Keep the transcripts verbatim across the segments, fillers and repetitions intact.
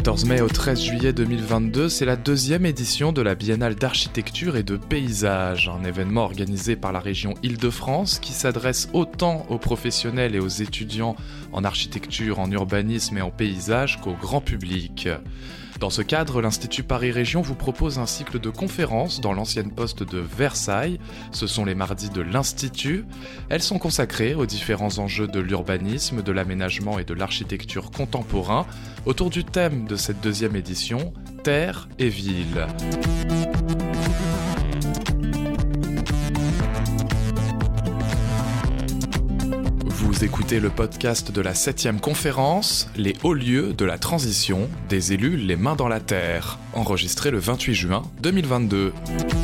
quatorze mai au treize juillet deux mille vingt-deux, c'est la deuxième édition de la Biennale d'architecture et de paysage, un événement organisé par la région Île-de-France qui s'adresse autant aux professionnels et aux étudiants en architecture, en urbanisme et en paysage qu'au grand public. Dans ce cadre, l'Institut Paris Région vous propose un cycle de conférences dans l'ancienne poste de Versailles. Ce sont les mardis de l'Institut. Elles sont consacrées aux différents enjeux de l'urbanisme, de l'aménagement et de l'architecture contemporain, autour du thème de cette deuxième édition, Terre et Ville. Vous écoutez le podcast de la septième conférence, Les hauts lieux de la transition, des élus les mains dans la terre, enregistré le vingt-huit juin deux mille vingt-deux.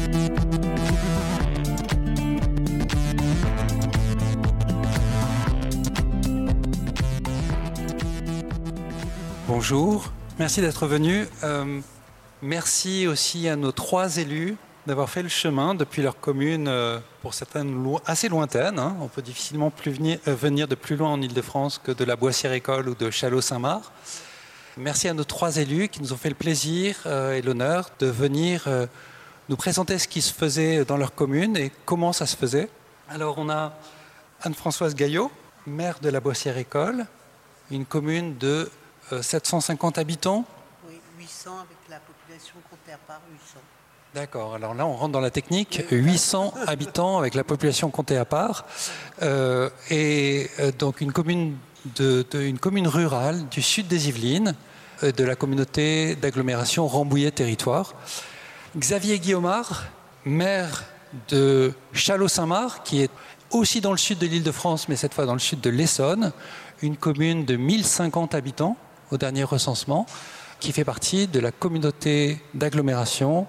Bonjour, merci d'être venu. Euh, merci aussi à nos trois élus d'avoir fait le chemin depuis leur commune, euh, pour certaines lo- assez lointaines. Hein. On peut difficilement plus venir, euh, venir de plus loin en Île-de-France que de la Boissière-École ou de Châlons-Saint-Marc. Merci à nos trois élus qui nous ont fait le plaisir euh, et l'honneur de venir euh, nous présenter ce qui se faisait dans leur commune et comment ça se faisait. Alors on a Anne-Françoise Gaillot, maire de la Boissière-École, une commune de euh, sept cent cinquante habitants. Oui, huit cents avec la population comptée à part, huit cents. D'accord, alors là on rentre dans la technique, huit cents habitants avec la population comptée à part, euh, et euh, donc une commune, de, de, une commune rurale du sud des Yvelines, euh, de la communauté d'agglomération Rambouillet-Territoire. Xavier Guillaumard, maire de Châlons-Saint-Marc, qui est aussi dans le sud de l'Île-de-France, mais cette fois dans le sud de l'Essonne, une commune de mille cinquante habitants au dernier recensement, qui fait partie de la communauté d'agglomération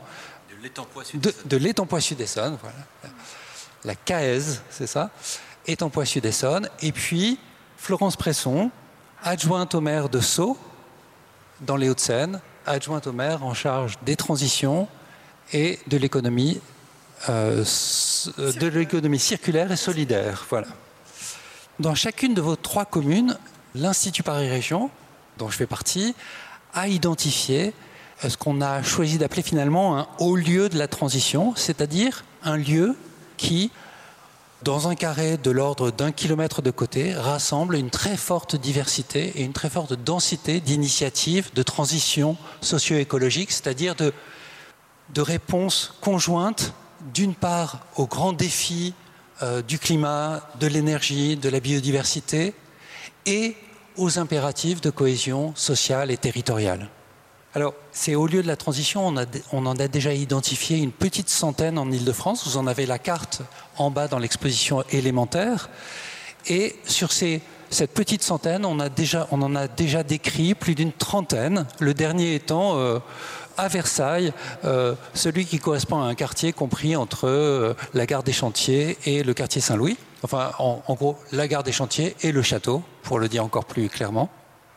de, de l'Étampois Sud-Essonne, voilà. La C A E S, c'est ça, Étampois Sud-Essonne. Et puis Florence Presson, adjointe au maire de Sceaux, dans les Hauts-de-Seine, adjointe au maire en charge des transitions et de l'économie, euh, de l'économie circulaire et solidaire. Voilà. Dans chacune de vos trois communes, l'Institut Paris Région, dont je fais partie, a identifié ce qu'on a choisi d'appeler finalement un haut lieu de la transition, c'est-à-dire un lieu qui, dans un carré de l'ordre d'un kilomètre de côté, rassemble une très forte diversité et une très forte densité d'initiatives de transition socio-écologique, c'est-à-dire de, de réponses conjointes, d'une part aux grands défis euh, du climat, de l'énergie, de la biodiversité, et aux impératifs de cohésion sociale et territoriale. Alors, ces hauts lieux de la transition, on, a, on en a déjà identifié une petite centaine en Île-de-France. Vous en avez la carte en bas dans l'exposition élémentaire. Et sur ces, cette petite centaine, on, a déjà, on en a déjà décrit plus d'une trentaine, le dernier étant euh, à Versailles, euh, celui qui correspond à un quartier compris entre euh, la gare des Chantiers et le quartier Saint-Louis. Enfin, en, en gros, la gare des Chantiers et le château, pour le dire encore plus clairement.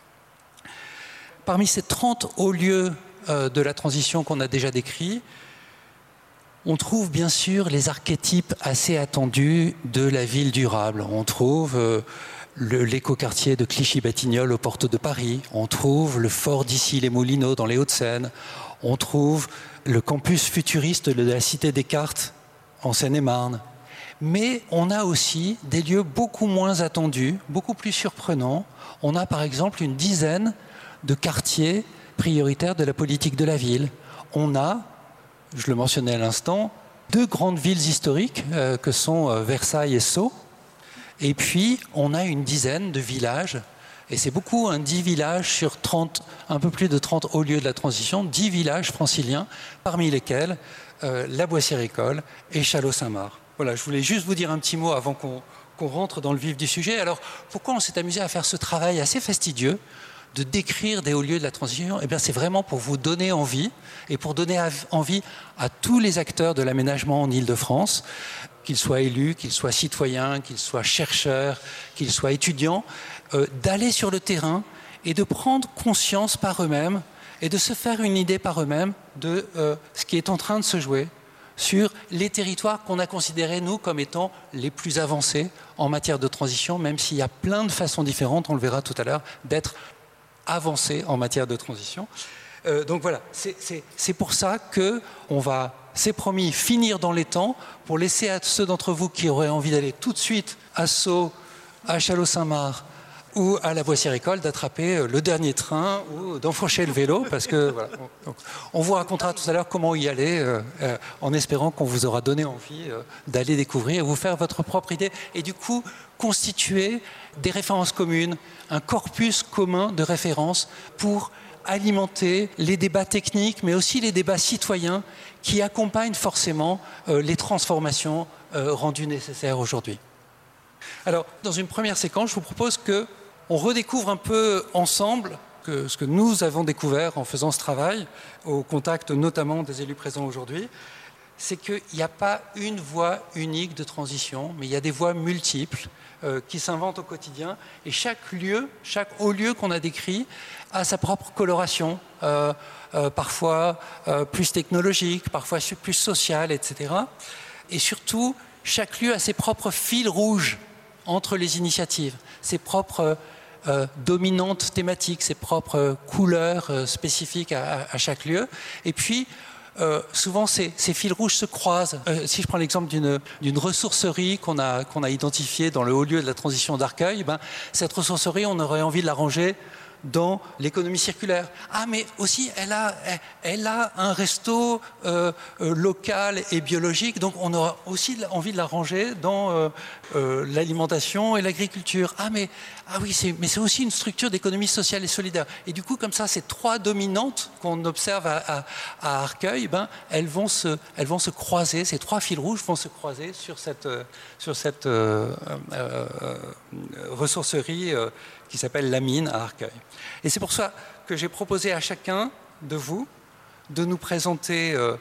Parmi ces trente hauts lieux euh, de la transition qu'on a déjà décrits, on trouve bien sûr les archétypes assez attendus de la ville durable. On trouve euh, le, l'écoquartier de Clichy-Batignolles aux portes de Paris, on trouve le fort d'Issy-les-Moulineaux dans les Hauts-de-Seine, on trouve le campus futuriste de la Cité Descartes en Seine-et-Marne. Mais on a aussi des lieux beaucoup moins attendus, beaucoup plus surprenants. On a par exemple une dizaine de quartiers prioritaires de la politique de la ville. On a, je le mentionnais à l'instant, deux grandes villes historiques euh, que sont euh, Versailles et Sceaux. Et puis, on a une dizaine de villages, et c'est beaucoup, un hein, dix villages sur trente, un peu plus de trente hauts lieux de la transition, dix villages franciliens, parmi lesquels euh, la Boissière-École et Châlons-Saint-Marc. Voilà, je voulais juste vous dire un petit mot avant qu'on, qu'on rentre dans le vif du sujet. Alors, pourquoi on s'est amusé à faire ce travail assez fastidieux de décrire des hauts lieux de la transition? Eh bien, c'est vraiment pour vous donner envie et pour donner envie à tous les acteurs de l'aménagement en Île-de-France, qu'ils soient élus, qu'ils soient citoyens, qu'ils soient chercheurs, qu'ils soient étudiants, euh, d'aller sur le terrain et de prendre conscience par eux-mêmes et de se faire une idée par eux-mêmes de euh, ce qui est en train de se jouer sur les territoires qu'on a considérés, nous, comme étant les plus avancés en matière de transition, même s'il y a plein de façons différentes, on le verra tout à l'heure, d'être avancer en matière de transition. Euh, donc voilà, c'est, c'est, c'est pour ça qu'on va, c'est promis, finir dans les temps pour laisser à ceux d'entre vous qui auraient envie d'aller tout de suite à Sceaux, à Châlons-Saint-Marc ou à la Boissière-École d'attraper le dernier train ou d'enfourcher le vélo parce que voilà, on, donc, on vous racontera tout à l'heure comment y aller euh, euh, en espérant qu'on vous aura donné envie euh, d'aller découvrir et vous faire votre propre idée et du coup constituer des références communes, un corpus commun de références pour alimenter les débats techniques, mais aussi les débats citoyens qui accompagnent forcément euh, les transformations euh, rendues nécessaires aujourd'hui. Alors, dans une première séquence, je vous propose qu'on redécouvre un peu ensemble que ce que nous avons découvert en faisant ce travail, au contact notamment des élus présents aujourd'hui, c'est qu'il n'y a pas une voie unique de transition, mais il y a des voies multiples euh, qui s'inventent au quotidien. Et chaque lieu, chaque haut lieu qu'on a décrit a sa propre coloration, euh, euh, parfois euh, plus technologique, parfois plus sociale, et cetera. Et surtout, chaque lieu a ses propres fils rouges entre les initiatives, ses propres euh, dominantes thématiques, ses propres couleurs euh, spécifiques à, à, à chaque lieu. Et puis, Euh, souvent, ces, ces fils rouges se croisent. Euh, si je prends l'exemple d'une, d'une ressourcerie qu'on a, qu'on a identifiée dans le haut lieu de la transition d'Arcueil, ben, cette ressourcerie, on aurait envie de la ranger dans l'économie circulaire. Ah, mais aussi, elle a, elle, elle a un resto euh, euh, local et biologique, donc on aura aussi envie de la ranger dans euh, euh, l'alimentation et l'agriculture. Ah, mais, ah oui, c'est, mais c'est aussi une structure d'économie sociale et solidaire. Et du coup, comme ça, ces trois dominantes qu'on observe à, à, à Arcueil, ben, elles, vont se, elles vont se croiser, ces trois fils rouges vont se croiser sur cette, sur cette euh, euh, euh, ressourcerie euh, qui s'appelle La Mine à Arcueil. Et c'est pour ça que j'ai proposé à chacun de vous de nous présenter euh,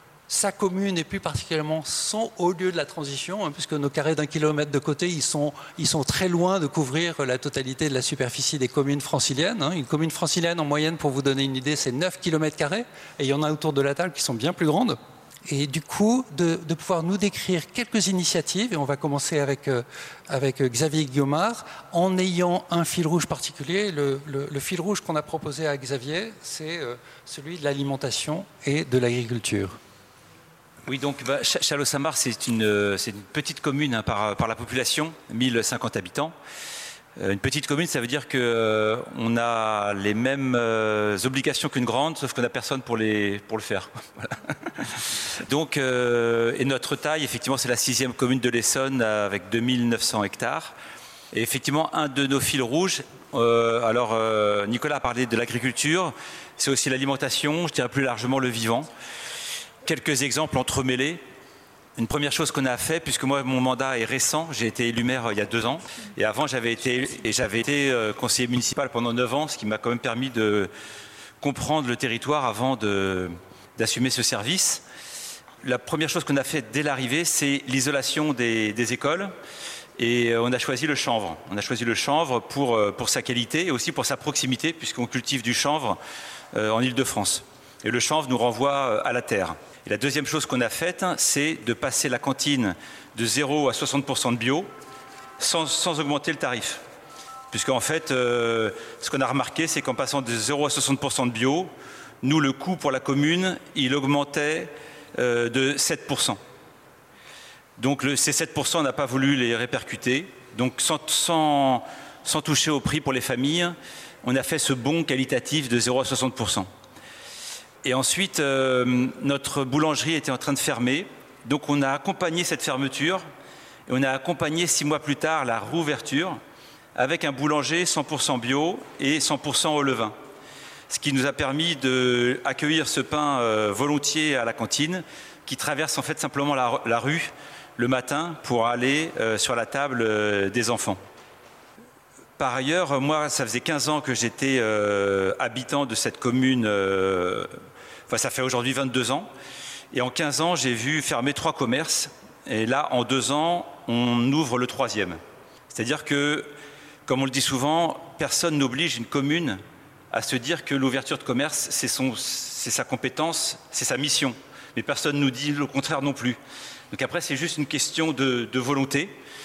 sa commune et plus particulièrement son haut lieu de la transition, hein, puisque nos carrés d'un kilomètre de côté, ils sont, ils sont très loin de couvrir la totalité de la superficie des communes franciliennes. Hein. Une commune francilienne, en moyenne, pour vous donner une idée, c'est neuf kilomètres carrés, et il y en a autour de la table qui sont bien plus grandes. Et du coup, de, de pouvoir nous décrire quelques initiatives, et on va commencer avec, euh, avec Xavier Guillaumard, en ayant un fil rouge particulier. Le, le, le fil rouge qu'on a proposé à Xavier, c'est euh, celui de l'alimentation et de l'agriculture. Oui, donc bah, Châlons-Saint-Marc, c'est une, c'est une petite commune hein, par, par la population, mille cinquante habitants. Une petite commune, ça veut dire qu'on euh, a les mêmes euh, obligations qu'une grande, sauf qu'on n'a personne pour, les, pour le faire. Voilà. Donc, euh, et notre taille, effectivement, c'est la sixième commune de l'Essonne avec deux mille neuf cents hectares. Et effectivement, un de nos fils rouges, euh, alors euh, Nicolas a parlé de l'agriculture, c'est aussi l'alimentation, je dirais plus largement le vivant. Quelques exemples entremêlés. Une première chose qu'on a fait, puisque moi mon mandat est récent, j'ai été élu maire il y a deux ans, et avant j'avais été, et j'avais été conseiller municipal pendant neuf ans, ce qui m'a quand même permis de comprendre le territoire avant de, d'assumer ce service. La première chose qu'on a fait dès l'arrivée, c'est l'isolation des, des écoles, et on a choisi le chanvre. On a choisi le chanvre pour, pour sa qualité et aussi pour sa proximité, puisqu'on cultive du chanvre en Île-de-France. Et le chanvre nous renvoie à la terre. Et la deuxième chose qu'on a faite, c'est de passer la cantine de zéro à soixante pour cent de bio sans, sans augmenter le tarif. Puisqu'en fait, euh, ce qu'on a remarqué, c'est qu'en passant de zéro à soixante pour cent de bio, nous, le coût pour la commune, il augmentait euh, de sept pour cent. Donc le, ces sept pour cent, on n'a pas voulu les répercuter. Donc sans, sans, sans toucher au prix pour les familles, on a fait ce bond qualitatif de zéro à soixante pour cent. Et ensuite, euh, notre boulangerie était en train de fermer. Donc on a accompagné cette fermeture et on a accompagné six mois plus tard la rouverture avec un boulanger cent pour cent bio et cent pour cent au levain. Ce qui nous a permis d'accueillir ce pain euh, volontiers à la cantine qui traverse en fait simplement la, la rue le matin pour aller euh, sur la table euh, des enfants. Par ailleurs, moi, ça faisait quinze ans que j'étais euh, habitant de cette commune, euh, enfin ça fait aujourd'hui vingt-deux ans, et en quinze ans, j'ai vu fermer trois commerces, et là, en deux ans, on ouvre le troisième. C'est-à-dire que, comme on le dit souvent, personne n'oblige une commune à se dire que l'ouverture de commerce, c'est son, c'est sa compétence, c'est sa mission, mais personne ne nous dit le contraire non plus. Donc après, c'est juste une question de, de volonté.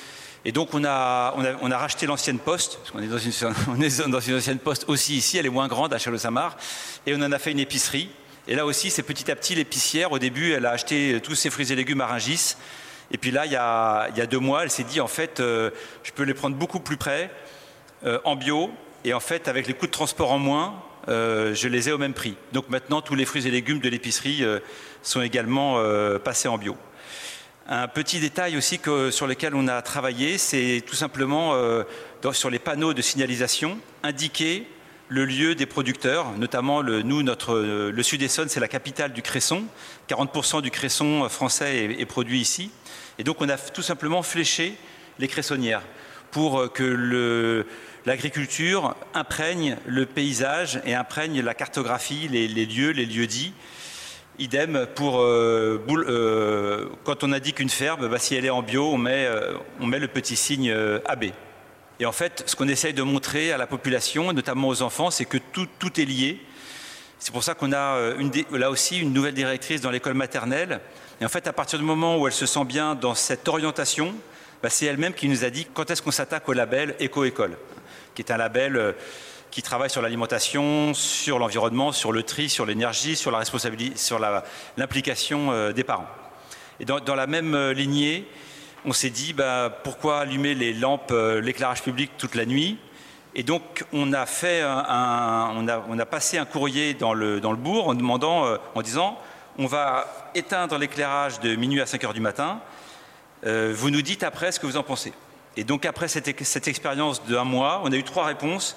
Et donc on a, on a, on a racheté l'ancienne poste, parce qu'on est dans une, on est dans une ancienne poste aussi ici, elle est moins grande à Châlons-Saint-Marc, et on en a fait une épicerie. Et là aussi, c'est petit à petit l'épicière. Au début, elle a acheté tous ses fruits et légumes à Rungis. Et puis là, il y a, il y a deux mois, elle s'est dit, en fait, euh, je peux les prendre beaucoup plus près, euh, en bio. Et en fait, avec les coûts de transport en moins, euh, je les ai au même prix. Donc maintenant, tous les fruits et légumes de l'épicerie euh, sont également euh, passés en bio. Un petit détail aussi que, sur lequel on a travaillé, c'est tout simplement euh, dans, sur les panneaux de signalisation, indiquer le lieu des producteurs, notamment le, nous, notre, le Sud-Essonne, c'est la capitale du cresson. quarante pour cent du cresson français est, est produit ici. Et donc on a tout simplement fléché les cressonnières pour que le, l'agriculture imprègne le paysage et imprègne la cartographie, les, les lieux, les lieux-dits. Idem pour euh, boule, euh, quand on indique une ferme, bah, si elle est en bio, on met, euh, on met le petit signe euh, A B. Et en fait, ce qu'on essaye de montrer à la population, notamment aux enfants, c'est que tout, tout est lié. C'est pour ça qu'on a une, là aussi une nouvelle directrice dans l'école maternelle. Et en fait, à partir du moment où elle se sent bien dans cette orientation, bah, c'est elle-même qui nous a dit quand est-ce qu'on s'attaque au label Éco-École, qui est un label qui travaille sur l'alimentation, sur l'environnement, sur le tri, sur l'énergie, sur la responsabilité, sur la, l'implication des parents. Et dans, dans la même lignée, on s'est dit bah, pourquoi allumer les lampes, euh, l'éclairage public toute la nuit. Et donc on a fait un, un, on, a, on a passé un courrier dans le, dans le bourg en demandant, euh, en disant on va éteindre l'éclairage de minuit à cinq heures du matin. Euh, vous nous dites après ce que vous en pensez. Et donc après cette, cette expérience d'un mois, on a eu trois réponses.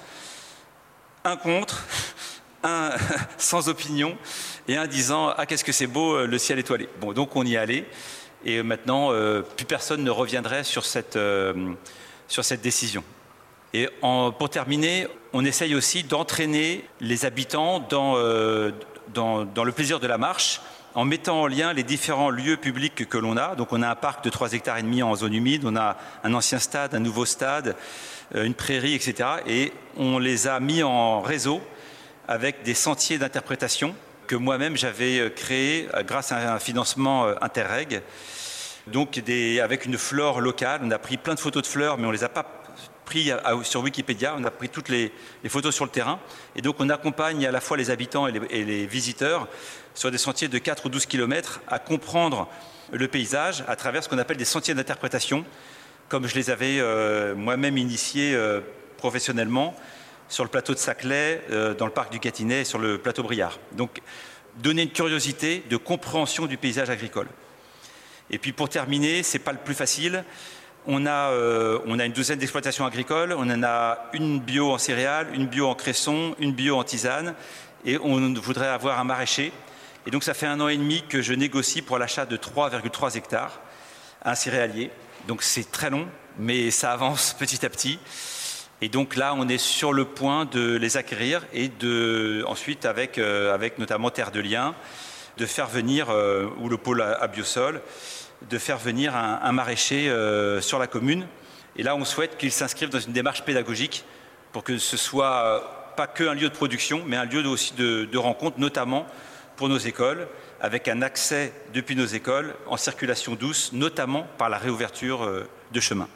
Un contre, un sans opinion et un disant ah qu'est-ce que c'est beau le ciel étoilé. Bon donc on y est allé. Et maintenant, euh, plus personne ne reviendrait sur cette, euh, sur cette décision. Et en, pour terminer, on essaye aussi d'entraîner les habitants dans, euh, dans, dans le plaisir de la marche, en mettant en lien les différents lieux publics que l'on a. Donc on a un parc de trois hectares et demi en zone humide, on a un ancien stade, un nouveau stade, euh, une prairie, et cetera. Et on les a mis en réseau avec des sentiers d'interprétation que moi-même j'avais créé grâce à un financement Interreg. Donc des, avec une flore locale, on a pris plein de photos de fleurs, mais on ne les a pas pris à, à, sur Wikipédia, on a pris toutes les, les photos sur le terrain. Et donc on accompagne à la fois les habitants et les, et les visiteurs sur des sentiers de quatre ou douze kilomètres à comprendre le paysage à travers ce qu'on appelle des sentiers d'interprétation, comme je les avais euh, moi-même initiés euh, professionnellement sur le plateau de Saclay, euh, dans le parc du Gâtinais et sur le plateau Briard. Donc donner une curiosité de compréhension du paysage agricole. Et puis pour terminer, ce n'est pas le plus facile, on a, euh, on a une douzaine d'exploitations agricoles, on en a une bio en céréales, une bio en cresson, une bio en tisane, et on voudrait avoir un maraîcher. Et donc ça fait un an et demi que je négocie pour l'achat de trois virgule trois hectares, un céréalier. Donc c'est très long, mais ça avance petit à petit. Et donc là, on est sur le point de les acquérir et de, ensuite, avec, euh, avec notamment Terre de Liens, de faire venir, euh, ou le pôle à, à Biosol, de faire venir un, un maraîcher euh, sur la commune. Et là, on souhaite qu'il s'inscrive dans une démarche pédagogique pour que ce soit euh, pas qu'un lieu de production, mais un lieu de, aussi de, de rencontre, notamment pour nos écoles, avec un accès depuis nos écoles en circulation douce, notamment par la réouverture euh, de chemins.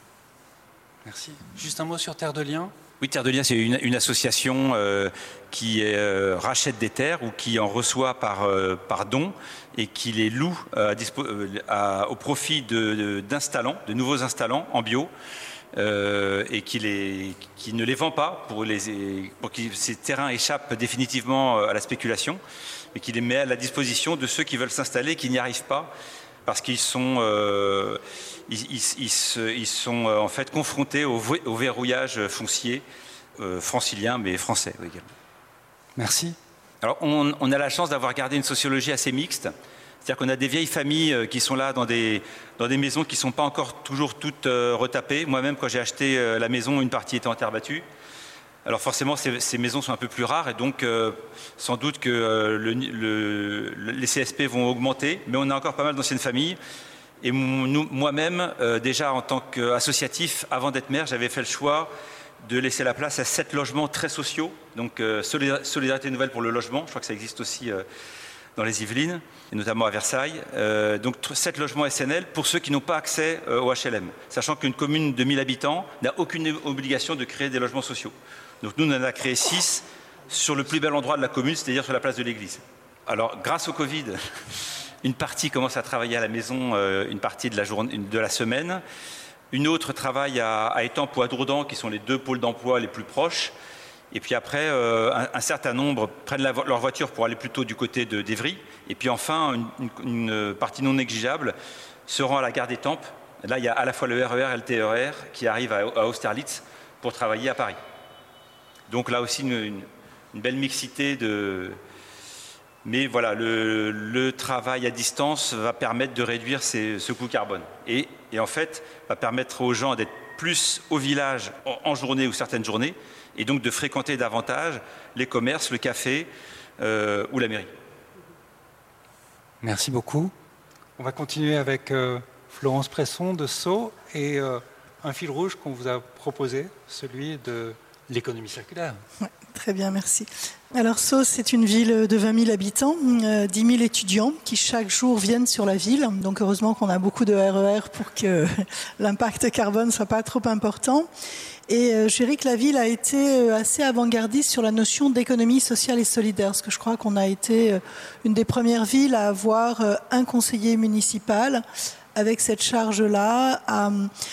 Merci. Juste un mot sur Terre de Liens. Oui, Terre de Liens, c'est une, une association euh, qui euh, rachète des terres ou qui en reçoit par, euh, par don et qui les loue euh, à, au profit de, de, d'installants, de nouveaux installants en bio euh, et qui, les, qui ne les vend pas pour, les, pour que ces terrains échappent définitivement à la spéculation, mais qui les met à la disposition de ceux qui veulent s'installer et qui n'y arrivent pas parce qu'ils sont... Euh, Ils, ils, ils, ils sont en fait confrontés au, au verrouillage foncier euh, francilien, mais français également. Merci. Alors, on, on a la chance d'avoir gardé une sociologie assez mixte. C'est-à-dire qu'on a des vieilles familles qui sont là dans des, dans des maisons qui ne sont pas encore toujours toutes euh, retapées. Moi-même, quand j'ai acheté euh, la maison, une partie était en terre battue. Alors forcément, ces, ces maisons sont un peu plus rares et donc euh, sans doute que euh, le, le, les C S P vont augmenter, mais on a encore pas mal d'anciennes familles. Et moi-même, euh, déjà en tant qu'associatif, avant d'être maire, j'avais fait le choix de laisser la place à sept logements très sociaux. Donc euh, Solidarité Nouvelle pour le logement, je crois que ça existe aussi euh, dans les Yvelines, et notamment à Versailles. Euh, donc sept logements S N L pour ceux qui n'ont pas accès euh, au H L M, sachant qu'une commune de mille habitants n'a aucune obligation de créer des logements sociaux. Donc nous, on en a créé six sur le plus bel endroit de la commune, c'est-à-dire sur la place de l'église. Alors, grâce au Covid, une partie commence à travailler à la maison euh, une partie de la, journée, de la semaine. Une autre travaille à, à Étampes ou à Dourdan, qui sont les deux pôles d'emploi les plus proches. Et puis après, euh, un, un certain nombre prennent la, leur voiture pour aller plutôt du côté de d'Évry. Et puis enfin, une, une, une partie non négligeable se rend à la gare d'Étampes. Là, il y a à la fois le R E R et le T E R qui arrivent à, à Austerlitz pour travailler à Paris. Donc là aussi, une, une, une belle mixité de... Mais voilà, le, le travail à distance va permettre de réduire ces, ce coût carbone. Et, et en fait, va permettre aux gens d'être plus au village en, en journée ou certaines journées, et donc de fréquenter davantage les commerces, le café euh, ou la mairie. Merci beaucoup. On va continuer avec euh, Florence Presson de Sceaux et euh, un fil rouge qu'on vous a proposé, celui de l'économie circulaire. Ouais, très bien, merci. Alors Sceaux, c'est une ville de vingt mille habitants, euh, dix mille étudiants qui chaque jour viennent sur la ville. Donc heureusement qu'on a beaucoup de R E R pour que l'impact carbone ne soit pas trop important. Et euh, je dirais que la ville a été assez avant-gardiste sur la notion d'économie sociale et solidaire, parce que je crois qu'on a été euh, une des premières villes à avoir euh, un conseiller municipal avec cette charge-là, à,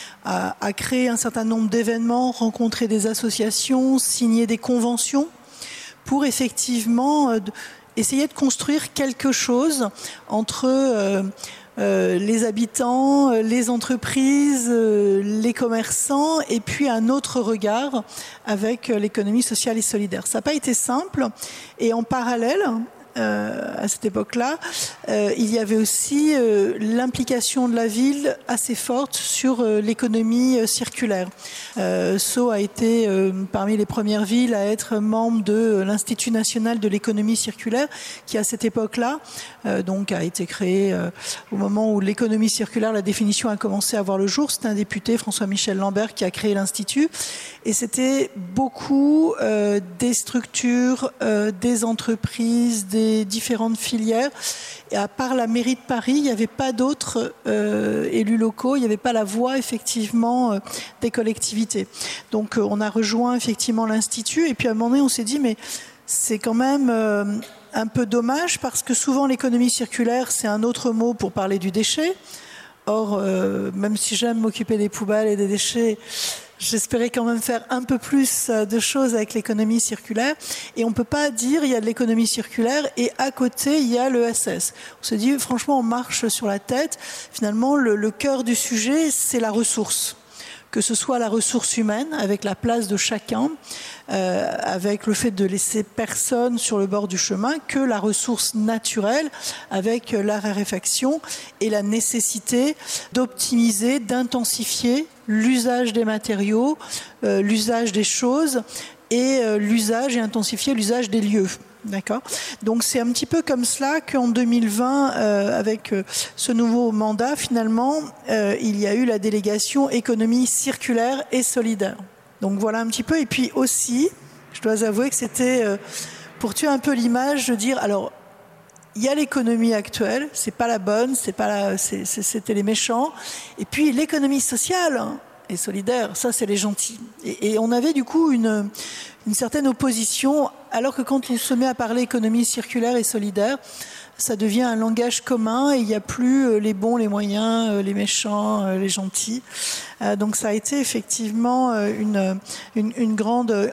à, à créer un certain nombre d'événements, rencontrer des associations, signer des conventions, pour effectivement euh, essayer de construire quelque chose entre euh, euh, les habitants, les entreprises, euh, les commerçants, et puis un autre regard avec euh, l'économie sociale et solidaire. Ça n'a pas été simple, et en parallèle, Euh, à cette époque-là, euh, il y avait aussi euh, l'implication de la ville assez forte sur euh, l'économie euh, circulaire. Euh, Sceaux a été euh, parmi les premières villes à être membre de euh, l'Institut national de l'économie circulaire, qui à cette époque-là euh, donc a été créé euh, au moment où l'économie circulaire, la définition a commencé à voir le jour. C'était un député, François-Michel Lambert, qui a créé l'Institut, et c'était beaucoup euh, des structures, euh, des entreprises, des différentes filières. Et à part la mairie de Paris, il n'y avait pas d'autres euh, élus locaux, il n'y avait pas la voix effectivement euh, des collectivités. Donc euh, on a rejoint effectivement l'Institut, et puis à un moment donné on s'est dit mais c'est quand même euh, un peu dommage, parce que souvent l'économie circulaire c'est un autre mot pour parler du déchet. Or, euh, même si j'aime m'occuper des poubelles et des déchets, j'espérais quand même faire un peu plus de choses avec l'économie circulaire. Et on ne peut pas dire il y a de l'économie circulaire et à côté il y a l'E S S. On se dit franchement on marche sur la tête. Finalement le, le cœur du sujet c'est la ressource. Que ce soit la ressource humaine avec la place de chacun, euh, avec le fait de laisser personne sur le bord du chemin, que la ressource naturelle avec la raréfaction et la nécessité d'optimiser, d'intensifier l'usage des matériaux, euh, l'usage des choses et euh, l'usage et intensifier l'usage des lieux. D'accord. Donc c'est un petit peu comme cela qu'en deux mille vingt, euh, avec euh, ce nouveau mandat, finalement, euh, il y a eu la délégation économie circulaire et solidaire. Donc voilà un petit peu. Et puis aussi, je dois avouer que c'était euh, pour tuer un peu l'image de dire, alors, il y a l'économie actuelle, c'est pas la bonne, c'est pas la, c'est, c'est, c'était les méchants. Et puis l'économie sociale et solidaire, ça c'est les gentils. Et, et on avait du coup une, une certaine opposition, alors que quand on se met à parler économie circulaire et solidaire, ça devient un langage commun et il n'y a plus les bons, les moyens, les méchants, les gentils. Donc ça a été effectivement une, une, une grande,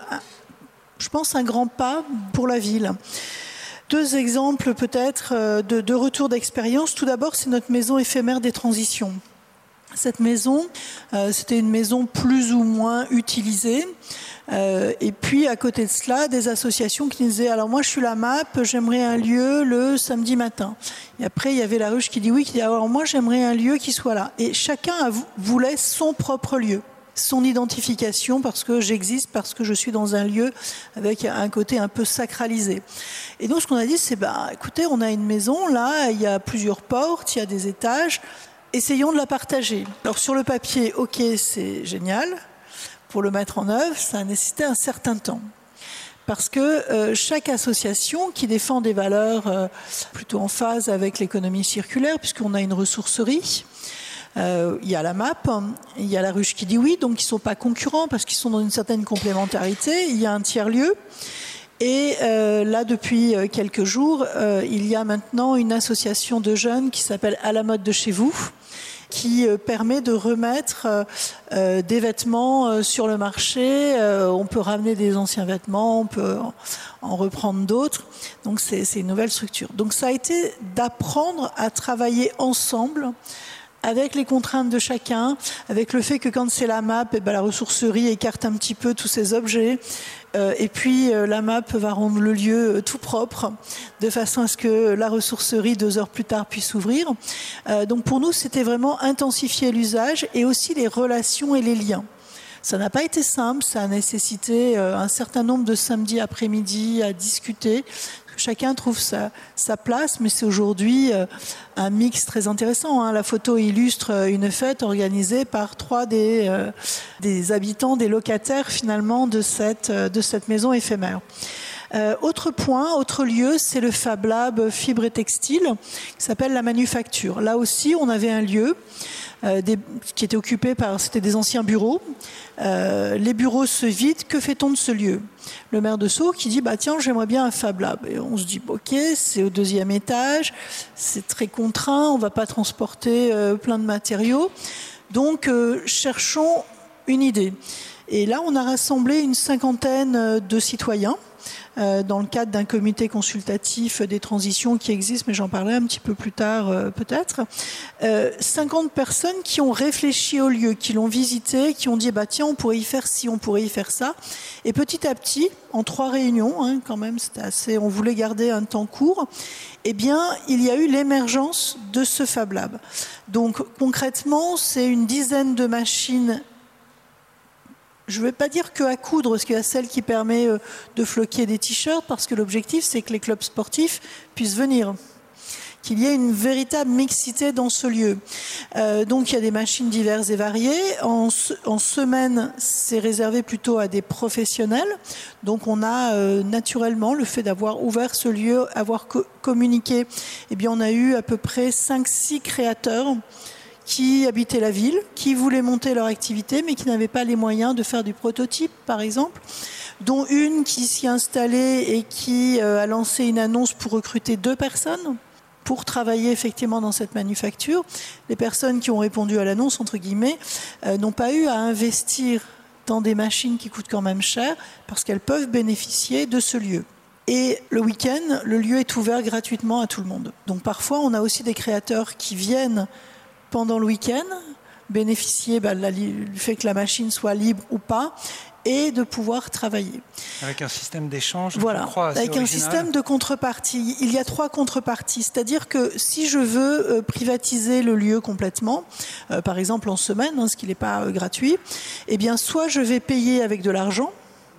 je pense un grand pas pour la ville. Deux exemples peut-être de, de retour d'expérience. Tout d'abord, c'est notre maison éphémère des transitions. Cette maison, euh, c'était une maison plus ou moins utilisée. Euh, et puis, à côté de cela, des associations qui disaient « Alors moi, je suis la M A P, j'aimerais un lieu le samedi matin. » Et après, il y avait la ruche qui dit « Oui, qui dit, alors moi, j'aimerais un lieu qui soit là. » Et chacun voulait son propre lieu, son identification, parce que j'existe, parce que je suis dans un lieu avec un côté un peu sacralisé. Et donc, ce qu'on a dit, c'est bah, « Écoutez, on a une maison, là, il y a plusieurs portes, il y a des étages. » Essayons de la partager. Alors sur le papier, ok, c'est génial. Pour le mettre en œuvre, ça a nécessité un certain temps. Parce que euh, chaque association qui défend des valeurs euh, plutôt en phase avec l'économie circulaire, puisqu'on a une ressourcerie, euh, il y a la M A P, il y a la Ruche qui dit oui, donc ils ne sont pas concurrents parce qu'ils sont dans une certaine complémentarité. Il y a un tiers-lieu. Et euh, là, depuis quelques jours, euh, il y a maintenant une association de jeunes qui s'appelle À la mode de chez vous, qui euh, permet de remettre euh, des vêtements euh, sur le marché. Euh, on peut ramener des anciens vêtements, on peut en, en reprendre d'autres. Donc c'est, c'est une nouvelle structure. Donc ça a été d'apprendre à travailler ensemble avec les contraintes de chacun, avec le fait que quand c'est la M A P, eh ben, la ressourcerie écarte un petit peu tous ces objets. Euh, et puis euh, la M A P va rendre le lieu euh, tout propre, de façon à ce que la ressourcerie, deux heures plus tard, puisse ouvrir. Euh, donc pour nous, c'était vraiment intensifier l'usage et aussi les relations et les liens. Ça n'a pas été simple, ça a nécessité euh, un certain nombre de samedis après-midi à discuter. Chacun trouve sa, sa place, mais c'est aujourd'hui euh, un mix très intéressant. Hein. La photo illustre une fête organisée par trois des, euh, des habitants, des locataires finalement de cette, de cette maison éphémère. Euh, autre point, autre lieu, c'est le Fab Lab Fibre et Textile, qui s'appelle la Manufacture. Là aussi, on avait un lieu euh, des, qui était occupé par, c'était des anciens bureaux. Euh, les bureaux se vident, que fait-on de ce lieu ? Le maire de Sceaux qui dit bah tiens, j'aimerais bien un Fab Lab. Et on se dit ok, c'est au deuxième étage, c'est très contraint, on ne va pas transporter euh, plein de matériaux. Donc euh, cherchons une idée. Et là, on a rassemblé une cinquantaine de citoyens euh, dans le cadre d'un comité consultatif des transitions qui existe, mais j'en parlerai un petit peu plus tard euh, peut-être. Euh, cinquante personnes qui ont réfléchi au lieu, qui l'ont visité, qui ont dit bah tiens, on pourrait y faire ci, on pourrait y faire ça. Et petit à petit, en trois réunions, hein, quand même, c'était assez, on voulait garder un temps court, eh bien, il y a eu l'émergence de ce Fab Lab. Donc concrètement, c'est une dizaine de machines. Je ne vais pas dire que à coudre, parce qu'il y a celle qui permet de floquer des t-shirts, parce que l'objectif, c'est que les clubs sportifs puissent venir, qu'il y ait une véritable mixité dans ce lieu. Euh, donc, il y a des machines diverses et variées. En, en semaine, c'est réservé plutôt à des professionnels. Donc, on a euh, naturellement le fait d'avoir ouvert ce lieu, avoir co- communiqué. Eh bien, on a eu à peu près cinq six créateurs qui habitaient la ville, qui voulaient monter leur activité, mais qui n'avaient pas les moyens de faire du prototype, par exemple, dont une qui s'y est installée et qui euh, a lancé une annonce pour recruter deux personnes pour travailler effectivement dans cette manufacture. Les personnes qui ont répondu à l'annonce, entre guillemets, euh, n'ont pas eu à investir dans des machines qui coûtent quand même cher, parce qu'elles peuvent bénéficier de ce lieu. Et le week-end, le lieu est ouvert gratuitement à tout le monde. Donc parfois, on a aussi des créateurs qui viennent pendant le week-end, bénéficier bah, du fait que la machine soit libre ou pas, et de pouvoir travailler. Avec un système d'échange, voilà, je crois, assez avec un original. système de contrepartie. Il y a trois contreparties, c'est-à-dire que si je veux euh, privatiser le lieu complètement, euh, par exemple en semaine, hein, ce qui n'est pas euh, gratuit, eh bien soit je vais payer avec de l'argent,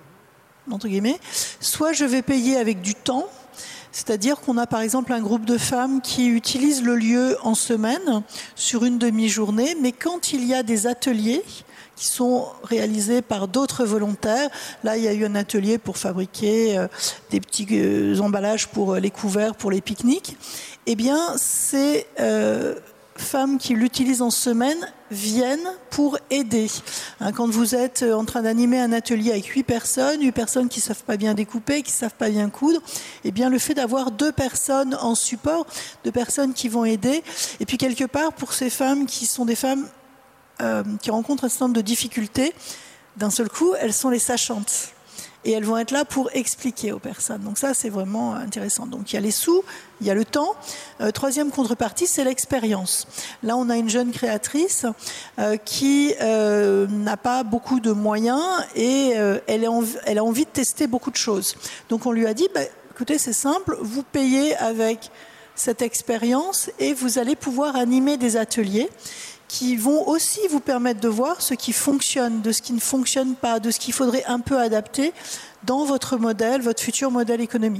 entre guillemets, soit je vais payer avec du temps. C'est-à-dire qu'on a par exemple un groupe de femmes qui utilisent le lieu en semaine sur une demi-journée, mais quand il y a des ateliers qui sont réalisés par d'autres volontaires, là il y a eu un atelier pour fabriquer euh, des petits euh, emballages pour euh, les couverts, pour les pique-niques, eh bien ces euh, femmes qui l'utilisent en semaine viennent pour aider. Hein, quand vous êtes en train d'animer un atelier avec huit personnes, huit personnes qui ne savent pas bien découper, qui ne savent pas bien coudre, eh bien le fait d'avoir deux personnes en support, deux personnes qui vont aider, et puis quelque part pour ces femmes qui sont des femmes euh, qui rencontrent un certain nombre de difficultés, d'un seul coup, elles sont les sachantes. Et elles vont être là pour expliquer aux personnes. Donc ça, c'est vraiment intéressant. Donc il y a les sous, il y a le temps. Euh, troisième contrepartie, c'est l'expérience. Là, on a une jeune créatrice euh, qui euh, n'a pas beaucoup de moyens et euh, elle, a envie, elle a envie de tester beaucoup de choses. Donc on lui a dit, bah, écoutez, c'est simple, vous payez avec cette expérience et vous allez pouvoir animer des ateliers qui vont aussi vous permettre de voir ce qui fonctionne, de ce qui ne fonctionne pas, de ce qu'il faudrait un peu adapter dans votre modèle, votre futur modèle économique.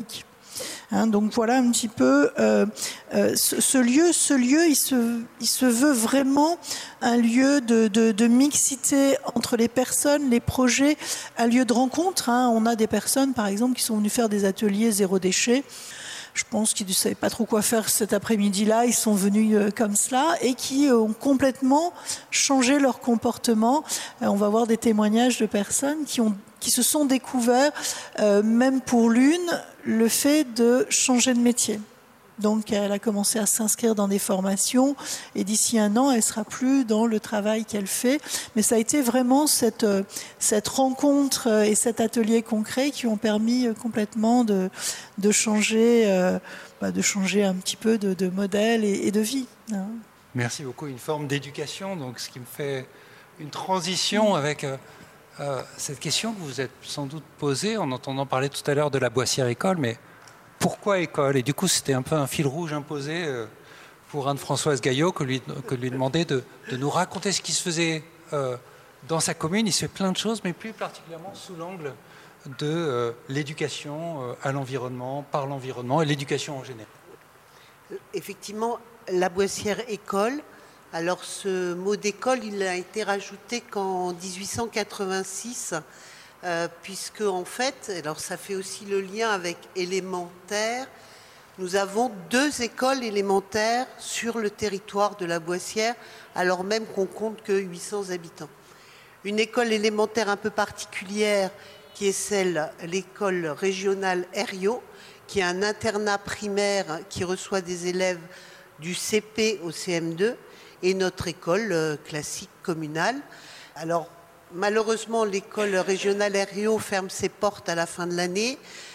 Hein, donc voilà un petit peu euh, euh, ce, ce lieu. Ce lieu, il se, il se veut vraiment un lieu de, de, de mixité entre les personnes, les projets, un lieu de rencontre. Hein. On a des personnes, par exemple, qui sont venues faire des ateliers zéro déchet. Je pense qu'ils ne savaient pas trop quoi faire cet après-midi-là. Ils sont venus euh, comme cela et qui euh, ont complètement changé leur comportement. Euh, on va voir des témoignages de personnes qui, ont, qui se sont découverts, euh, même pour l'une, le fait de changer de métier. Donc, elle a commencé à s'inscrire dans des formations et d'ici un an, elle ne sera plus dans le travail qu'elle fait. Mais ça a été vraiment cette, cette rencontre et cet atelier concret qui ont permis complètement de, de, changer, euh, bah, de changer un petit peu de, de modèle et, et de vie. Hein. Merci beaucoup. Une forme d'éducation, donc ce qui me fait une transition avec euh, euh, cette question que vous êtes sans doute posée en entendant parler tout à l'heure de la Boissière École, mais pourquoi école? Et du coup, c'était un peu un fil rouge imposé pour Anne-Françoise Gaillot que lui, que lui demandait de, de nous raconter ce qui se faisait euh, dans sa commune. Il se fait plein de choses, mais plus particulièrement sous l'angle de euh, l'éducation euh, à l'environnement, par l'environnement et l'éducation en général. Effectivement, la Boissière École, alors ce mot d'école, il a été rajouté qu'en dix-huit cent quatre-vingt-six, Euh, puisque en fait, alors ça fait aussi le lien avec élémentaire, nous avons deux écoles élémentaires sur le territoire de la Boissière, alors même qu'on compte que huit cents habitants. Une école élémentaire un peu particulière qui est celle, l'école régionale Herriot, qui est un internat primaire qui reçoit des élèves du C P au C M deux, et notre école euh, classique communale. Alors, malheureusement, l'école régionale Herriot ferme ses portes à la fin de l'année,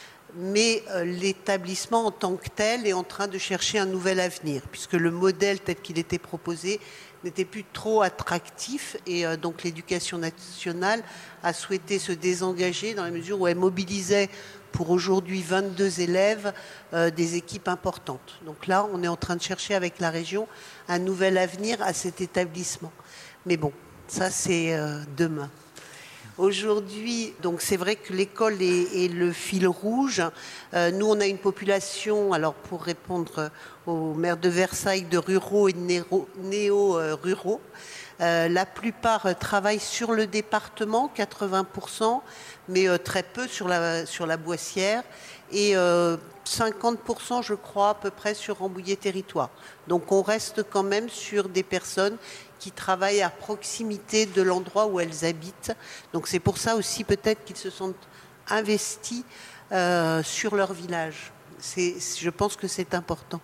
mais l'établissement en tant que tel est en train de chercher un nouvel avenir, puisque le modèle tel qu'il était proposé n'était plus trop attractif, et donc l'éducation nationale a souhaité se désengager dans la mesure où elle mobilisait pour aujourd'hui vingt-deux élèves euh, des équipes importantes. Donc là, on est en train de chercher avec la région un nouvel avenir à cet établissement. Mais bon, ça, c'est euh, demain. Aujourd'hui, donc c'est vrai que l'école est, est le fil rouge. Euh, nous, on a une population, alors pour répondre au maire de Versailles, de ruraux et de néo-ruraux. Euh, la plupart euh, travaillent sur le département, quatre-vingts pour cent, mais euh, très peu sur la, sur la Boissière. Et euh, cinquante pour cent, je crois, à peu près sur Rambouillet-Territoire. Donc on reste quand même sur des personnes qui travaillent à proximité de l'endroit où elles habitent. Donc c'est pour ça aussi peut-être qu'ils se sont investis euh, sur leur village. C'est, je pense que c'est important.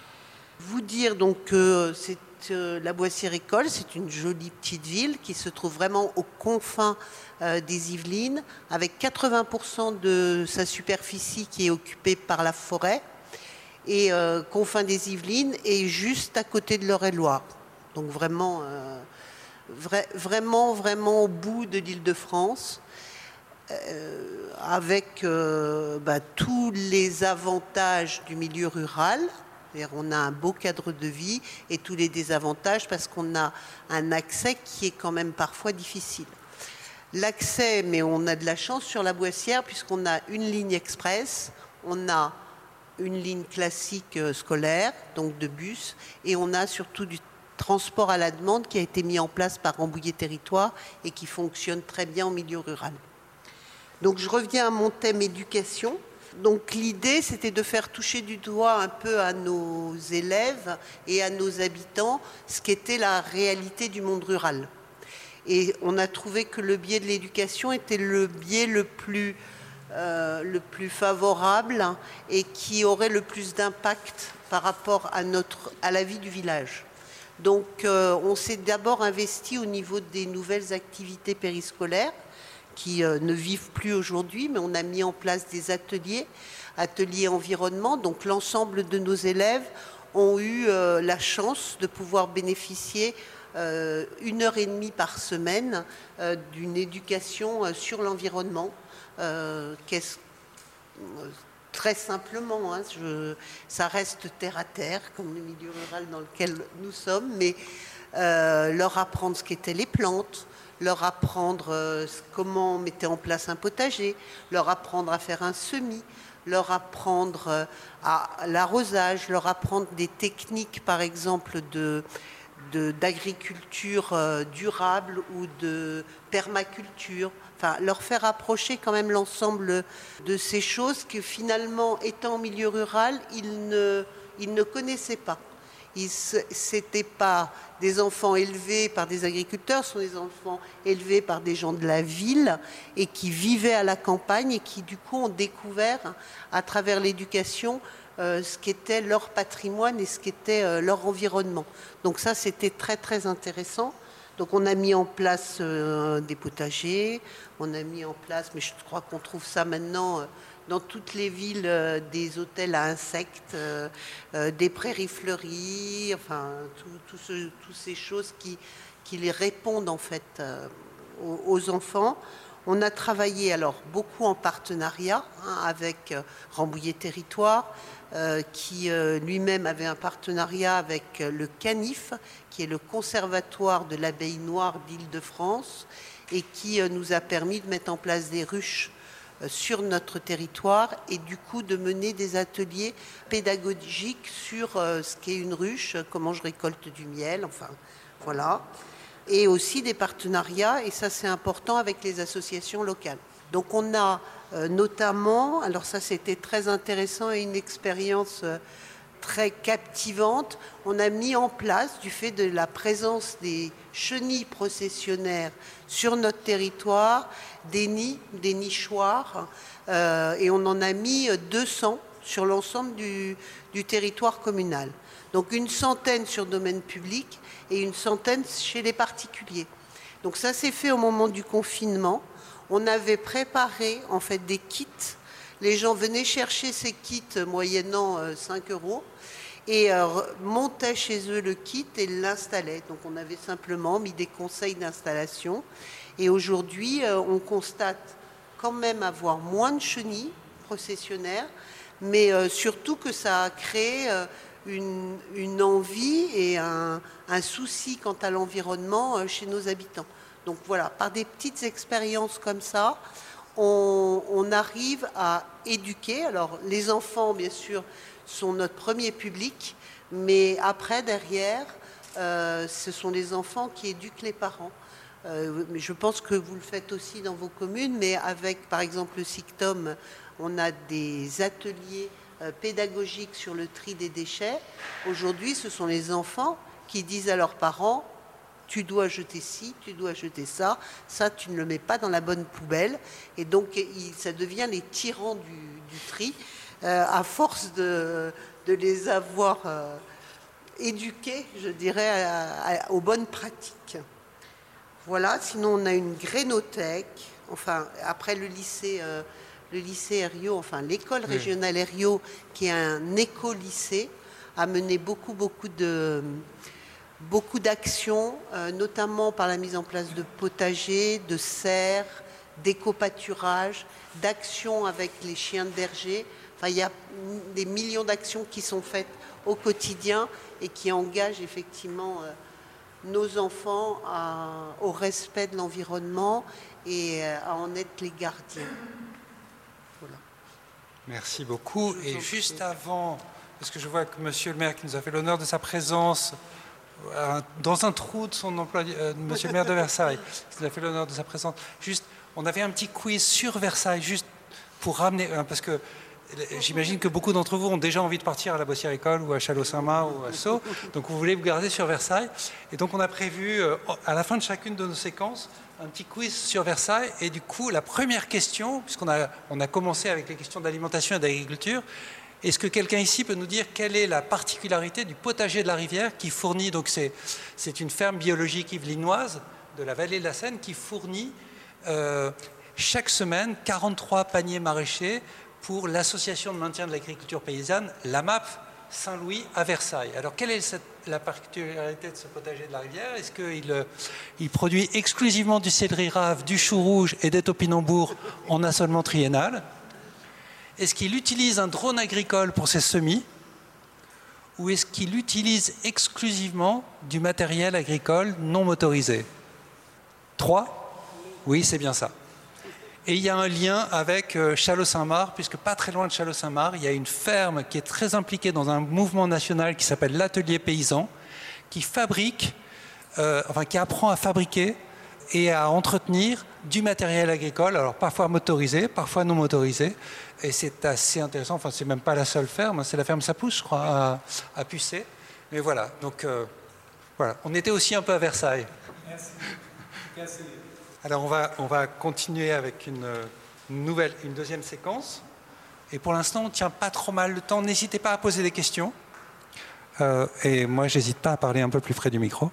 Vous dire donc que c'est euh, la Boissière École, c'est une jolie petite ville qui se trouve vraiment aux confins euh, des Yvelines, avec quatre-vingts pour cent de sa superficie qui est occupée par la forêt, et euh, confins des Yvelines, et juste à côté de l'Eure-et-Loir. Donc vraiment, euh, vra vraiment, vraiment au bout de l'Île-de-France, euh, avec euh, bah, tous les avantages du milieu rural. On a un beau cadre de vie et tous les désavantages parce qu'on a un accès qui est quand même parfois difficile. L'accès, mais on a de la chance sur la Boissière puisqu'on a une ligne express, on a une ligne classique scolaire, donc de bus, et on a surtout du transport à la demande qui a été mis en place par Rambouillet-Territoire et qui fonctionne très bien en milieu rural. Donc je reviens à mon thème éducation. Donc l'idée, c'était de faire toucher du doigt un peu à nos élèves et à nos habitants ce qu'était la réalité du monde rural. Et on a trouvé que le biais de l'éducation était le biais le plus, euh, le plus favorable et qui aurait le plus d'impact par rapport à, notre, à la vie du village. Donc euh, on s'est d'abord investi au niveau des nouvelles activités périscolaires qui euh, ne vivent plus aujourd'hui, mais on a mis en place des ateliers, ateliers environnement. Donc l'ensemble de nos élèves ont eu euh, la chance de pouvoir bénéficier euh, une heure et demie par semaine euh, d'une éducation euh, sur l'environnement. Euh, qu'est-ce, euh, très simplement, hein, je, ça reste terre à terre, comme le milieu rural dans lequel nous sommes, mais euh, leur apprendre ce qu'étaient les plantes, leur apprendre euh, comment on mettait en place un potager, leur apprendre à faire un semis, leur apprendre à l'arrosage, leur apprendre des techniques, par exemple, de, de, d'agriculture durable ou de permaculture. Enfin, leur faire approcher quand même l'ensemble de ces choses que finalement, étant en milieu rural, ils ne, ils ne connaissaient pas. Ce n'étaient pas des enfants élevés par des agriculteurs, ce sont des enfants élevés par des gens de la ville et qui vivaient à la campagne et qui du coup ont découvert à travers l'éducation euh, ce qu'était leur patrimoine et ce qu'était euh, leur environnement. Donc ça, c'était très très intéressant. Donc on a mis en place euh, des potagers, on a mis en place, mais je crois qu'on trouve ça maintenant euh, dans toutes les villes, euh, des hôtels à insectes, euh, euh, des prairies fleuries, enfin tout, tout ce, toutes ces choses qui, qui les répondent en fait euh, aux, aux enfants. On a travaillé alors beaucoup en partenariat hein, avec euh, Rambouillet Territoire, euh, qui euh, lui-même avait un partenariat avec euh, le CANIF, qui est le Conservatoire de l'abeille noire d'Île-de-France, et qui euh, nous a permis de mettre en place des ruches euh, sur notre territoire et du coup de mener des ateliers pédagogiques sur euh, ce qu'est une ruche, comment je récolte du miel, enfin voilà. Et aussi des partenariats, et ça c'est important, avec les associations locales. Donc on a euh, notamment, alors ça c'était très intéressant et une expérience euh, très captivante, on a mis en place, du fait de la présence des chenilles processionnaires sur notre territoire, des nids, des nichoirs, euh, et on en a mis deux cents sur l'ensemble du, du territoire communal. Donc une centaine sur domaine public et une centaine chez les particuliers. Donc ça s'est fait au moment du confinement. On avait préparé en fait des kits. Les gens venaient chercher ces kits moyennant euh, cinq euros et euh, montaient chez eux le kit et l'installaient. Donc on avait simplement mis des conseils d'installation. Et aujourd'hui, euh, on constate quand même avoir moins de chenilles processionnaires, mais euh, surtout que ça a créé euh, Une, une envie et un, un souci quant à l'environnement chez nos habitants. Donc voilà, par des petites expériences comme ça, on, on arrive à éduquer. Alors les enfants, bien sûr, sont notre premier public, mais après, derrière, euh, ce sont les enfants qui éduquent les parents. Euh, je pense que vous le faites aussi dans vos communes, mais avec, par exemple, le SICTOM, on a des ateliers pédagogique sur le tri des déchets. Aujourd'hui, ce sont les enfants qui disent à leurs parents « tu dois jeter ci, tu dois jeter ça, ça tu ne le mets pas dans la bonne poubelle ». Et donc, il, ça devient les tyrans du, du tri, euh, à force de, de les avoir euh, éduqués, je dirais, à, à, aux bonnes pratiques. Voilà, sinon on a une grénothèque, enfin, après le lycée... Euh, le lycée Herriot, enfin l'école régionale Herriot, qui est un éco-lycée, a mené beaucoup, beaucoup de, beaucoup d'actions, euh, notamment par la mise en place de potagers, de serres, d'éco-pâturage, d'actions avec les chiens de berger. Enfin, il y a des millions d'actions qui sont faites au quotidien et qui engagent effectivement euh, nos enfants à, au respect de l'environnement et à en être les gardiens. Voilà. Merci beaucoup. Et juste avant, parce que je vois que Monsieur le maire qui nous a fait l'honneur de sa présence dans un trou de son emploi, euh, Monsieur le maire de Versailles, qui nous a fait l'honneur de sa présence. Juste, on avait un petit quiz sur Versailles, juste pour ramener, parce que j'imagine que beaucoup d'entre vous ont déjà envie de partir à la Boissière-École ou à Châlons-Saint-Mars ou à Sceaux, donc vous voulez vous garder sur Versailles. Et donc on a prévu, à la fin de chacune de nos séquences, un petit quiz sur Versailles. Et du coup, la première question, puisqu'on a, on a commencé avec les questions d'alimentation et d'agriculture, est-ce que quelqu'un ici peut nous dire quelle est la particularité du potager de la Rivière qui fournit, donc c'est, c'est une ferme biologique yvelinoise de la vallée de la Seine qui fournit euh, chaque semaine quarante-trois paniers maraîchers pour l'association de maintien de l'agriculture paysanne, l'A M A P Saint-Louis à Versailles. Alors, quelle est cette, la particularité de ce potager de la Rivière? Est-ce qu'il euh, il produit exclusivement du céleri rave, du chou rouge et des topinambours en assolement triennal? Est-ce qu'il utilise un drone agricole pour ses semis? Ou est-ce qu'il utilise exclusivement du matériel agricole non motorisé? Trois? Oui, c'est bien ça. Et il y a un lien avec Châlons-Saint-Marc, puisque pas très loin de Châlons-Saint-Marc, il y a une ferme qui est très impliquée dans un mouvement national qui s'appelle l'Atelier Paysan, qui fabrique, euh, enfin qui apprend à fabriquer et à entretenir du matériel agricole, alors parfois motorisé, parfois non motorisé. Et c'est assez intéressant, enfin c'est même pas la seule ferme, c'est la ferme Sapouche, je crois, à, à Pucé. Mais voilà, donc euh, voilà, on était aussi un peu à Versailles. Merci. Merci. Alors on va, on va continuer avec une, une nouvelle, une deuxième séquence. Et pour l'instant, on ne tient pas trop mal le temps. N'hésitez pas à poser des questions. Euh, et moi, je n'hésite pas à parler un peu plus près du micro.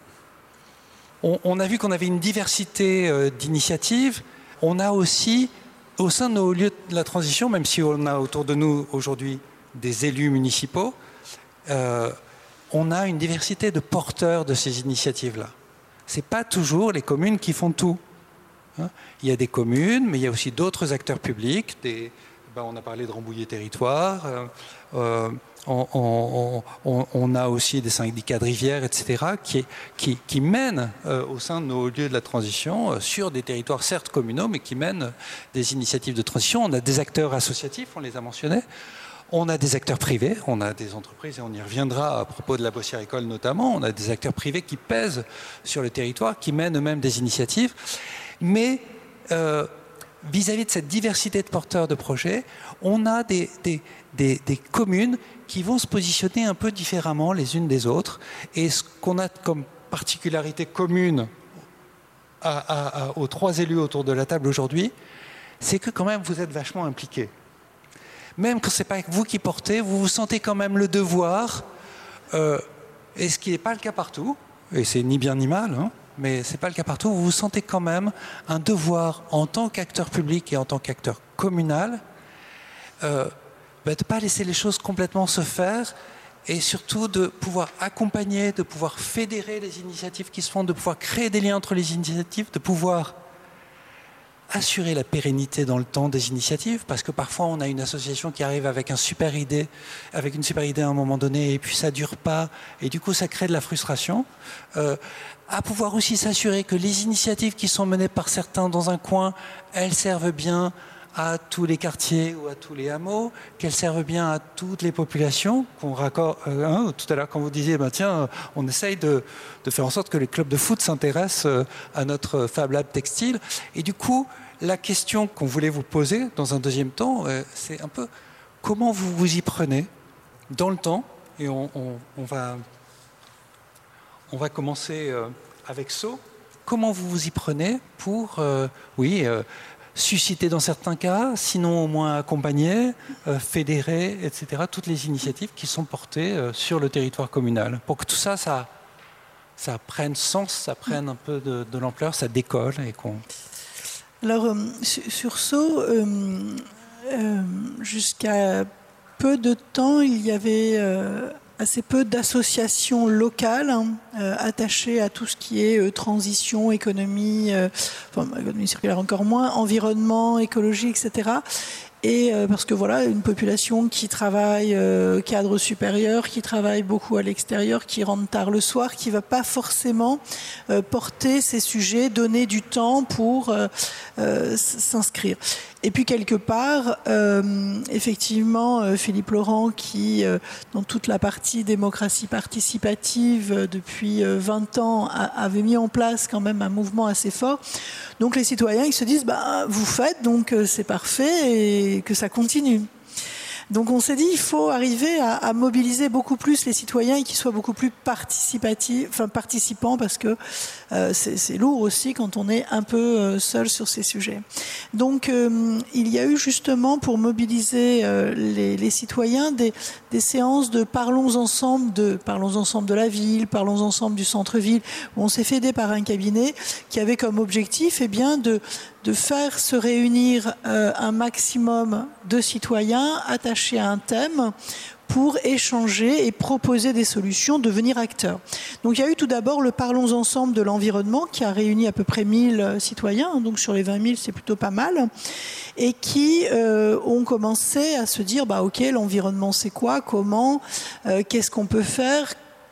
On, on a vu qu'on avait une diversité euh, d'initiatives. On a aussi, au sein de nos lieux de la transition, même si on a autour de nous aujourd'hui des élus municipaux, euh, on a une diversité de porteurs de ces initiatives-là. Ce n'est pas toujours les communes qui font tout. Il y a des communes, mais il y a aussi d'autres acteurs publics. Des, ben on a parlé de Rambouillet Territoire. Euh, on, on, on, on a aussi des syndicats de rivières, et cetera, qui, qui, qui mènent euh, au sein de nos lieux de la transition, euh, sur des territoires certes communaux, mais qui mènent des initiatives de transition. On a des acteurs associatifs, on les a mentionnés. On a des acteurs privés, on a des entreprises, et on y reviendra à propos de la Boissière École notamment. On a des acteurs privés qui pèsent sur le territoire, qui mènent eux-mêmes des initiatives. Mais euh, vis-à-vis de cette diversité de porteurs de projets, on a des, des, des, des communes qui vont se positionner un peu différemment les unes des autres. Et ce qu'on a comme particularité commune à, à, à, aux trois élus autour de la table aujourd'hui, c'est que quand même vous êtes vachement impliqués. Même quand ce n'est pas vous qui portez, vous vous sentez quand même le devoir, euh, et ce qui n'est pas le cas partout, et c'est ni bien ni mal, hein, mais ce n'est pas le cas partout, vous vous sentez quand même un devoir en tant qu'acteur public et en tant qu'acteur communal euh, bah, de ne pas laisser les choses complètement se faire et surtout de pouvoir accompagner, de pouvoir fédérer les initiatives qui se font, de pouvoir créer des liens entre les initiatives, de pouvoir assurer la pérennité dans le temps des initiatives, parce que parfois on a une association qui arrive avec, un super idée, avec une super idée à un moment donné et puis ça ne dure pas et du coup ça crée de la frustration. Euh, à pouvoir aussi s'assurer que les initiatives qui sont menées par certains dans un coin, elles servent bien à tous les quartiers ou à tous les hameaux, qu'elles servent bien à toutes les populations. Qu'on raccord, euh, hein, tout à l'heure quand vous disiez, ben, tiens, on essaye de, de faire en sorte que les clubs de foot s'intéressent euh, à notre Fab Lab textile. Et du coup, la question qu'on voulait vous poser dans un deuxième temps, euh, c'est un peu comment vous vous y prenez dans le temps. Et on, on, on, va, on va commencer euh, avec So. Comment vous vous y prenez pour, euh, oui, euh, susciter dans certains cas, sinon au moins accompagner, euh, fédérer, et cetera, toutes les initiatives qui sont portées euh, sur le territoire communal. Pour que tout ça, ça, ça prenne sens, ça prenne un peu de, de l'ampleur, ça décolle et qu'on... Alors, euh, sur So, euh, euh, jusqu'à peu de temps, il y avait euh, assez peu d'associations locales hein, euh, attachées à tout ce qui est euh, transition, économie, euh, enfin, économie circulaire encore moins, environnement, écologie, et cetera. Et euh, parce que voilà, une population qui travaille euh, cadre supérieur, qui travaille beaucoup à l'extérieur, qui rentre tard le soir, qui ne va pas forcément euh, porter ces sujets, donner du temps pour euh, euh, s'inscrire. Et puis quelque part, euh, effectivement, euh, Philippe Laurent, qui, euh, dans toute la partie démocratie participative, euh, depuis euh, vingt ans, a, avait mis en place quand même un mouvement assez fort. Donc les citoyens, ils se disent, bah, vous faites, donc euh, c'est parfait, et que ça continue. Donc on s'est dit, il faut arriver à, à mobiliser beaucoup plus les citoyens et qu'ils soient beaucoup plus participatifs, enfin participants, parce que euh, c'est lourd aussi quand on est un peu euh, seul sur ces sujets. Donc euh, il y a eu justement pour mobiliser euh, les, les citoyens des, des séances de parlons ensemble de parlons ensemble de la ville, parlons ensemble du centre-ville, où on s'est fait aider par un cabinet qui avait comme objectif, eh bien, de de faire se réunir euh, un maximum de citoyens attachés à un thème pour échanger et proposer des solutions, devenir acteurs. Donc il y a eu tout d'abord le Parlons ensemble de l'environnement qui a réuni à peu près mille citoyens, donc sur les vingt mille c'est plutôt pas mal, et qui euh, ont commencé à se dire bah ok, l'environnement c'est quoi, comment, euh, qu'est-ce qu'on peut faire,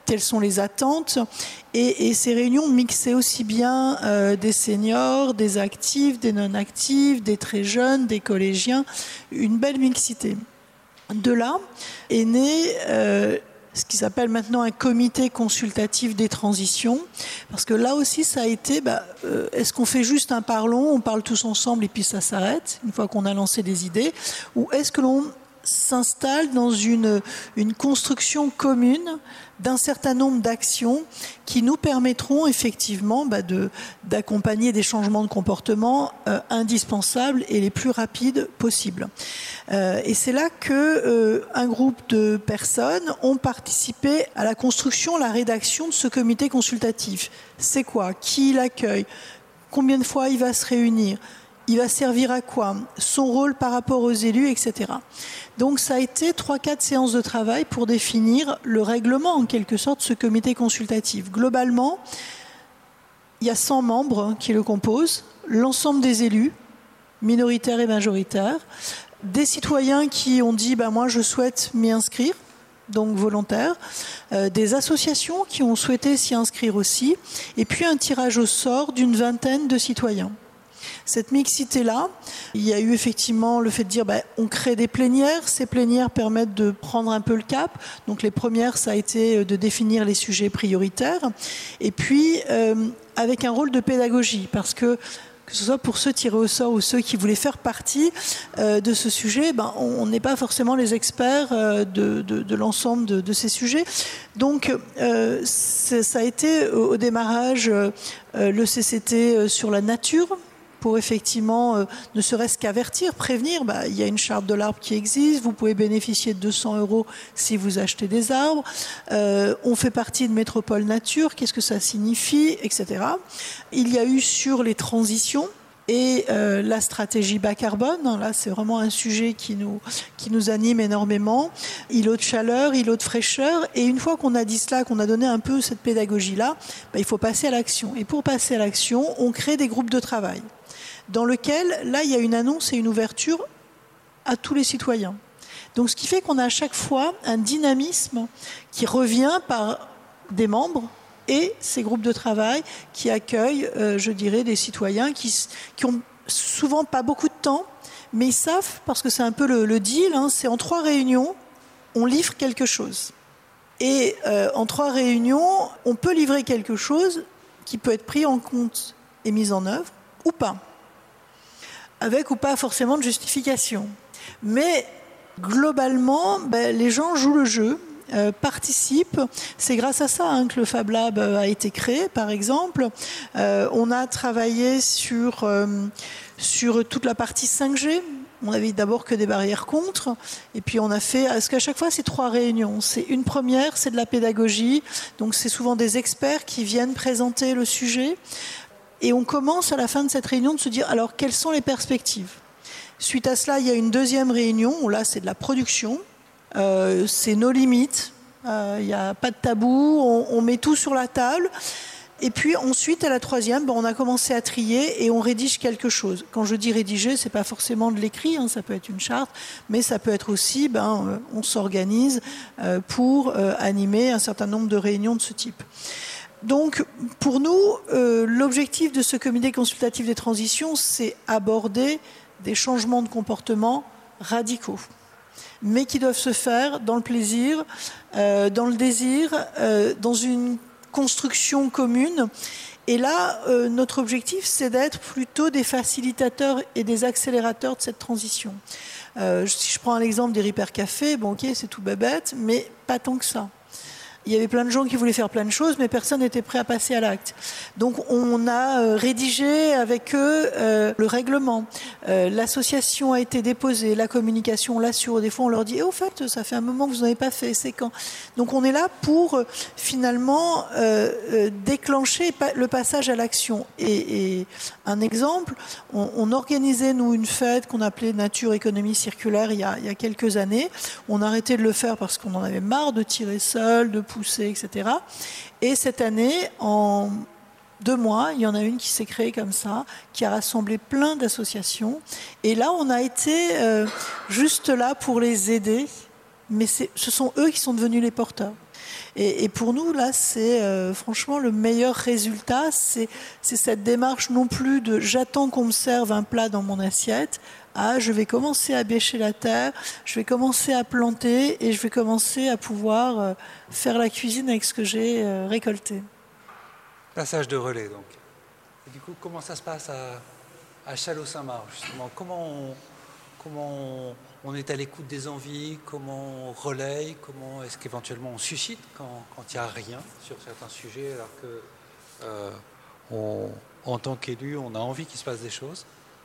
telles sont les attentes. Et, et ces réunions mixaient aussi bien euh, des seniors, des actifs, des non-actifs, des très jeunes, des collégiens, une belle mixité. De là est né euh, ce qui s'appelle maintenant un comité consultatif des transitions, parce que là aussi ça a été, bah, euh, est-ce qu'on fait juste un parlons, on parle tous ensemble et puis ça s'arrête, une fois qu'on a lancé des idées, ou est-ce que l'on s'installe dans une, une construction commune d'un certain nombre d'actions qui nous permettront effectivement bah, de, d'accompagner des changements de comportement euh, indispensables et les plus rapides possibles. Euh, et c'est là que euh, un groupe de personnes ont participé à la construction, la rédaction de ce comité consultatif. C'est quoi? Qui l'accueille? Combien de fois il va se réunir? Il va servir à quoi? Son rôle par rapport aux élus, et cetera. Donc ça a été trois quatre séances de travail pour définir le règlement, en quelque sorte, de ce comité consultatif. Globalement, il y a cent membres qui le composent, l'ensemble des élus, minoritaires et majoritaires, des citoyens qui ont dit bah, « moi je souhaite m'y inscrire », donc volontaires, euh, des associations qui ont souhaité s'y inscrire aussi, et puis un tirage au sort d'une vingtaine de citoyens. Cette mixité-là, il y a eu effectivement le fait de dire ben, on crée des plénières. Ces plénières permettent de prendre un peu le cap. Donc les premières, ça a été de définir les sujets prioritaires. Et puis, euh, avec un rôle de pédagogie, parce que que ce soit pour ceux tirés au sort ou ceux qui voulaient faire partie euh, de ce sujet, ben, on n'est pas forcément les experts euh, de, de, de l'ensemble de, de ces sujets. Donc, euh, ça a été au, au démarrage euh, le C C T sur la nature, pour effectivement, euh, ne serait-ce qu'avertir, prévenir, bah, il y a une charte de l'arbre qui existe, vous pouvez bénéficier de deux cents euros si vous achetez des arbres, euh, on fait partie de Métropole Nature, qu'est-ce que ça signifie, et cetera. Il y a eu sur les transitions et euh, la stratégie bas carbone, là c'est vraiment un sujet qui nous, qui nous anime énormément, îlot de chaleur, îlot de fraîcheur, et une fois qu'on a dit cela, qu'on a donné un peu cette pédagogie-là, bah, il faut passer à l'action. Et pour passer à l'action, on crée des groupes de travail, dans lequel, là, il y a une annonce et une ouverture à tous les citoyens. Donc, ce qui fait qu'on a à chaque fois un dynamisme qui revient par des membres et ces groupes de travail qui accueillent, euh, je dirais, des citoyens qui, qui ont souvent pas beaucoup de temps, mais ils savent, parce que c'est un peu le, le deal, hein, c'est en trois réunions, on livre quelque chose. Et euh, en trois réunions, on peut livrer quelque chose qui peut être pris en compte et mis en œuvre, ou pas. Avec ou pas forcément de justification. Mais globalement, ben, les gens jouent le jeu, euh, participent. C'est grâce à ça hein, que le Fab Lab a été créé, par exemple. Euh, on a travaillé sur, euh, sur toute la partie cinq G. On avait d'abord que des barrières contre, et puis on a fait, parce qu'à chaque fois c'est trois réunions. C'est une première, c'est de la pédagogie, donc c'est souvent des experts qui viennent présenter le sujet. Et on commence à la fin de cette réunion de se dire, alors, quelles sont les perspectives? Suite à cela, il y a une deuxième réunion, où là, c'est de la production. Euh, c'est nos limites. Euh, il n'y a pas de tabou. On, on met tout sur la table. Et puis, ensuite, à la troisième, ben, on a commencé à trier et on rédige quelque chose. Quand je dis rédiger, c'est pas forcément de l'écrit, hein, ça peut être une charte, mais ça peut être aussi, ben, euh, on s'organise euh, pour euh, animer un certain nombre de réunions de ce type. Donc, pour nous, euh, l'objectif de ce comité consultatif des transitions, c'est aborder des changements de comportement radicaux, mais qui doivent se faire dans le plaisir, euh, dans le désir, euh, dans une construction commune. Et là, euh, notre objectif, c'est d'être plutôt des facilitateurs et des accélérateurs de cette transition. Euh, si je prends l'exemple des Ripper Café, bon ok, c'est tout bébête, mais pas tant que ça. Il y avait plein de gens qui voulaient faire plein de choses, mais personne n'était prêt à passer à l'acte. Donc on a rédigé avec eux euh, le règlement. Euh, l'association a été déposée, la communication, on l'assure. Des fois on leur dit eh, « au fait, ça fait un moment que vous n'avez pas fait, c'est quand ?» Donc on est là pour euh, finalement euh, euh, déclencher le passage à l'action. Et, et un exemple, on, on organisait nous une fête qu'on appelait Nature Économie Circulaire il y a, il y a quelques années. On a arrêté de le faire parce qu'on en avait marre de tirer seul, de pousser, et cetera. Et cette année, en deux mois, il y en a une qui s'est créée comme ça, qui a rassemblé plein d'associations. Et là, on a été euh, juste là pour les aider, mais ce sont eux qui sont devenus les porteurs. Et, et pour nous, là, c'est euh, franchement le meilleur résultat. C'est, c'est cette démarche non plus de j'attends qu'on me serve un plat dans mon assiette. Ah, je vais commencer à bêcher la terre, je vais commencer à planter et je vais commencer à pouvoir euh, faire la cuisine avec ce que j'ai euh, récolté. Passage de relais, donc. Et du coup, comment ça se passe à, à Châlons-Saint-Marc, justement? Comment on, comment on, on est à l'écoute des envies? Comment on relaye? Comment est-ce qu'éventuellement on suscite quand il n'y a rien sur certains sujets, alors que, euh, on, en tant qu'élu, on a envie qu'il se passe des choses?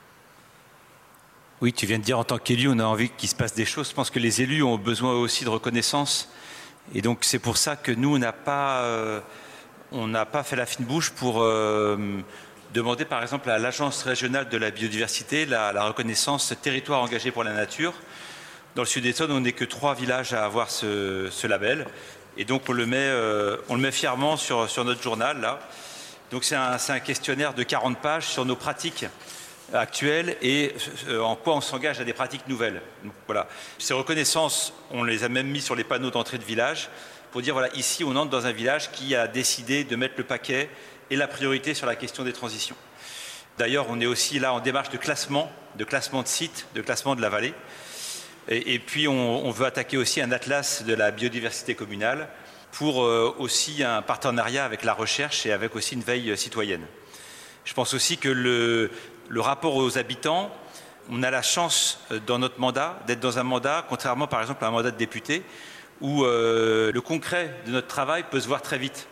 Oui, tu viens de dire en tant qu'élu, on a envie qu'il se passe des choses. Je pense que les élus ont besoin aussi de reconnaissance. Et donc c'est pour ça que nous, on n'a pas, euh, on n'a pas fait la fine bouche pour euh, demander par exemple à l'Agence régionale de la biodiversité la, la reconnaissance territoire engagé pour la nature. Dans le Sud-Essonne, on n'est que trois villages à avoir ce, ce label. Et donc on le met, euh, on le met fièrement sur, sur notre journal, là. Donc c'est un, c'est un questionnaire de quarante pages sur nos pratiques actuelles et en quoi on s'engage à des pratiques nouvelles. Donc, voilà. Ces reconnaissances, on les a même mis sur les panneaux d'entrée de village pour dire voilà, ici on entre dans un village qui a décidé de mettre le paquet et la priorité sur la question des transitions. D'ailleurs, on est aussi là en démarche de classement, de classement de sites, de classement de la vallée. Et, et puis on, on veut attaquer aussi un atlas de la biodiversité communale pour euh, aussi un partenariat avec la recherche et avec aussi une veille citoyenne. Je pense aussi que le Le rapport aux habitants, on a la chance dans notre mandat d'être dans un mandat, contrairement par exemple à un mandat de député, où euh, le concret de notre travail peut se voir très vite.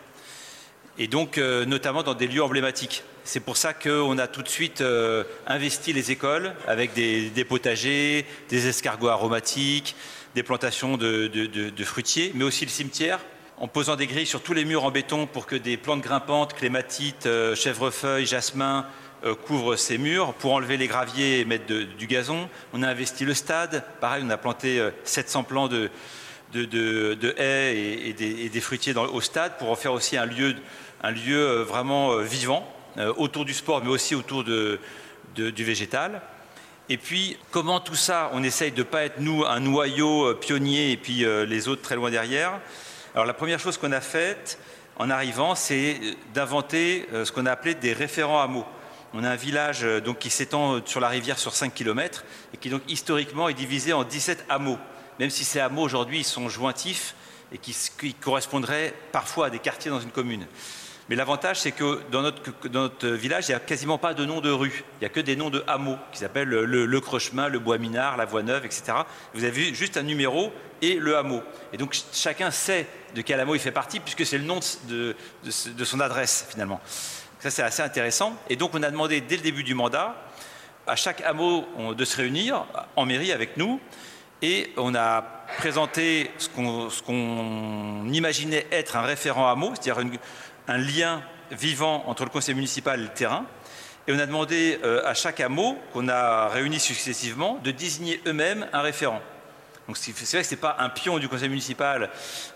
Et donc euh, notamment dans des lieux emblématiques. C'est pour ça qu'on a tout de suite euh, investi les écoles avec des, des potagers, des escargots aromatiques, des plantations de, de, de, de fruitiers, mais aussi le cimetière, en posant des grilles sur tous les murs en béton pour que des plantes grimpantes, clématites, euh, chèvrefeuille, jasmin, couvre ces murs pour enlever les graviers et mettre de, du gazon. On a investi le stade. Pareil, on a planté sept cents plants de, de, de, de haies et, et, des, et des fruitiers dans, au stade pour en faire aussi un lieu, un lieu vraiment vivant euh, autour du sport, mais aussi autour de, de, du végétal. Et puis, comment tout ça, on essaye de ne pas être, nous, un noyau pionnier et puis euh, les autres très loin derrière. Alors, la première chose qu'on a faite en arrivant, c'est d'inventer euh, ce qu'on a appelé des référents hameaux. On a un village donc, qui s'étend sur la rivière sur cinq kilomètres et qui donc historiquement est divisé en dix-sept hameaux. Même si ces hameaux aujourd'hui ils sont jointifs et qui, qui correspondraient parfois à des quartiers dans une commune. Mais l'avantage c'est que dans notre, dans notre village il n'y a quasiment pas de nom de rue. Il n'y a que des noms de hameaux qui s'appellent le, le Crochemin, le Bois Minard, la Voie Neuve, et cetera. Vous avez vu juste un numéro et le hameau. Et donc chacun sait de quel hameau il fait partie puisque c'est le nom de, de, de son adresse finalement. Ça, c'est assez intéressant. Et donc, on a demandé, dès le début du mandat, à chaque hameau de se réunir en mairie avec nous. Et on a présenté ce qu'on, ce qu'on imaginait être un référent hameau, c'est-à-dire une, un lien vivant entre le conseil municipal et le terrain. Et on a demandé à chaque hameau, qu'on a réuni successivement, de désigner eux-mêmes un référent. Donc c'est vrai que ce n'est pas un pion du conseil municipal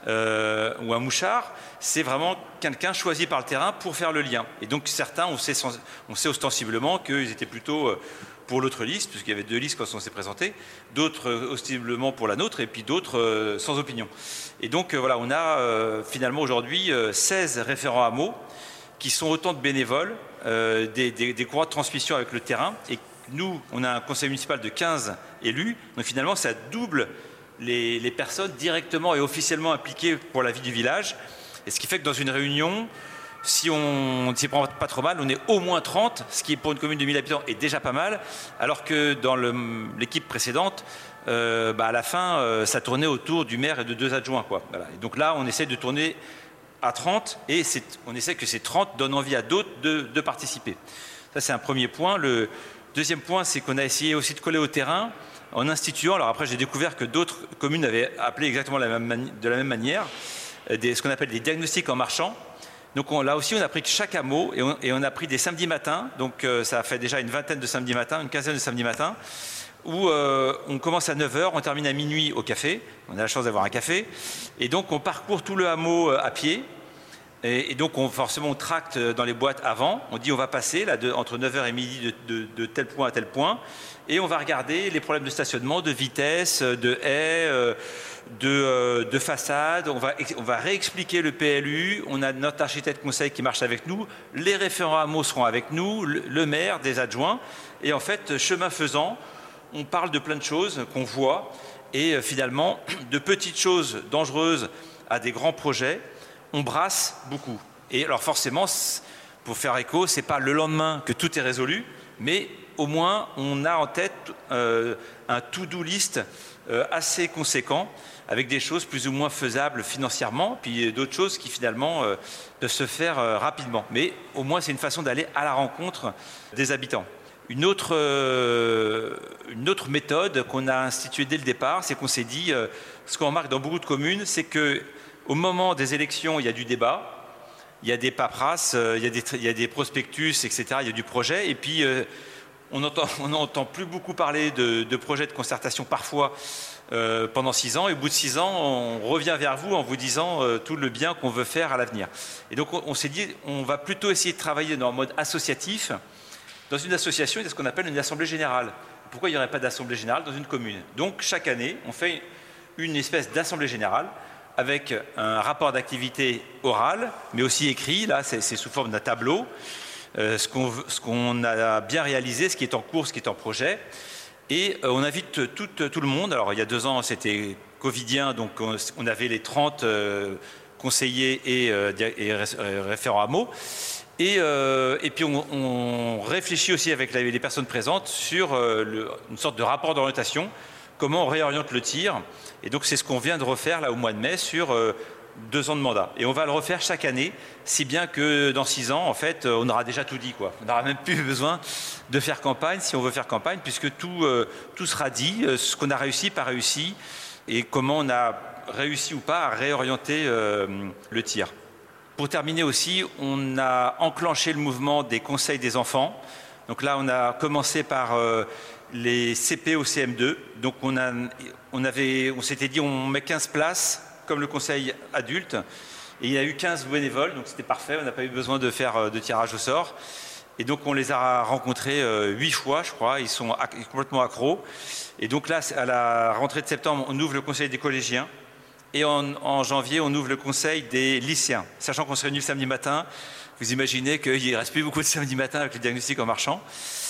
euh, ou un mouchard, c'est vraiment quelqu'un choisi par le terrain pour faire le lien. Et donc certains, on sait, on sait ostensiblement qu'ils étaient plutôt pour l'autre liste, puisqu'il y avait deux listes quand on s'est présenté, d'autres ostensiblement pour la nôtre, et puis d'autres euh, sans opinion. Et donc euh, voilà, on a euh, finalement aujourd'hui euh, seize référents hameaux, qui sont autant de bénévoles, euh, des, des, des courroies de transmission avec le terrain, et nous, on a un conseil municipal de quinze élus, donc finalement ça double les, les personnes directement et officiellement impliquées pour la vie du village. Et ce qui fait que dans une réunion, si on ne s'y prend pas trop mal, on est au moins trente, ce qui pour une commune de mille habitants est déjà pas mal, alors que dans le, l'équipe précédente, euh, bah à la fin, euh, ça tournait autour du maire et de deux adjoints, quoi. Voilà. Et donc là, on essaie de tourner à trente et c'est, on essaie que ces trente donnent envie à d'autres de, de participer. Ça, c'est un premier point. Le deuxième point, c'est qu'on a essayé aussi de coller au terrain en instituant, alors après j'ai découvert que d'autres communes avaient appelé exactement la même mani- de la même manière, des, ce qu'on appelle des diagnostics en marchant. Donc on, là aussi, on a pris chaque hameau et on, et on a pris des samedis matins, donc euh, ça a fait déjà une vingtaine de samedis matins, une quinzaine de samedis matins, où euh, on commence à neuf heures, on termine à minuit au café, on a la chance d'avoir un café, et donc on parcourt tout le hameau euh, à pied, Et, et donc, on, forcément, on tracte dans les boîtes avant. On dit on va passer là, de, entre neuf heures et midi de, de, de tel point à tel point. Et on va regarder les problèmes de stationnement, de vitesse, de haies, de, de façade. On va, on va réexpliquer le P L U. On a notre architecte conseil qui marche avec nous. Les référents hameaux seront avec nous, le, le maire, des adjoints. Et en fait, chemin faisant, on parle de plein de choses qu'on voit. Et finalement, de petites choses dangereuses à des grands projets, on brasse beaucoup. Et alors forcément, pour faire écho, ce n'est pas le lendemain que tout est résolu, mais au moins on a en tête euh, un to-do list euh, assez conséquent, avec des choses plus ou moins faisables financièrement, puis d'autres choses qui finalement euh, peuvent se faire euh, rapidement. Mais au moins c'est une façon d'aller à la rencontre des habitants. Une autre, euh, une autre méthode qu'on a instituée dès le départ, c'est qu'on s'est dit, euh, ce qu'on remarque dans beaucoup de communes, c'est que au moment des élections, il y a du débat, il y a des paperasses, il y a des, il y a des prospectus, et cetera. Il y a du projet. Et puis, euh, on n'entend plus beaucoup parler de, de projets de concertation parfois euh, pendant six ans. Et au bout de six ans, on revient vers vous en vous disant euh, tout le bien qu'on veut faire à l'avenir. Et donc, on, on s'est dit, on va plutôt essayer de travailler dans le mode associatif. Dans une association, il y a ce qu'on appelle une assemblée générale. Pourquoi il n'y aurait pas d'assemblée générale dans une commune? Donc, chaque année, on fait une espèce d'assemblée générale avec un rapport d'activité oral, mais aussi écrit. Là, c'est sous forme d'un tableau. Euh, ce qu'on ce qu'on a bien réalisé, ce qui est en cours, ce qui est en projet. Et euh, on invite tout, tout le monde. Alors, il y a deux ans, c'était covidien, donc on, on avait les trente euh, conseillers et, euh, et référents hameaux. Et, euh, et puis, on, on réfléchit aussi avec la, les personnes présentes sur euh, le, une sorte de rapport d'orientation. Comment on réoriente le tir. Et donc, c'est ce qu'on vient de refaire là au mois de mai sur euh, deux ans de mandat. Et on va le refaire chaque année, si bien que dans six ans, en fait, on aura déjà tout dit, quoi. On n'aura même plus besoin de faire campagne, si on veut faire campagne, puisque tout, euh, tout sera dit, euh, ce qu'on a réussi, pas réussi, et comment on a réussi ou pas à réorienter euh, le tir. Pour terminer aussi, on a enclenché le mouvement des conseils des enfants. Donc là, on a commencé par... Euh, les C P au C M deux, donc on, a, on, avait, on s'était dit on met quinze places comme le conseil adulte, et il y a eu quinze bénévoles, donc c'était parfait, on n'a pas eu besoin de faire de tirage au sort, et donc on les a rencontrés huit fois je crois, ils sont complètement accros, et donc là à la rentrée de septembre on ouvre le conseil des collégiens, et en, en janvier on ouvre le conseil des lycéens, sachant qu'on se réunit le samedi matin. Vous imaginez qu'il ne reste plus beaucoup de samedi matin avec le diagnostic en marchant.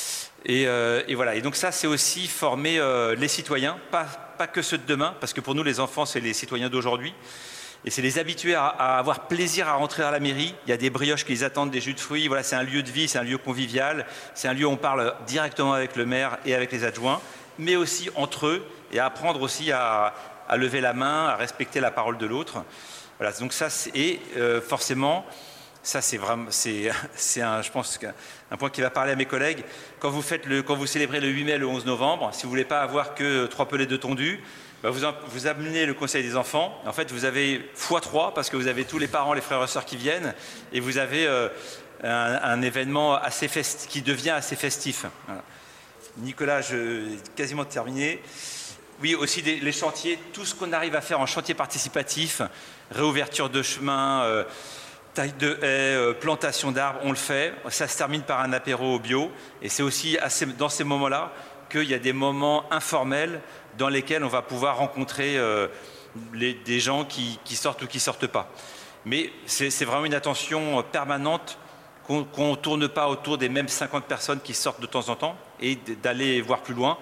Et, euh, et voilà. Et donc ça, c'est aussi former euh, les citoyens, pas, pas que ceux de demain, parce que pour nous, les enfants, c'est les citoyens d'aujourd'hui. Et c'est les habituer à, à avoir plaisir à rentrer à la mairie. Il y a des brioches qui les attendent, des jus de fruits. Voilà, c'est un lieu de vie, c'est un lieu convivial. C'est un lieu où on parle directement avec le maire et avec les adjoints, mais aussi entre eux, et à apprendre aussi à, à lever la main, à respecter la parole de l'autre. Voilà. Donc ça, et euh, forcément... Ça, c'est vraiment, c'est, c'est un, je pense, un point qui va parler à mes collègues. Quand vous, faites le, quand vous célébrez le huit mai, le onze novembre, si vous ne voulez pas avoir que trois pelés de tondu, bah vous, vous amenez le conseil des enfants. En fait, vous avez fois trois parce que vous avez tous les parents, les frères et sœurs qui viennent, et vous avez euh, un, un événement assez fest, qui devient assez festif. Voilà. Nicolas, je quasiment terminé. Oui, aussi des, les chantiers, tout ce qu'on arrive à faire en chantier participatif, réouverture de chemin, euh, taille de haies, euh, plantation d'arbres, on le fait. Ça se termine par un apéro au bio. Et c'est aussi assez, dans ces moments-là qu'il y a des moments informels dans lesquels on va pouvoir rencontrer euh, les, des gens qui, qui sortent ou qui ne sortent pas. Mais c'est, c'est vraiment une attention permanente qu'on ne tourne pas autour des mêmes cinquante personnes qui sortent de temps en temps et d'aller voir plus loin.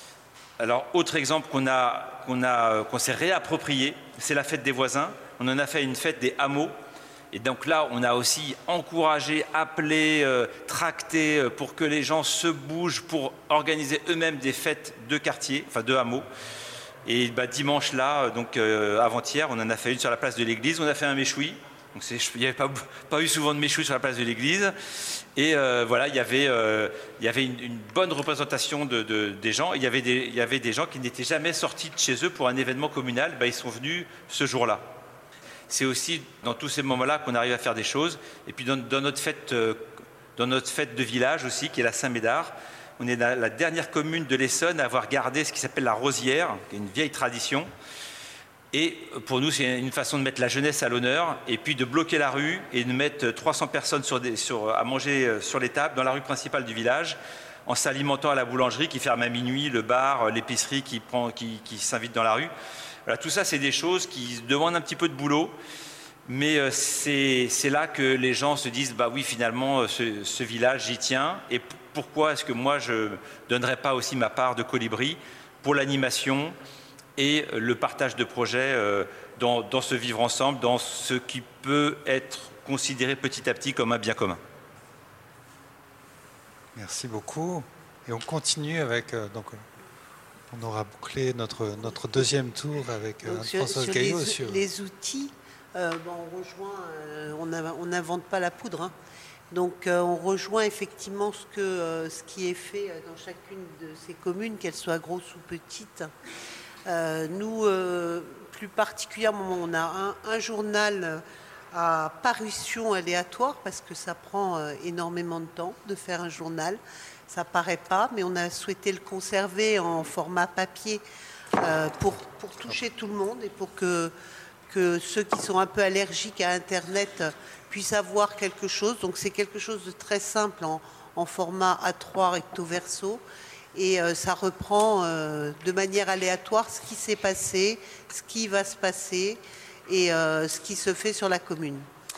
Alors, autre exemple qu'on a, qu'on a, qu'on s'est réapproprié, c'est la fête des voisins. On en a fait une fête des hameaux. Et donc là, on a aussi encouragé, appelé, euh, tracté euh, pour que les gens se bougent pour organiser eux-mêmes des fêtes de quartier, enfin de hameaux. Et bah, dimanche là, donc euh, avant-hier, on en a fait une sur la place de l'église. On a fait un méchoui. Donc il n'y avait pas, pas eu souvent de méchoui sur la place de l'église. Et euh, voilà, il y avait, euh, il y avait une, une bonne représentation de, de, des gens. Il y, avait des, il y avait des gens qui n'étaient jamais sortis de chez eux pour un événement communal. Bah, ils sont venus ce jour-là. C'est aussi dans tous ces moments-là qu'on arrive à faire des choses. Et puis dans, dans, notre fête, euh, dans notre fête de village aussi, qui est la Saint-Médard, on est la, la dernière commune de l'Essonne à avoir gardé ce qui s'appelle la rosière, qui est une vieille tradition. Et pour nous, c'est une façon de mettre la jeunesse à l'honneur et puis de bloquer la rue et de mettre trois cents personnes sur des, sur, à manger sur les tables dans la rue principale du village, en s'alimentant à la boulangerie qui ferme à minuit, le bar, l'épicerie qui, prend, qui, qui s'invite dans la rue. Voilà, tout ça, c'est des choses qui demandent un petit peu de boulot, mais c'est, c'est là que les gens se disent, bah oui, finalement, ce, ce village, j'y tiens. Et pourquoi est-ce que moi, je ne donnerais pas aussi ma part de colibri pour l'animation et le partage de projets dans, dans ce vivre ensemble, dans ce qui peut être considéré petit à petit comme un bien commun. Merci beaucoup. Et on continue avec... Euh, donc, on aura bouclé notre, notre deuxième tour avec euh, Françoise Gaillot. Les, sur les outils, euh, bon, on rejoint, euh, on n'invente pas la poudre. Hein. Donc euh, on rejoint effectivement ce, que, euh, ce qui est fait dans chacune de ces communes, qu'elles soient grosses ou petites. Euh, nous, euh, plus particulièrement, on a un, un journal à parution aléatoire parce que ça prend euh, énormément de temps de faire un journal. Ça paraît pas, mais on a souhaité le conserver en format papier euh, pour, pour toucher tout le monde et pour que, que ceux qui sont un peu allergiques à Internet puissent avoir quelque chose. Donc c'est quelque chose de très simple en, en format A trois recto verso. Et euh, ça reprend euh, de manière aléatoire ce qui s'est passé, ce qui va se passer et euh, ce qui se fait sur la commune.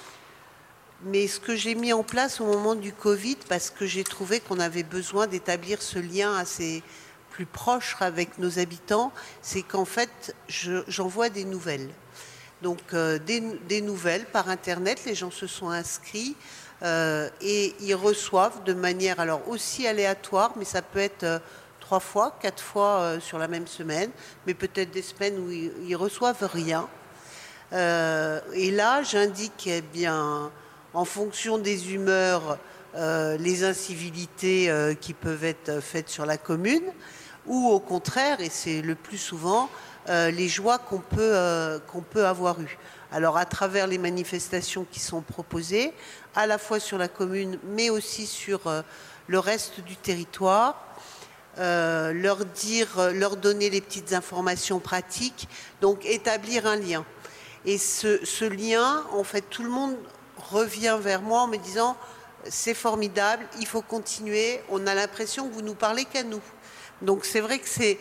Mais ce que j'ai mis en place au moment du Covid, parce que j'ai trouvé qu'on avait besoin d'établir ce lien assez plus proche avec nos habitants, c'est qu'en fait, je, j'envoie des nouvelles. Donc euh, des, des nouvelles par Internet, les gens se sont inscrits. Euh, et ils reçoivent de manière alors aussi aléatoire, mais ça peut être euh, trois fois, quatre fois euh, sur la même semaine, mais peut-être des semaines où ils, ils reçoivent rien. Euh, et là, j'indique, eh bien, en fonction des humeurs, euh, les incivilités euh, qui peuvent être faites sur la commune, ou au contraire, et c'est le plus souvent, euh, les joies qu'on peut, euh, qu'on peut avoir eues. Alors à travers les manifestations qui sont proposées, à la fois sur la commune, mais aussi sur euh, le reste du territoire, euh, leur dire, leur donner les petites informations pratiques, donc établir un lien. Et ce, ce lien, en fait, tout le monde revient vers moi en me disant « c'est formidable, il faut continuer, on a l'impression que vous nous parlez qu'à nous ». Donc c'est vrai que c'est,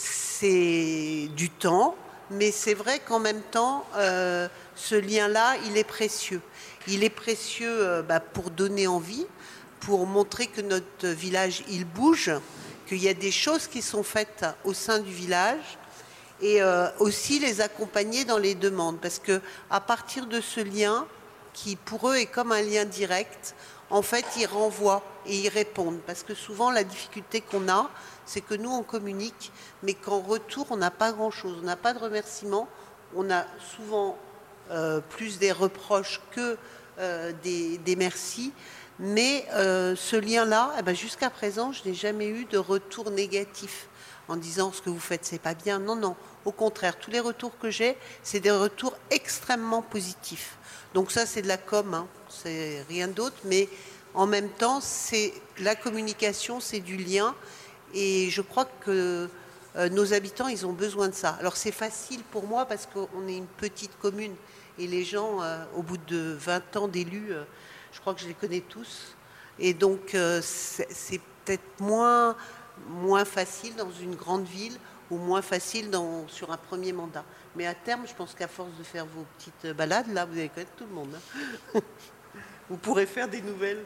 c'est du temps, mais c'est vrai qu'en même temps, euh, ce lien-là, il est précieux. Il est précieux euh, bah, pour donner envie, pour montrer que notre village, il bouge, qu'il y a des choses qui sont faites au sein du village, et euh, aussi les accompagner dans les demandes. Parce qu'à partir de ce lien, qui pour eux est comme un lien direct, en fait, ils renvoient et ils répondent. Parce que souvent, la difficulté qu'on a, c'est que nous, on communique, mais qu'en retour, on n'a pas grand-chose. On n'a pas de remerciements. On a souvent euh, plus des reproches que euh, des, des merci. Mais euh, ce lien-là, eh ben, jusqu'à présent, je n'ai jamais eu de retour négatif en disant ce que vous faites, c'est pas bien. Non, non. Au contraire, tous les retours que j'ai, c'est des retours extrêmement positifs. Donc ça, c'est de la com, hein. C'est rien d'autre. Mais en même temps, c'est la communication, c'est du lien. Et je crois que euh, nos habitants, ils ont besoin de ça. Alors c'est facile pour moi parce qu'on est une petite commune. Et les gens, euh, au bout de vingt ans d'élus, euh, je crois que je les connais tous. Et donc, euh, c'est, c'est peut-être moins, moins facile dans une grande ville ou moins facile dans, sur un premier mandat. Mais à terme, je pense qu'à force de faire vos petites balades, là, vous allez connaître tout le monde. Hein. Vous pourrez faire des nouvelles.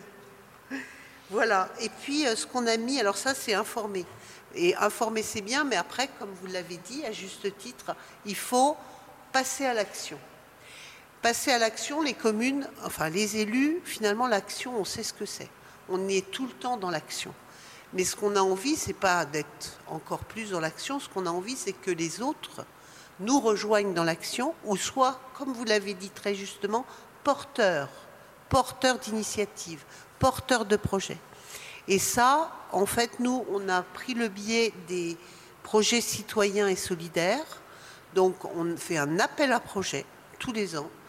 Voilà. Et puis, euh, ce qu'on a mis, alors ça, c'est informer. Et informer, c'est bien, mais après, comme vous l'avez dit, à juste titre, il faut passer à l'action. Passer à l'action, les communes, enfin les élus, finalement, l'action, on sait ce que c'est. On est tout le temps dans l'action. Mais ce qu'on a envie, c'est pas d'être encore plus dans l'action. Ce qu'on a envie, c'est que les autres nous rejoignent dans l'action, ou soit, comme vous l'avez dit très justement, porteurs, porteurs d'initiatives, porteurs de projets. Et ça, en fait, nous, on a pris le biais des projets citoyens et solidaires. Donc, on fait un appel à projets tous les ans,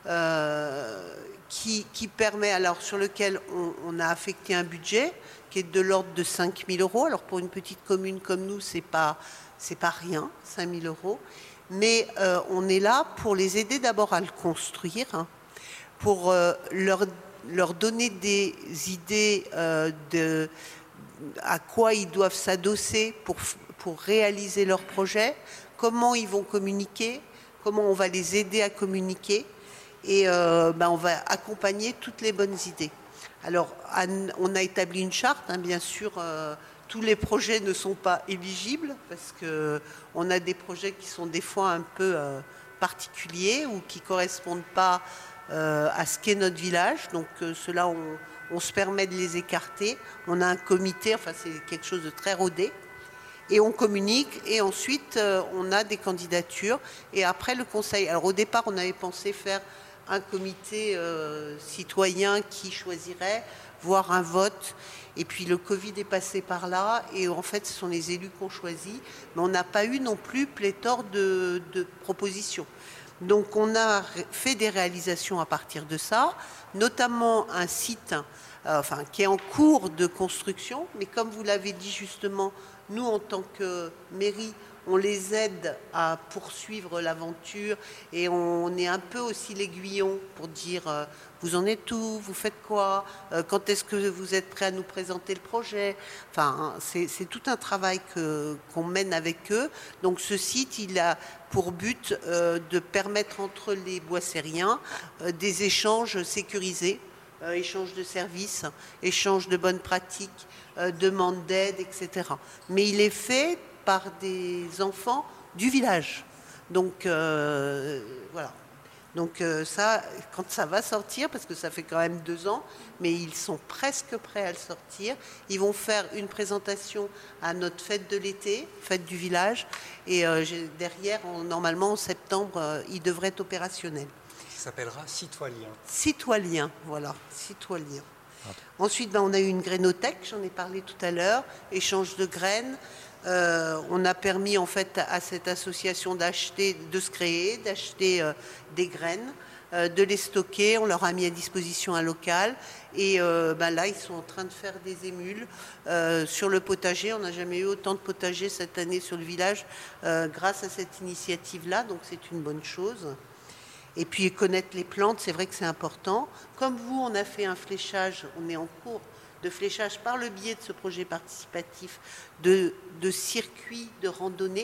euh, qui, qui permet, alors sur lequel on, on a affecté un budget qui est de l'ordre de cinq mille euros. Alors, pour une petite commune comme nous, c'est pas, c'est pas rien, cinq mille euros. mais euh, on est là pour les aider d'abord à le construire, hein, pour euh, leur, leur donner des idées euh, de à quoi ils doivent s'adosser pour, pour réaliser leur projet, comment ils vont communiquer, comment on va les aider à communiquer, et euh, ben, on va accompagner toutes les bonnes idées. Alors, on a établi une charte, hein, bien sûr, euh, tous les projets ne sont pas éligibles, parce qu'on a des projets qui sont des fois un peu euh, particuliers ou qui ne correspondent pas euh, à ce qu'est notre village, donc euh, ceux-là, on, on se permet de les écarter. On a un comité, enfin c'est quelque chose de très rodé, et on communique, et ensuite euh, on a des candidatures, et après le conseil. Alors au départ, on avait pensé faire un comité euh, citoyen qui choisirait, voire un vote, et puis le Covid est passé par là, et en fait ce sont les élus qu'on choisit, mais on n'a pas eu non plus pléthore de, de propositions. Donc on a fait des réalisations à partir de ça, notamment un site euh, enfin, qui est en cours de construction, mais comme vous l'avez dit justement, nous en tant que mairie, on les aide à poursuivre l'aventure, et on est un peu aussi l'aiguillon pour dire euh, vous en êtes où, vous faites quoi, euh, quand est-ce que vous êtes prêts à nous présenter le projet. Enfin, c'est, c'est tout un travail que, qu'on mène avec eux. Donc ce site, il a pour but euh, de permettre entre les boissériens euh, des échanges sécurisés, euh, échanges de services, échanges de bonnes pratiques, euh, demande d'aide, et cetera. Mais il est fait par des enfants du village. Donc euh, voilà. Donc euh, ça, quand ça va sortir, parce que ça fait quand même deux ans, mais ils sont presque prêts à le sortir. Ils vont faire une présentation à notre fête de l'été, fête du village, et euh, derrière, on, normalement en septembre, euh, il devrait être opérationnel. Ça s'appellera Citoyen. Citoyen, voilà, Citoyen. Ensuite, ben, on a eu une grainothèque, j'en ai parlé tout à l'heure, échange de graines. Euh, on a permis en fait à cette association d'acheter, de se créer, d'acheter euh, des graines, euh, de les stocker. On leur a mis à disposition un local, et euh, ben là ils sont en train de faire des émules euh, sur le potager. On n'a jamais eu autant de potagers cette année sur le village euh, grâce à cette initiative-là, donc c'est une bonne chose. Et puis connaître les plantes, c'est vrai que c'est important. Comme vous, on a fait un fléchage, on est en cours de fléchage par le biais de ce projet participatif de, de circuits de randonnée.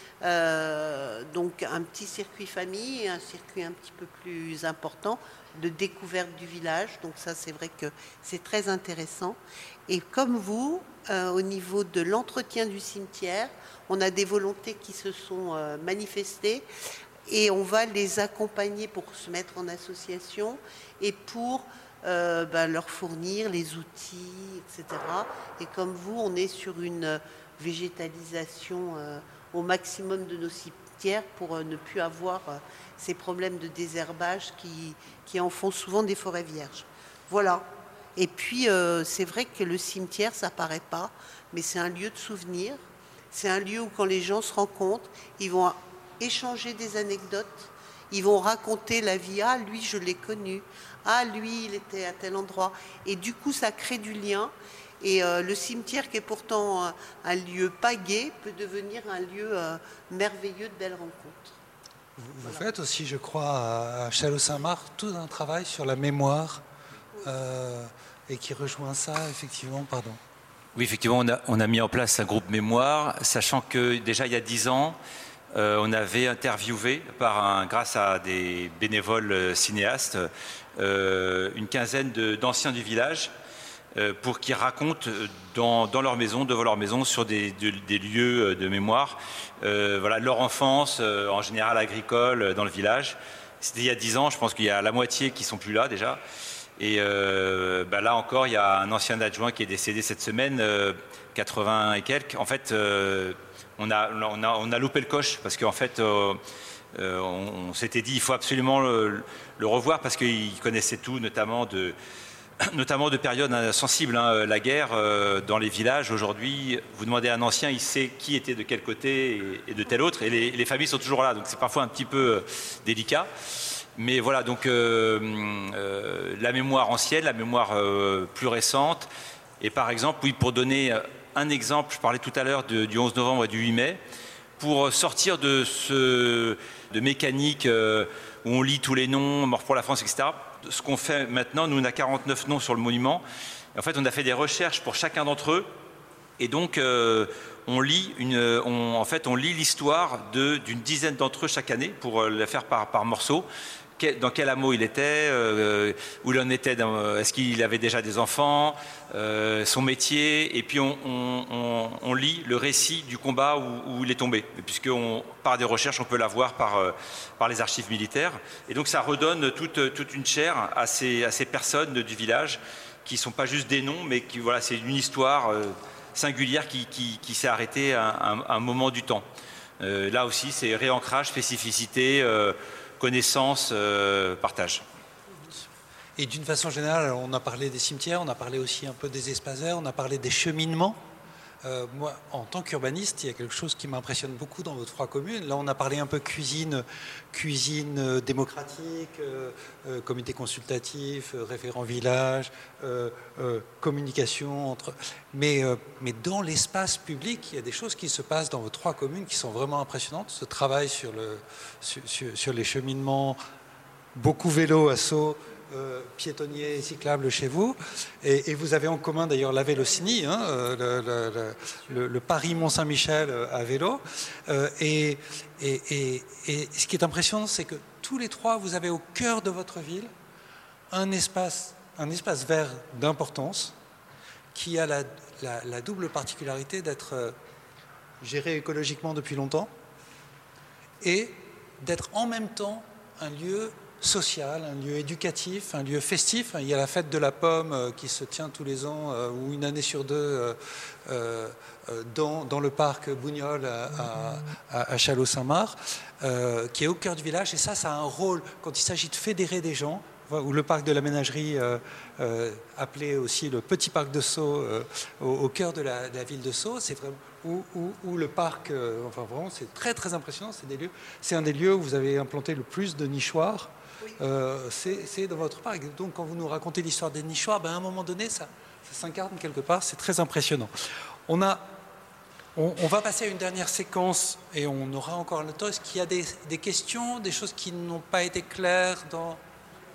Euh, donc un petit circuit famille et un circuit un petit peu plus important de découverte du village. Donc ça, c'est vrai que c'est très intéressant. Et comme vous, euh, au niveau de l'entretien du cimetière, on a des volontés qui se sont euh, manifestées, et on va les accompagner pour se mettre en association et pour Euh, ben, leur fournir les outils, et cetera. Et comme vous, on est sur une végétalisation euh, au maximum de nos cimetières pour euh, ne plus avoir euh, ces problèmes de désherbage qui, qui en font souvent des forêts vierges. Voilà. Et puis, euh, c'est vrai que le cimetière, ça paraît pas, mais c'est un lieu de souvenir. C'est un lieu où, quand les gens se rencontrent, ils vont échanger des anecdotes, ils vont raconter la vie. Ah, lui, je l'ai connu. Ah, lui, il était à tel endroit. Et du coup, ça crée du lien. Et euh, le cimetière, qui est pourtant un, un lieu pas gai, peut devenir un lieu euh, merveilleux de belles rencontres. Vous, vous voilà. Faites aussi, je crois, à Châlons-Saint-Marc, tout un travail sur la mémoire, euh, et qui rejoint ça, effectivement, pardon. Oui, effectivement, on a, on a mis en place un groupe mémoire, sachant que déjà, il y a dix ans, Euh, on avait interviewé, par un, grâce à des bénévoles euh, cinéastes, euh, une quinzaine de, d'anciens du village euh, pour qu'ils racontent dans, dans leur maison, devant leur maison, sur des, de, des lieux de mémoire, euh, voilà, leur enfance, euh, en général agricole, dans le village. C'était il y a dix ans, je pense qu'il y a la moitié qui ne sont plus là déjà. Et euh, bah là encore, il y a un ancien adjoint qui est décédé cette semaine, euh, quatre-vingts et quelques. En fait, euh, on, a, on, a, on a loupé le coche parce qu'en fait, euh, euh, on, on s'était dit il faut absolument le, le revoir parce qu'il connaissait tout, notamment de, notamment de périodes sensibles. Hein. La guerre euh, dans les villages, aujourd'hui, vous demandez à un ancien, il sait qui était de quel côté et, et de tel autre. Et les, les familles sont toujours là, donc c'est parfois un petit peu délicat. Mais voilà, donc euh, euh, la mémoire ancienne, la mémoire euh, plus récente. Et par exemple, oui, pour donner un exemple, je parlais tout à l'heure de, du onze novembre et du huit mai. pour sortir de ce de mécanique euh, où on lit tous les noms, Mort pour la France, et cetera. Ce qu'on fait maintenant, nous on a quarante-neuf noms sur le monument. En fait, on a fait des recherches pour chacun d'entre eux, et donc euh, on lit une, on, en fait, on lit l'histoire de, d'une dizaine d'entre eux chaque année pour euh, la faire par, par morceaux. Dans quel hameau il était, euh, où il en était, est-ce qu'il avait déjà des enfants, euh, son métier, et puis on, on, on, on lit le récit du combat où, où il est tombé, puisque on, par des recherches on peut l'avoir par, euh, par les archives militaires, et donc ça redonne toute, toute une chair à ces, à ces personnes du village qui ne sont pas juste des noms, mais qui, voilà, c'est une histoire euh, singulière qui, qui, qui s'est arrêtée à un, à un moment du temps. Euh, là aussi c'est réancrage, spécificité, euh, connaissance, euh, partage. Et d'une façon générale, on a parlé des cimetières, on a parlé aussi un peu des espaces verts, on a parlé des cheminements. Euh, moi, en tant qu'urbaniste, il y a quelque chose qui m'impressionne beaucoup dans vos trois communes. Là, on a parlé un peu cuisine, cuisine démocratique, euh, euh, comité consultatif, euh, référent village, euh, euh, communication entre. Mais, euh, mais dans l'espace public, il y a des choses qui se passent dans vos trois communes qui sont vraiment impressionnantes. Ce travail sur, le, sur, sur, sur les cheminements, beaucoup vélo à Sceaux. Euh, piétonniers et cyclables chez vous, et, et vous avez en commun d'ailleurs la Vélocini, hein, euh, le, le, le, le Paris Mont-Saint-Michel à vélo, euh, et, et, et, et ce qui est impressionnant, c'est que tous les trois, vous avez au cœur de votre ville un espace, un espace vert d'importance qui a la, la, la double particularité d'être euh, géré écologiquement depuis longtemps et d'être en même temps un lieu social, un lieu éducatif, un lieu festif. Il y a la fête de la pomme qui se tient tous les ans, ou une année sur deux, euh, dans, dans le parc Bougnols à, à, à Châlons-Saint-Marc, euh, qui est au cœur du village. Et ça, ça a un rôle, quand il s'agit de fédérer des gens, ou le parc de la ménagerie, euh, euh, appelé aussi le petit parc de Sceaux, euh, au, au cœur de la, de la ville de Sceaux, c'est vraiment où, où, où le parc, euh, enfin vraiment, c'est très très impressionnant. C'est des lieux, c'est un des lieux où vous avez implanté le plus de nichoirs. Euh, c'est dans votre parc. Donc quand vous nous racontez l'histoire des nichoirs, ben, à un moment donné, ça, ça s'incarne quelque part. C'est très impressionnant. On, a, on, on va passer à une dernière séquence et on aura encore le temps. Est-ce qu'il y a des, des questions, des choses qui n'ont pas été claires dans... Pardon ?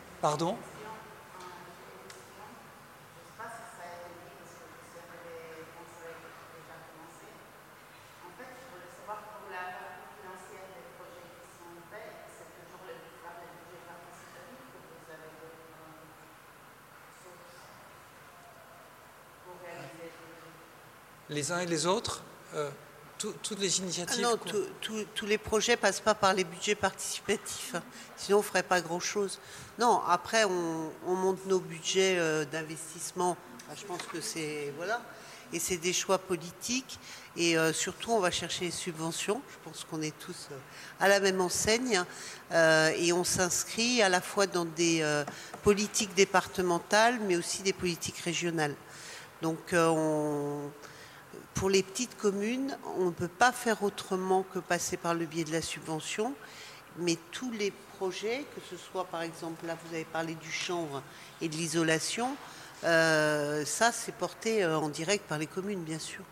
Les uns et les autres, euh, tout, toutes les initiatives. Ah non, tout, tout, tous les projets passent pas par les budgets participatifs, hein. Sinon on ferait pas grand-chose. Non, après on, on monte nos budgets euh, d'investissement. Enfin, je pense que c'est voilà, et c'est des choix politiques. Et euh, surtout, on va chercher les subventions. Je pense qu'on est tous euh, à la même enseigne, euh, et on s'inscrit à la fois dans des euh, politiques départementales, mais aussi des politiques régionales. Donc euh, on Pour les petites communes, on ne peut pas faire autrement que passer par le biais de la subvention, mais tous les projets, que ce soit par exemple, là vous avez parlé du chanvre et de l'isolation, euh, ça c'est porté en direct par les communes, bien sûr.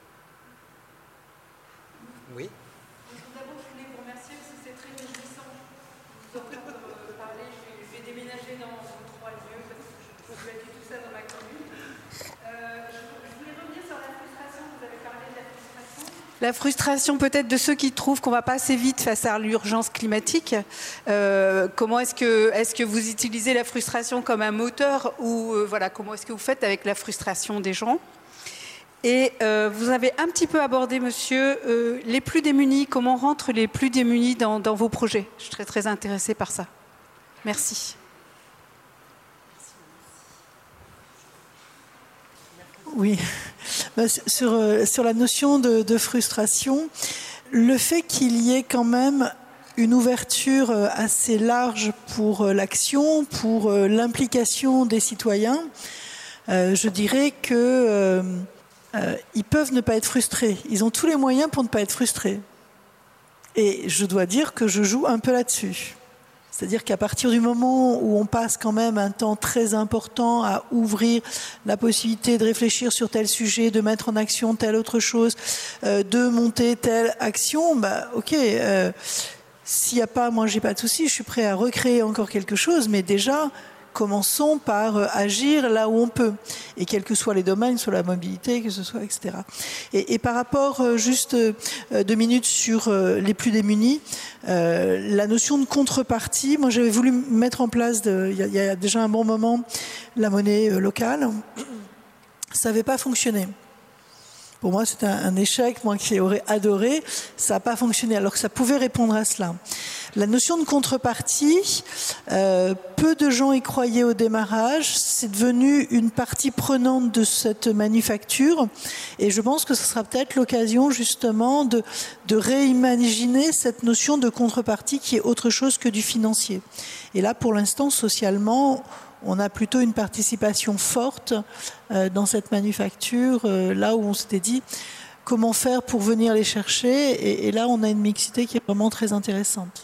Oui. D'abord, je voulais vous remercier parce que c'est très réjouissant. Vous entendre parler, je vais déménager dans trois lieux parce que je ne peux plus être tout ça dans ma commune. Euh, je voulais revenir sur la frustration. Vous avez parlé de la frustration. La frustration peut-être de ceux qui trouvent qu'on ne va pas assez vite face à l'urgence climatique. Euh, comment est-ce que, est-ce que vous utilisez la frustration comme un moteur ou euh, voilà, comment est-ce que vous faites avec la frustration des gens? Et euh, vous avez un petit peu abordé, monsieur, euh, les plus démunis. Comment rentrent les plus démunis dans, dans vos projets? Je serais très intéressée par ça. Merci. Oui, sur, sur la notion de, de frustration, le fait qu'il y ait quand même une ouverture assez large pour l'action, pour l'implication des citoyens, euh, je dirais que euh, euh, ils peuvent ne pas être frustrés. Ils ont tous les moyens pour ne pas être frustrés. Et je dois dire que je joue un peu là-dessus. C'est-à-dire qu'à partir du moment où on passe quand même un temps très important à ouvrir la possibilité de réfléchir sur tel sujet, de mettre en action telle autre chose, euh, de monter telle action, bah ok, euh, s'il n'y a pas, moi j'ai pas de souci, je suis prêt à recréer encore quelque chose, mais déjà, commençons par agir là où on peut, et quels que soient les domaines, soit la mobilité, que ce soit, et cetera. Et, et par rapport, juste deux minutes sur les plus démunis, euh, la notion de contrepartie, moi j'avais voulu mettre en place, de, il, y a, il y a déjà un bon moment, la monnaie locale, ça n'avait pas fonctionné. Pour moi, c'est un, un échec, moi qui aurais adoré, ça n'a pas fonctionné, alors que ça pouvait répondre à cela. La notion de contrepartie, euh, peu de gens y croyaient au démarrage, c'est devenu une partie prenante de cette manufacture, et je pense que ce sera peut-être l'occasion justement de, de réimaginer cette notion de contrepartie qui est autre chose que du financier. Et là, pour l'instant, socialement, on a plutôt une participation forte euh, dans cette manufacture, euh, là où on s'était dit comment faire pour venir les chercher, et, et là on a une mixité qui est vraiment très intéressante.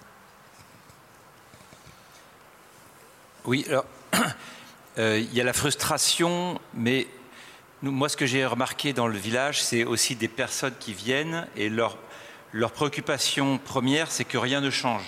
Oui, alors euh, il y a la frustration, mais nous, moi ce que j'ai remarqué dans le village, c'est aussi des personnes qui viennent et leur, leur préoccupation première, c'est que rien ne change.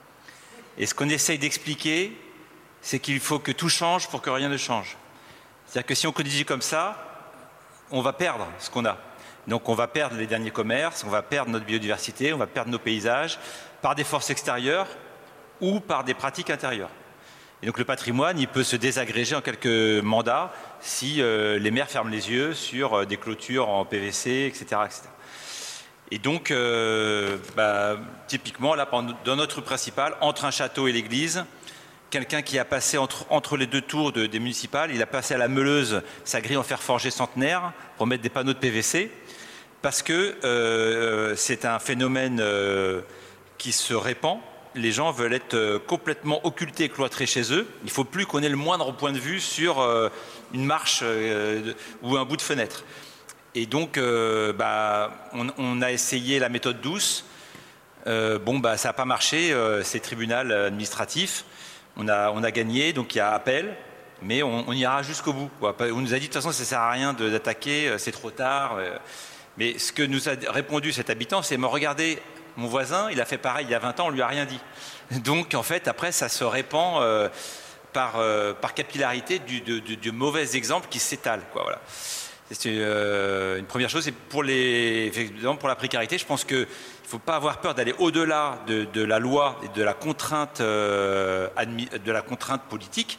Et ce qu'on essaye d'expliquer, c'est qu'il faut que tout change pour que rien ne change. C'est-à-dire que si on continue comme ça, on va perdre ce qu'on a. Donc on va perdre les derniers commerces, on va perdre notre biodiversité, on va perdre nos paysages par des forces extérieures ou par des pratiques intérieures. Et donc le patrimoine, il peut se désagréger en quelques mandats si euh, les maires ferment les yeux sur euh, des clôtures en P V C, et cetera, et cetera. Et donc, euh, bah, typiquement, là, dans notre principal, entre un château et l'église, quelqu'un qui a passé entre, entre les deux tours de, des municipales, il a passé à la meuleuse sa grille en fer forgé centenaire pour mettre des panneaux de P V C, parce que euh, c'est un phénomène euh, qui se répand. Les gens veulent être complètement occultés et cloîtrés chez eux. Il ne faut plus qu'on ait le moindre point de vue sur euh, une marche euh, ou un bout de fenêtre. Et donc, euh, bah, on, on a essayé la méthode douce. Euh, bon, bah, ça n'a pas marché, euh, c'est tribunal administratif. On a, on a gagné, donc il y a appel, mais on, on ira jusqu'au bout, quoi. On nous a dit de toute façon ça ne sert à rien d'attaquer, c'est trop tard. Mais ce que nous a répondu cet habitant, c'est: mais regardez, mon voisin, il a fait pareil il y a vingt ans, on ne lui a rien dit. Donc en fait, après, ça se répand euh, par, euh, par capillarité du, de, de, de mauvais exemples qui s'étalent, quoi, voilà. C'est euh, une première chose. Et pour, les, pour la précarité, je pense qu'il ne faut pas avoir peur d'aller au-delà de, de la loi et de la contrainte, euh, de la contrainte politique.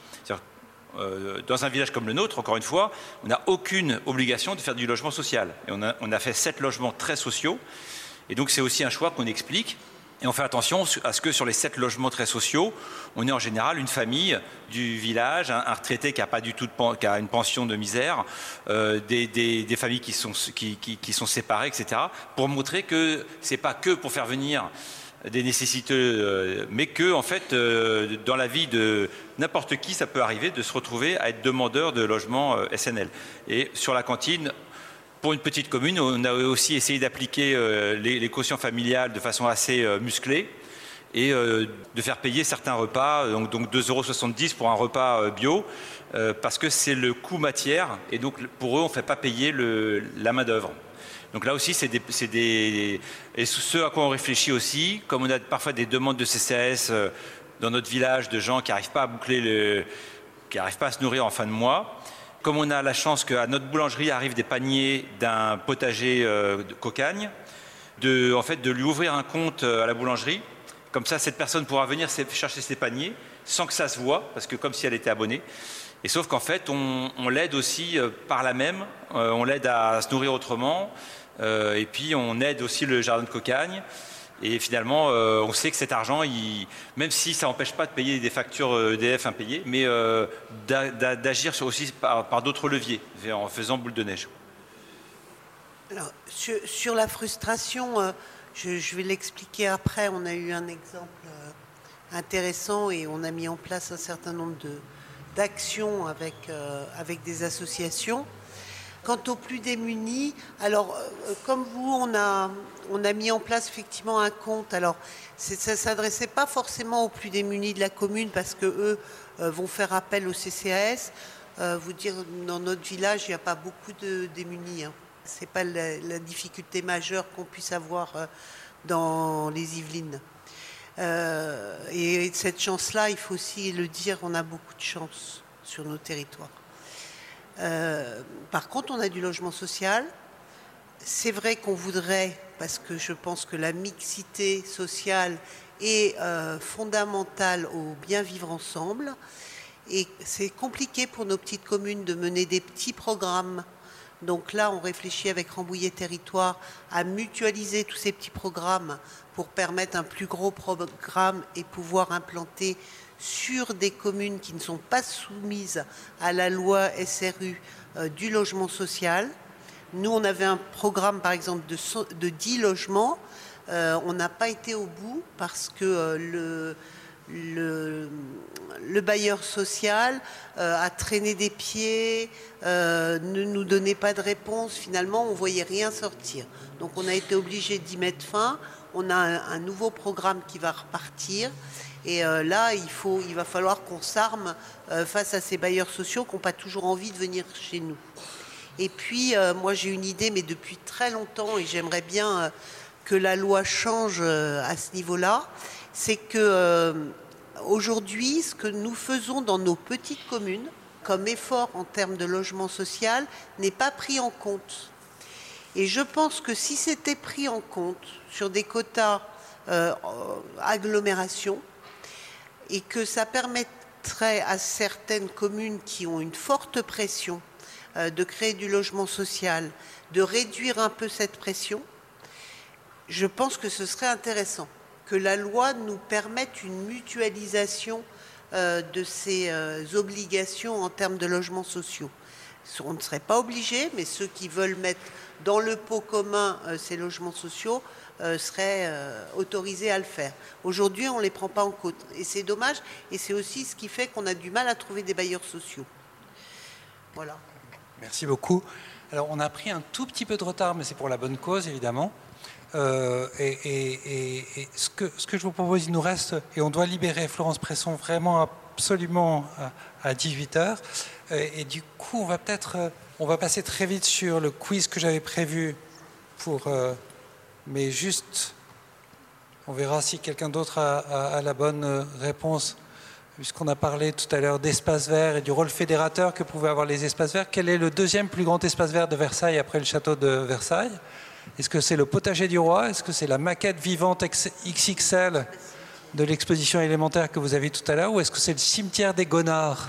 Euh, dans un village comme le nôtre, encore une fois, on n'a aucune obligation de faire du logement social. Et on a, on a fait sept logements très sociaux. Et donc c'est aussi un choix qu'on explique. Et on fait attention à ce que sur les sept logements très sociaux, on est en général une famille du village, un, un retraité qui a pas du tout de, qui a une pension de misère, euh, des, des, des familles qui sont, qui, qui, qui sont séparées, et cetera, pour montrer que c'est pas que pour faire venir des nécessiteux, euh, mais que en fait, euh, dans la vie de n'importe qui, ça peut arriver de se retrouver à être demandeur de logement euh, S N L. Et sur la cantine, pour une petite commune, on a aussi essayé d'appliquer euh, les, les quotients familiales de façon assez euh, musclée et euh, de faire payer certains repas, donc, donc deux euros soixante-dix pour un repas euh, bio, euh, parce que c'est le coût matière, et donc pour eux, on ne fait pas payer le, la main-d'œuvre. Donc là aussi, c'est des, c'est des... Et ce à quoi on réfléchit aussi, comme on a parfois des demandes de C C A S euh, dans notre village de gens qui n'arrivent pas à boucler le... qui n'arrivent pas à se nourrir en fin de mois. Comme on a la chance qu'à notre boulangerie arrivent des paniers d'un potager euh, de cocagne, de, en fait, de lui ouvrir un compte à la boulangerie. Comme ça, cette personne pourra venir chercher ses paniers sans que ça se voie, parce que comme si elle était abonnée. Et sauf qu'en fait, on, on l'aide aussi euh, par là même, euh, on l'aide à se nourrir autrement, euh, et puis on aide aussi le jardin de cocagne. Et finalement, euh, on sait que cet argent, il, même si ça n'empêche pas de payer des factures E D F impayées, mais euh, d'agir aussi par, par d'autres leviers, en faisant boule de neige. Alors, sur, sur la frustration, euh, je, je vais l'expliquer après. On a eu un exemple euh, intéressant et on a mis en place un certain nombre d'actions avec, euh, avec des associations. Quant aux plus démunis, alors euh, comme vous, on a, on a mis en place effectivement un compte. Alors ça ne s'adressait pas forcément aux plus démunis de la commune parce qu'eux euh, vont faire appel au C C A S. Euh, vous dire, dans notre village, il n'y a pas beaucoup de démunis. Hein. Ce n'est pas la, la difficulté majeure qu'on puisse avoir euh, dans les Yvelines. Euh, et, et cette chance-là, il faut aussi le dire, on a beaucoup de chance sur nos territoires. Euh, par contre, on a du logement social. C'est vrai qu'on voudrait, parce que je pense que la mixité sociale est euh, fondamentale au bien vivre ensemble. Et c'est compliqué pour nos petites communes de mener des petits programmes. Donc là, on réfléchit avec Rambouillet Territoire à mutualiser tous ces petits programmes pour permettre un plus gros programme et pouvoir implanter sur des communes qui ne sont pas soumises à la loi S R U euh, du logement social. Nous, on avait un programme, par exemple, de, so de dix logements. Euh, on n'a pas été au bout parce que euh, le, le, le bailleur social euh, a traîné des pieds, euh, ne nous donnait pas de réponse. Finalement, on ne voyait rien sortir. Donc, on a été obligé d'y mettre fin. On a un, un nouveau programme qui va repartir. Et euh, là, il, faut, il va falloir qu'on s'arme euh, face à ces bailleurs sociaux qui n'ont pas toujours envie de venir chez nous. Et puis, euh, moi, j'ai une idée, mais depuis très longtemps, et j'aimerais bien euh, que la loi change euh, à ce niveau-là, c'est que euh, aujourd'hui, ce que nous faisons dans nos petites communes, comme effort en termes de logement social, n'est pas pris en compte. Et je pense que si c'était pris en compte sur des quotas euh, agglomération, et que ça permettrait à certaines communes qui ont une forte pression euh, de créer du logement social, de réduire un peu cette pression, je pense que ce serait intéressant que la loi nous permette une mutualisation euh, de ces euh, obligations en termes de logements sociaux. On ne serait pas obligé, mais ceux qui veulent mettre dans le pot commun euh, ces logements sociaux euh, seraient euh, autorisés à le faire. Aujourd'hui, on ne les prend pas en compte. Et c'est dommage, et c'est aussi ce qui fait qu'on a du mal à trouver des bailleurs sociaux. Voilà. Merci beaucoup. Alors, on a pris un tout petit peu de retard, mais c'est pour la bonne cause, évidemment. Euh, et et, et, et ce, que, ce que je vous propose, il nous reste, et on doit libérer Florence Presson vraiment absolument à, à dix-huit heures. Et, et du coup, on va peut-être, on va passer très vite sur le quiz que j'avais prévu pour, euh, mais juste, on verra si quelqu'un d'autre a, a, a la bonne réponse, puisqu'on a parlé tout à l'heure d'espaces verts et du rôle fédérateur que pouvaient avoir les espaces verts. Quel est le deuxième plus grand espace vert de Versailles après le château de Versailles? Est-ce que c'est le potager du roi? Est-ce que c'est la maquette vivante X X L de l'exposition élémentaire que vous avez tout à l'heure? Ou est-ce que c'est le cimetière des Gonards?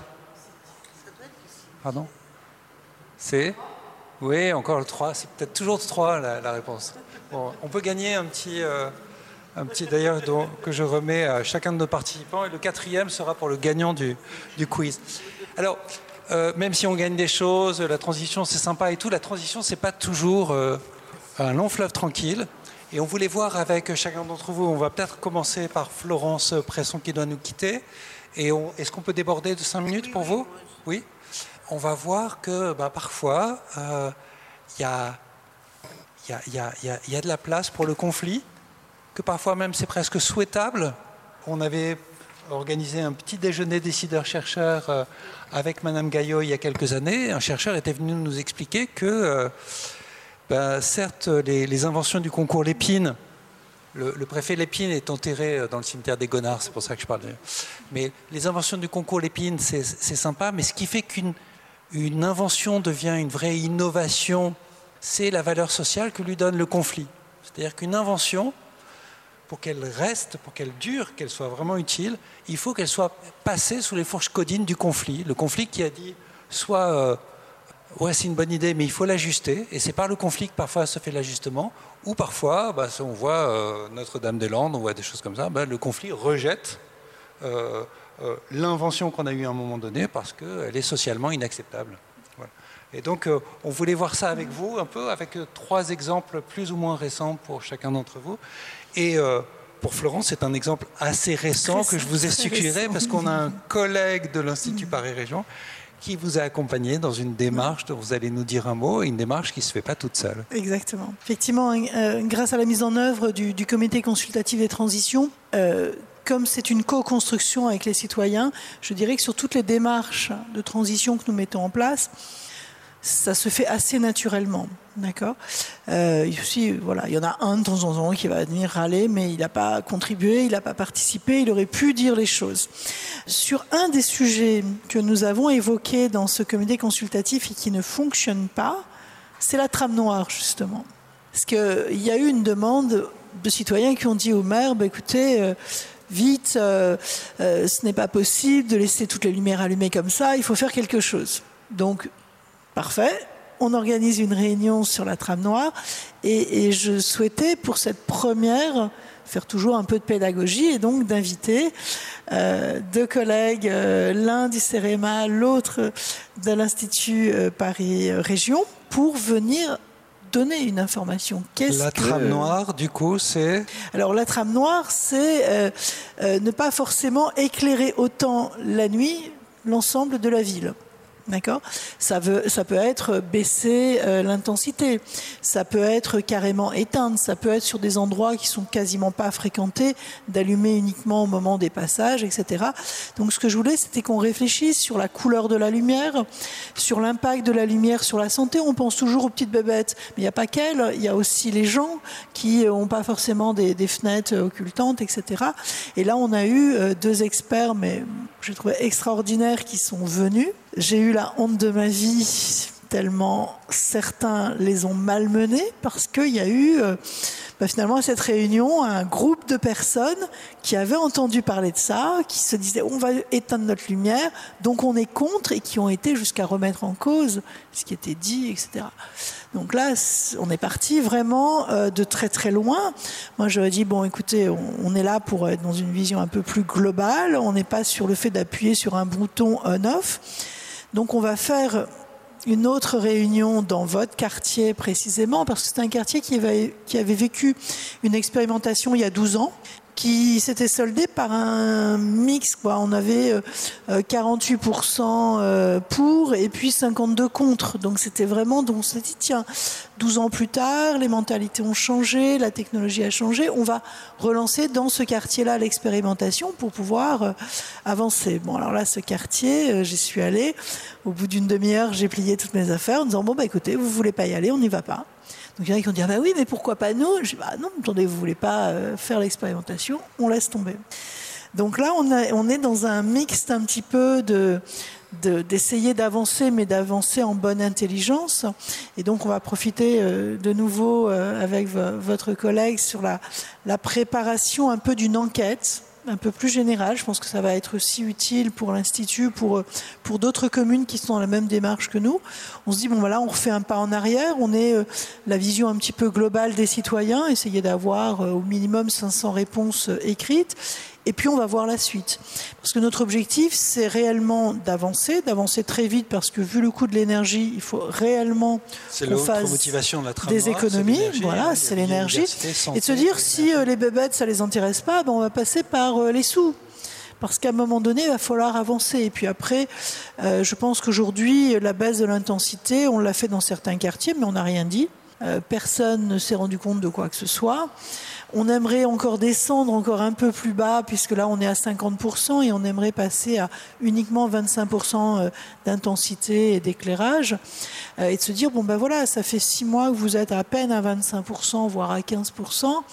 Pardon? C'est? Oui, encore le trois. C'est peut-être toujours le trois, la, la réponse. Bon, on peut gagner un petit, euh, un petit d'ailleurs, que je remets à chacun de nos participants. Et le quatrième sera pour le gagnant du, du quiz. Alors, euh, même si on gagne des choses, la transition, c'est sympa et tout, la transition, c'est pas toujours... Euh, un long fleuve tranquille. Et on voulait voir avec chacun d'entre vous, on va peut-être commencer par Florence Presson qui doit nous quitter. Et est-ce qu'on peut déborder de cinq minutes pour vous? Oui. On va voir que bah, parfois, il euh, y, a, y, a, y, a, y, a, y a de la place pour le conflit, que parfois même c'est presque souhaitable. On avait organisé un petit déjeuner décideurs-chercheurs euh, avec Madame Gaillot il y a quelques années. Un chercheur était venu nous expliquer que... Euh, Ben, certes, les, les inventions du concours Lépine, le, le préfet Lépine est enterré dans le cimetière des Gonards, c'est pour ça que je parle de... Mais les inventions du concours Lépine, c'est sympa, mais ce qui fait qu'une une invention devient une vraie innovation, c'est la valeur sociale que lui donne le conflit. C'est-à-dire qu'une invention, pour qu'elle reste, pour qu'elle dure, qu'elle soit vraiment utile, il faut qu'elle soit passée sous les fourches codines du conflit. Le conflit qui a dit soit... Euh, ouais, c'est une bonne idée, mais il faut l'ajuster. Et c'est par le conflit que parfois se fait l'ajustement. Ou parfois, bah, on voit euh, Notre-Dame-des-Landes, on voit des choses comme ça, bah, le conflit rejette euh, euh, l'invention qu'on a eue à un moment donné parce qu'elle est socialement inacceptable. Voilà. Et donc, euh, on voulait voir ça avec vous, un peu, avec euh, trois exemples plus ou moins récents pour chacun d'entre vous. Et euh, pour Florence, c'est un exemple assez récent, récent que je vous ai suggéré parce qu'on a un collègue de l'Institut Paris Région qui vous a accompagné dans une démarche dont vous allez nous dire un mot, une démarche qui ne se fait pas toute seule. Exactement. Effectivement, euh, grâce à la mise en œuvre du, du comité consultatif des transitions, euh, comme c'est une co-construction avec les citoyens, je dirais que sur toutes les démarches de transition que nous mettons en place, ça se fait assez naturellement, d'accord. Euh, aussi, voilà, il y en a un de temps en temps qui va venir râler, mais il n'a pas contribué, il n'a pas participé, il aurait pu dire les choses. Sur un des sujets que nous avons évoqués dans ce comité consultatif et qui ne fonctionne pas, c'est la trame noire, justement. Parce qu'il y a eu une demande de citoyens qui ont dit au maire, bah, écoutez, euh, vite, euh, euh, ce n'est pas possible de laisser toutes les lumières allumées comme ça, il faut faire quelque chose. Donc, parfait, on organise une réunion sur la trame noire et, et je souhaitais pour cette première faire toujours un peu de pédagogie et donc d'inviter euh, deux collègues, euh, l'un du CEREMA, l'autre de l'Institut euh, Paris Région, pour venir donner une information. Qu'est-ce la que... trame noire, du coup, c'est... Alors la trame noire, c'est euh, euh, ne pas forcément éclairer autant la nuit l'ensemble de la ville. D'accord ? Ça veut, ça peut être baisser euh, l'intensité, ça peut être carrément éteindre, ça peut être sur des endroits qui sont quasiment pas fréquentés, d'allumer uniquement au moment des passages, et cetera. Donc ce que je voulais, c'était qu'on réfléchisse sur la couleur de la lumière, sur l'impact de la lumière sur la santé. On pense toujours aux petites bébêtes, mais il n'y a pas qu'elles, il y a aussi les gens qui n'ont pas forcément des, des fenêtres occultantes, et cetera. Et là, on a eu euh, deux experts, mais j'ai trouvé extraordinaires, qui sont venus. J'ai eu la honte de ma vie, tellement certains les ont malmenés, parce qu'il y a eu euh, bah finalement à cette réunion un groupe de personnes qui avaient entendu parler de ça, qui se disaient on va éteindre notre lumière, donc on est contre, et qui ont été jusqu'à remettre en cause ce qui était dit, et cetera. Donc là, on est parti vraiment euh, de très très loin. Moi, j'aurais dit, bon, écoutez, on, on est là pour être dans une vision un peu plus globale, on n'est pas sur le fait d'appuyer sur un bouton on-off. Donc on va faire une autre réunion dans votre quartier précisément, parce que c'est un quartier qui avait, qui avait vécu une expérimentation il y a douze ans, qui s'était soldée par un mix, quoi. On avait euh, quarante-huit pour cent pour et puis cinquante-deux contre. Donc c'était vraiment, donc on s'est dit, tiens, douze ans plus tard, les mentalités ont changé, la technologie a changé, on va relancer dans ce quartier-là l'expérimentation pour pouvoir euh, avancer. Bon, alors là, ce quartier, euh, j'y suis allée. Au bout d'une demi-heure, j'ai plié toutes mes affaires en disant, bon, bah écoutez, vous voulez pas y aller, on n'y va pas. Donc il y en a qui ont dit, ah bah oui, mais pourquoi pas nous ? Je dis, bah non, attendez, vous voulez pas euh, faire l'expérimentation, on laisse tomber. Donc là, on, a, on est dans un mixte un petit peu de, de, d'essayer d'avancer, mais d'avancer en bonne intelligence. Et donc on va profiter euh, de nouveau euh, avec v- votre collègue sur la, la préparation un peu d'une enquête un peu plus générale. Je pense que ça va être aussi utile pour l'Institut, pour, pour d'autres communes qui sont dans la même démarche que nous. On se dit, bon voilà, on refait un pas en arrière, on est euh, la vision un petit peu globale des citoyens, essayer d'avoir euh, au minimum cinq cents réponses euh, écrites, et puis on va voir la suite. Parce que notre objectif, c'est réellement d'avancer, d'avancer très vite, parce que vu le coût de l'énergie, il faut réellement c'est qu'on fasse motivation de la trame des noire, économies, c'est voilà, hein, c'est l'énergie. Santé, et de se dire, si euh, les bébêtes, ça les intéresse pas, ben on va passer par euh, les sous. Parce qu'à un moment donné, il va falloir avancer. Et puis après, euh, je pense qu'aujourd'hui, la baisse de l'intensité, on l'a fait dans certains quartiers, mais on n'a rien dit. Euh, personne ne s'est rendu compte de quoi que ce soit. On aimerait encore descendre encore un peu plus bas, puisque là, on est à cinquante pour cent, et on aimerait passer à uniquement vingt-cinq pour cent d'intensité et d'éclairage. Euh, et de se dire, bon ben voilà, ça fait six mois que vous êtes à peine à vingt-cinq pour cent, voire à quinze pour cent.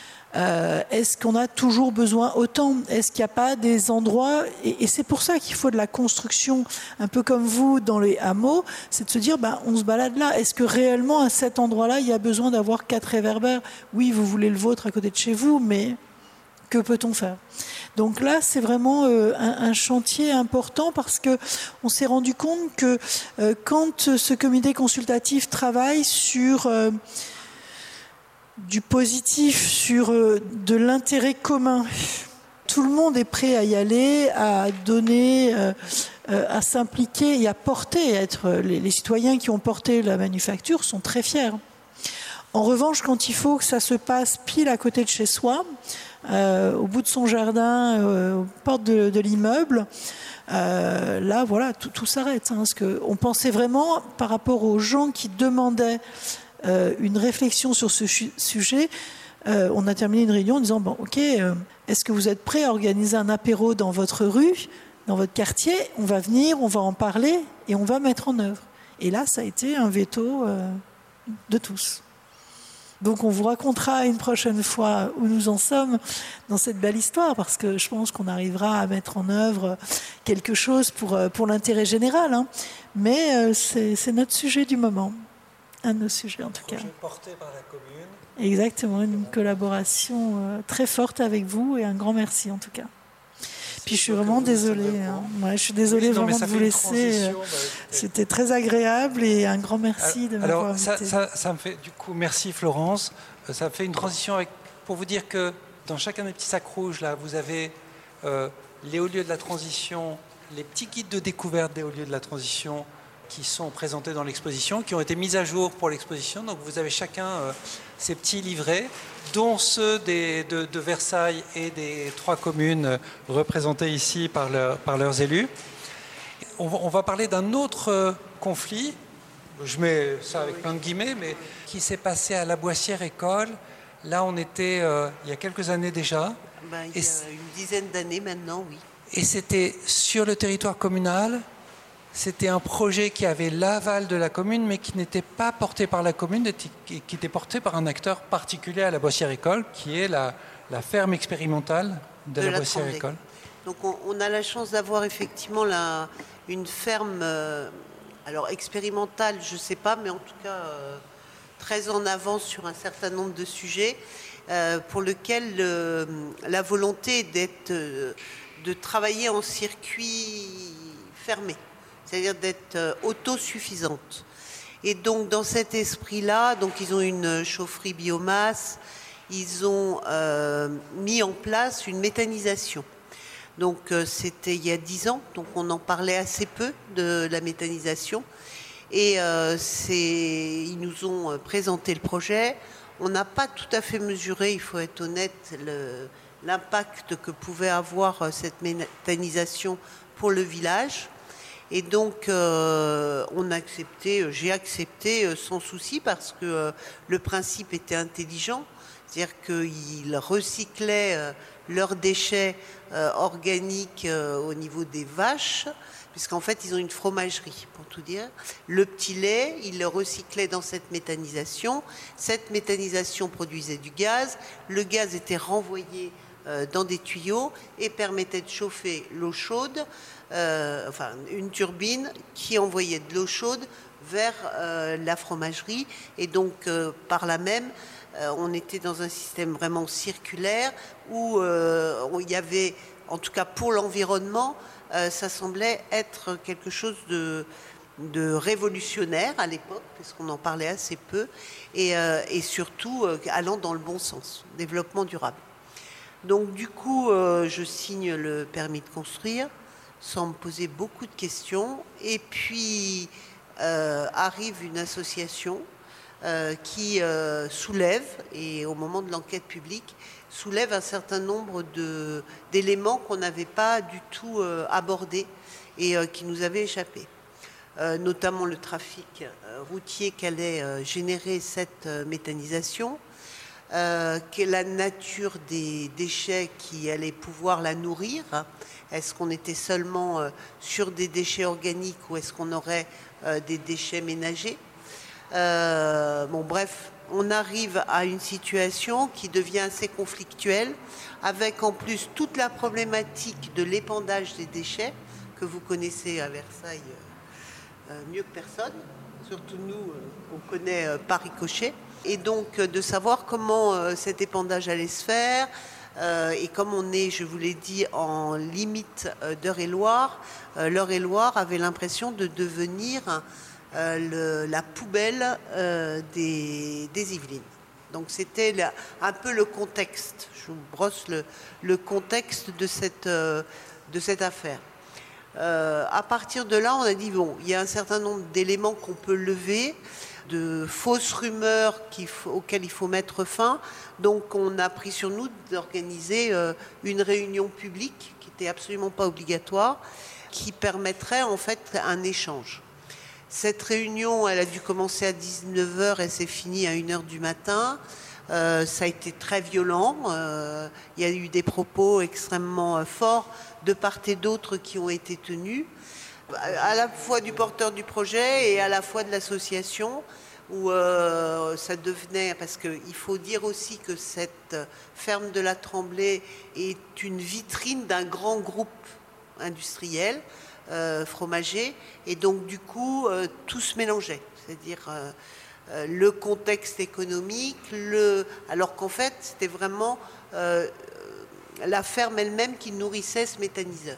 Euh, est-ce qu'on a toujours besoin autant ? Est-ce qu'il n'y a pas des endroits, et, et c'est pour ça qu'il faut de la construction, un peu comme vous dans les hameaux, c'est de se dire, ben, on se balade là. Est-ce que réellement à cet endroit-là, il y a besoin d'avoir quatre réverbères ? Oui, vous voulez le vôtre à côté de chez vous, mais que peut-on faire ? Donc là, c'est vraiment euh, un, un chantier important, parce que on s'est rendu compte que euh, quand ce comité consultatif travaille sur euh, du positif, sur euh, de l'intérêt commun, tout le monde est prêt à y aller, à donner, euh, euh, à s'impliquer et à porter. À être, les, les citoyens qui ont porté la manufacture sont très fiers. En revanche, quand il faut que ça se passe pile à côté de chez soi, euh, au bout de son jardin, euh, aux portes de, de l'immeuble, euh, là, voilà, tout, tout s'arrête. Hein, parce qu'on pensait vraiment, par rapport aux gens qui demandaient euh, une réflexion sur ce sujet, euh, on a terminé une réunion en disant, bon, ok, euh, est-ce que vous êtes prêts à organiser un apéro dans votre rue, dans votre quartier? On va venir, on va en parler et on va mettre en œuvre. Et là, ça a été un veto euh, de tous. Donc on vous racontera une prochaine fois où nous en sommes dans cette belle histoire, parce que je pense qu'on arrivera à mettre en œuvre quelque chose pour, pour l'intérêt général. Hein. Mais euh, c'est, c'est notre sujet du moment. Un de nos sujets en tout cas. Projet porté par la commune. Exactement, une collaboration euh, très forte avec vous et un grand merci en tout cas. Puis je suis vraiment désolée. Hein. Ouais, je suis désolée oui, non, vraiment de vous laisser. Bah, C'était très agréable et un grand merci de m'avoir invité. Alors, ça, ça, ça me fait du coup, merci Florence. Ça me fait une transition avec, pour vous dire que dans chacun des petits sacs rouges là, vous avez euh, les hauts lieux de la transition, les petits guides de découverte des hauts lieux de la transition qui sont présentés dans l'exposition, qui ont été mis à jour pour l'exposition. Donc vous avez chacun euh, ces petits livrets, dont ceux des, de, de Versailles et des trois communes représentées ici par, leur, par leurs élus. On va, on va parler d'un autre euh, conflit, je mets ça avec plein de guillemets, mais qui s'est passé à la Boissière École. Là, on était euh, il y a quelques années déjà. Ben, il y a et une dizaine d'années maintenant, oui. Et c'était sur le territoire communal. C'était un projet qui avait l'aval de la commune, mais qui n'était pas porté par la commune, qui était porté par un acteur particulier à la Boissière École, qui est la, la ferme expérimentale de, de la, la Boissière École. Donc on, on a la chance d'avoir effectivement la, une ferme, euh, alors expérimentale, je ne sais pas, mais en tout cas euh, très en avance sur un certain nombre de sujets, euh, pour lequel euh, la volonté est d'être, euh, de travailler en circuit fermé. C'est-à-dire d'être euh, autosuffisante. Et donc, dans cet esprit-là, donc ils ont une chaufferie biomasse, ils ont euh, mis en place une méthanisation. Donc, euh, c'était il y a dix ans, donc on en parlait assez peu de la méthanisation. Et euh, c'est, ils nous ont présenté le projet. On n'a pas tout à fait mesuré, il faut être honnête, le, l'impact que pouvait avoir cette méthanisation pour le village. Et donc, euh, on a accepté, j'ai accepté euh, sans souci parce que euh, le principe était intelligent, c'est-à-dire qu'ils recyclaient euh, leurs déchets euh, organiques euh, au niveau des vaches, puisqu'en fait, ils ont une fromagerie, pour tout dire. Le petit lait, ils le recyclaient dans cette méthanisation. Cette méthanisation produisait du gaz. Le gaz était renvoyé euh, dans des tuyaux et permettait de chauffer l'eau chaude. Euh, enfin une turbine qui envoyait de l'eau chaude vers euh, la fromagerie et donc euh, par là même euh, on était dans un système vraiment circulaire où, euh, où il y avait, en tout cas pour l'environnement, euh, ça semblait être quelque chose de, de révolutionnaire à l'époque parce qu'on en parlait assez peu et, euh, et surtout euh, allant dans le bon sens, développement durable. Donc du coup euh, je signe le permis de construire sans me poser beaucoup de questions. Et puis euh, arrive une association euh, qui euh, soulève, et au moment de l'enquête publique, soulève un certain nombre de, d'éléments qu'on n'avait pas du tout euh, abordés et euh, qui nous avaient échappé. Euh, notamment le trafic euh, routier qu'allait euh, générer cette euh, méthanisation, euh, quelle est la nature des déchets qui allaient pouvoir la nourrir. Est-ce qu'on était seulement euh, sur des déchets organiques ou est-ce qu'on aurait euh, des déchets ménagers? euh, Bon, bref, on arrive à une situation qui devient assez conflictuelle, avec en plus toute la problématique de l'épandage des déchets, que vous connaissez à Versailles euh, mieux que personne. Surtout nous, euh, on connaît euh, par ricochet. Et donc, euh, de savoir comment euh, cet épandage allait se faire. Euh, et comme on est, je vous l'ai dit, en limite euh, d'Eure-et-Loire, euh, l'Eure-et-Loire avait l'impression de devenir euh, le, la poubelle euh, des, des Yvelines. Donc c'était la, un peu le contexte. Je vous brosse le, le contexte de cette, euh, de cette affaire. Euh, à partir de là, on a dit, bon, il y a un certain nombre d'éléments qu'on peut lever. de fausses rumeurs auxquelles il faut mettre fin. Donc on a pris sur nous d'organiser une réunion publique qui n'était absolument pas obligatoire, qui permettrait en fait un échange. Cette réunion, elle a dû commencer à dix-neuf heures et s'est finie à une heure du matin. Euh, ça a été très violent. Euh, il y a eu des propos extrêmement euh, forts de part et d'autre qui ont été tenus, à la fois du porteur du projet et à la fois de l'association, où euh, ça devenait... Parce qu'il faut dire aussi que cette ferme de la Tremblay est une vitrine d'un grand groupe industriel, euh, fromager, et donc du coup, euh, tout se mélangeait. C'est-à-dire... Euh, Euh, le contexte économique, le... alors qu'en fait, c'était vraiment euh, la ferme elle-même qui nourrissait ce méthaniseur.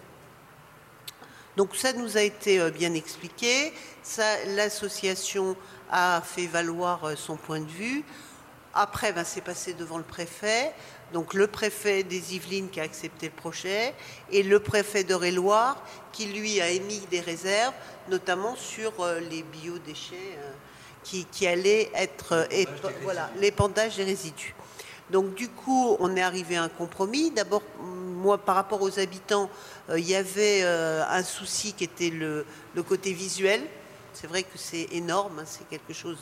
Donc ça nous a été euh, bien expliqué. Ça, l'association a fait valoir euh, son point de vue. Après, ben, c'est passé devant le préfet. Donc le préfet des Yvelines qui a accepté le projet et le préfet d'Eure-et-Loir qui, lui, a émis des réserves, notamment sur euh, les biodéchets euh, Qui, qui allait être euh, voilà, l'épandage des résidus. Donc du coup, on est arrivé à un compromis. D'abord, moi, par rapport aux habitants, euh, il y avait euh, un souci qui était le, le côté visuel. C'est vrai que c'est énorme, hein, c'est quelque chose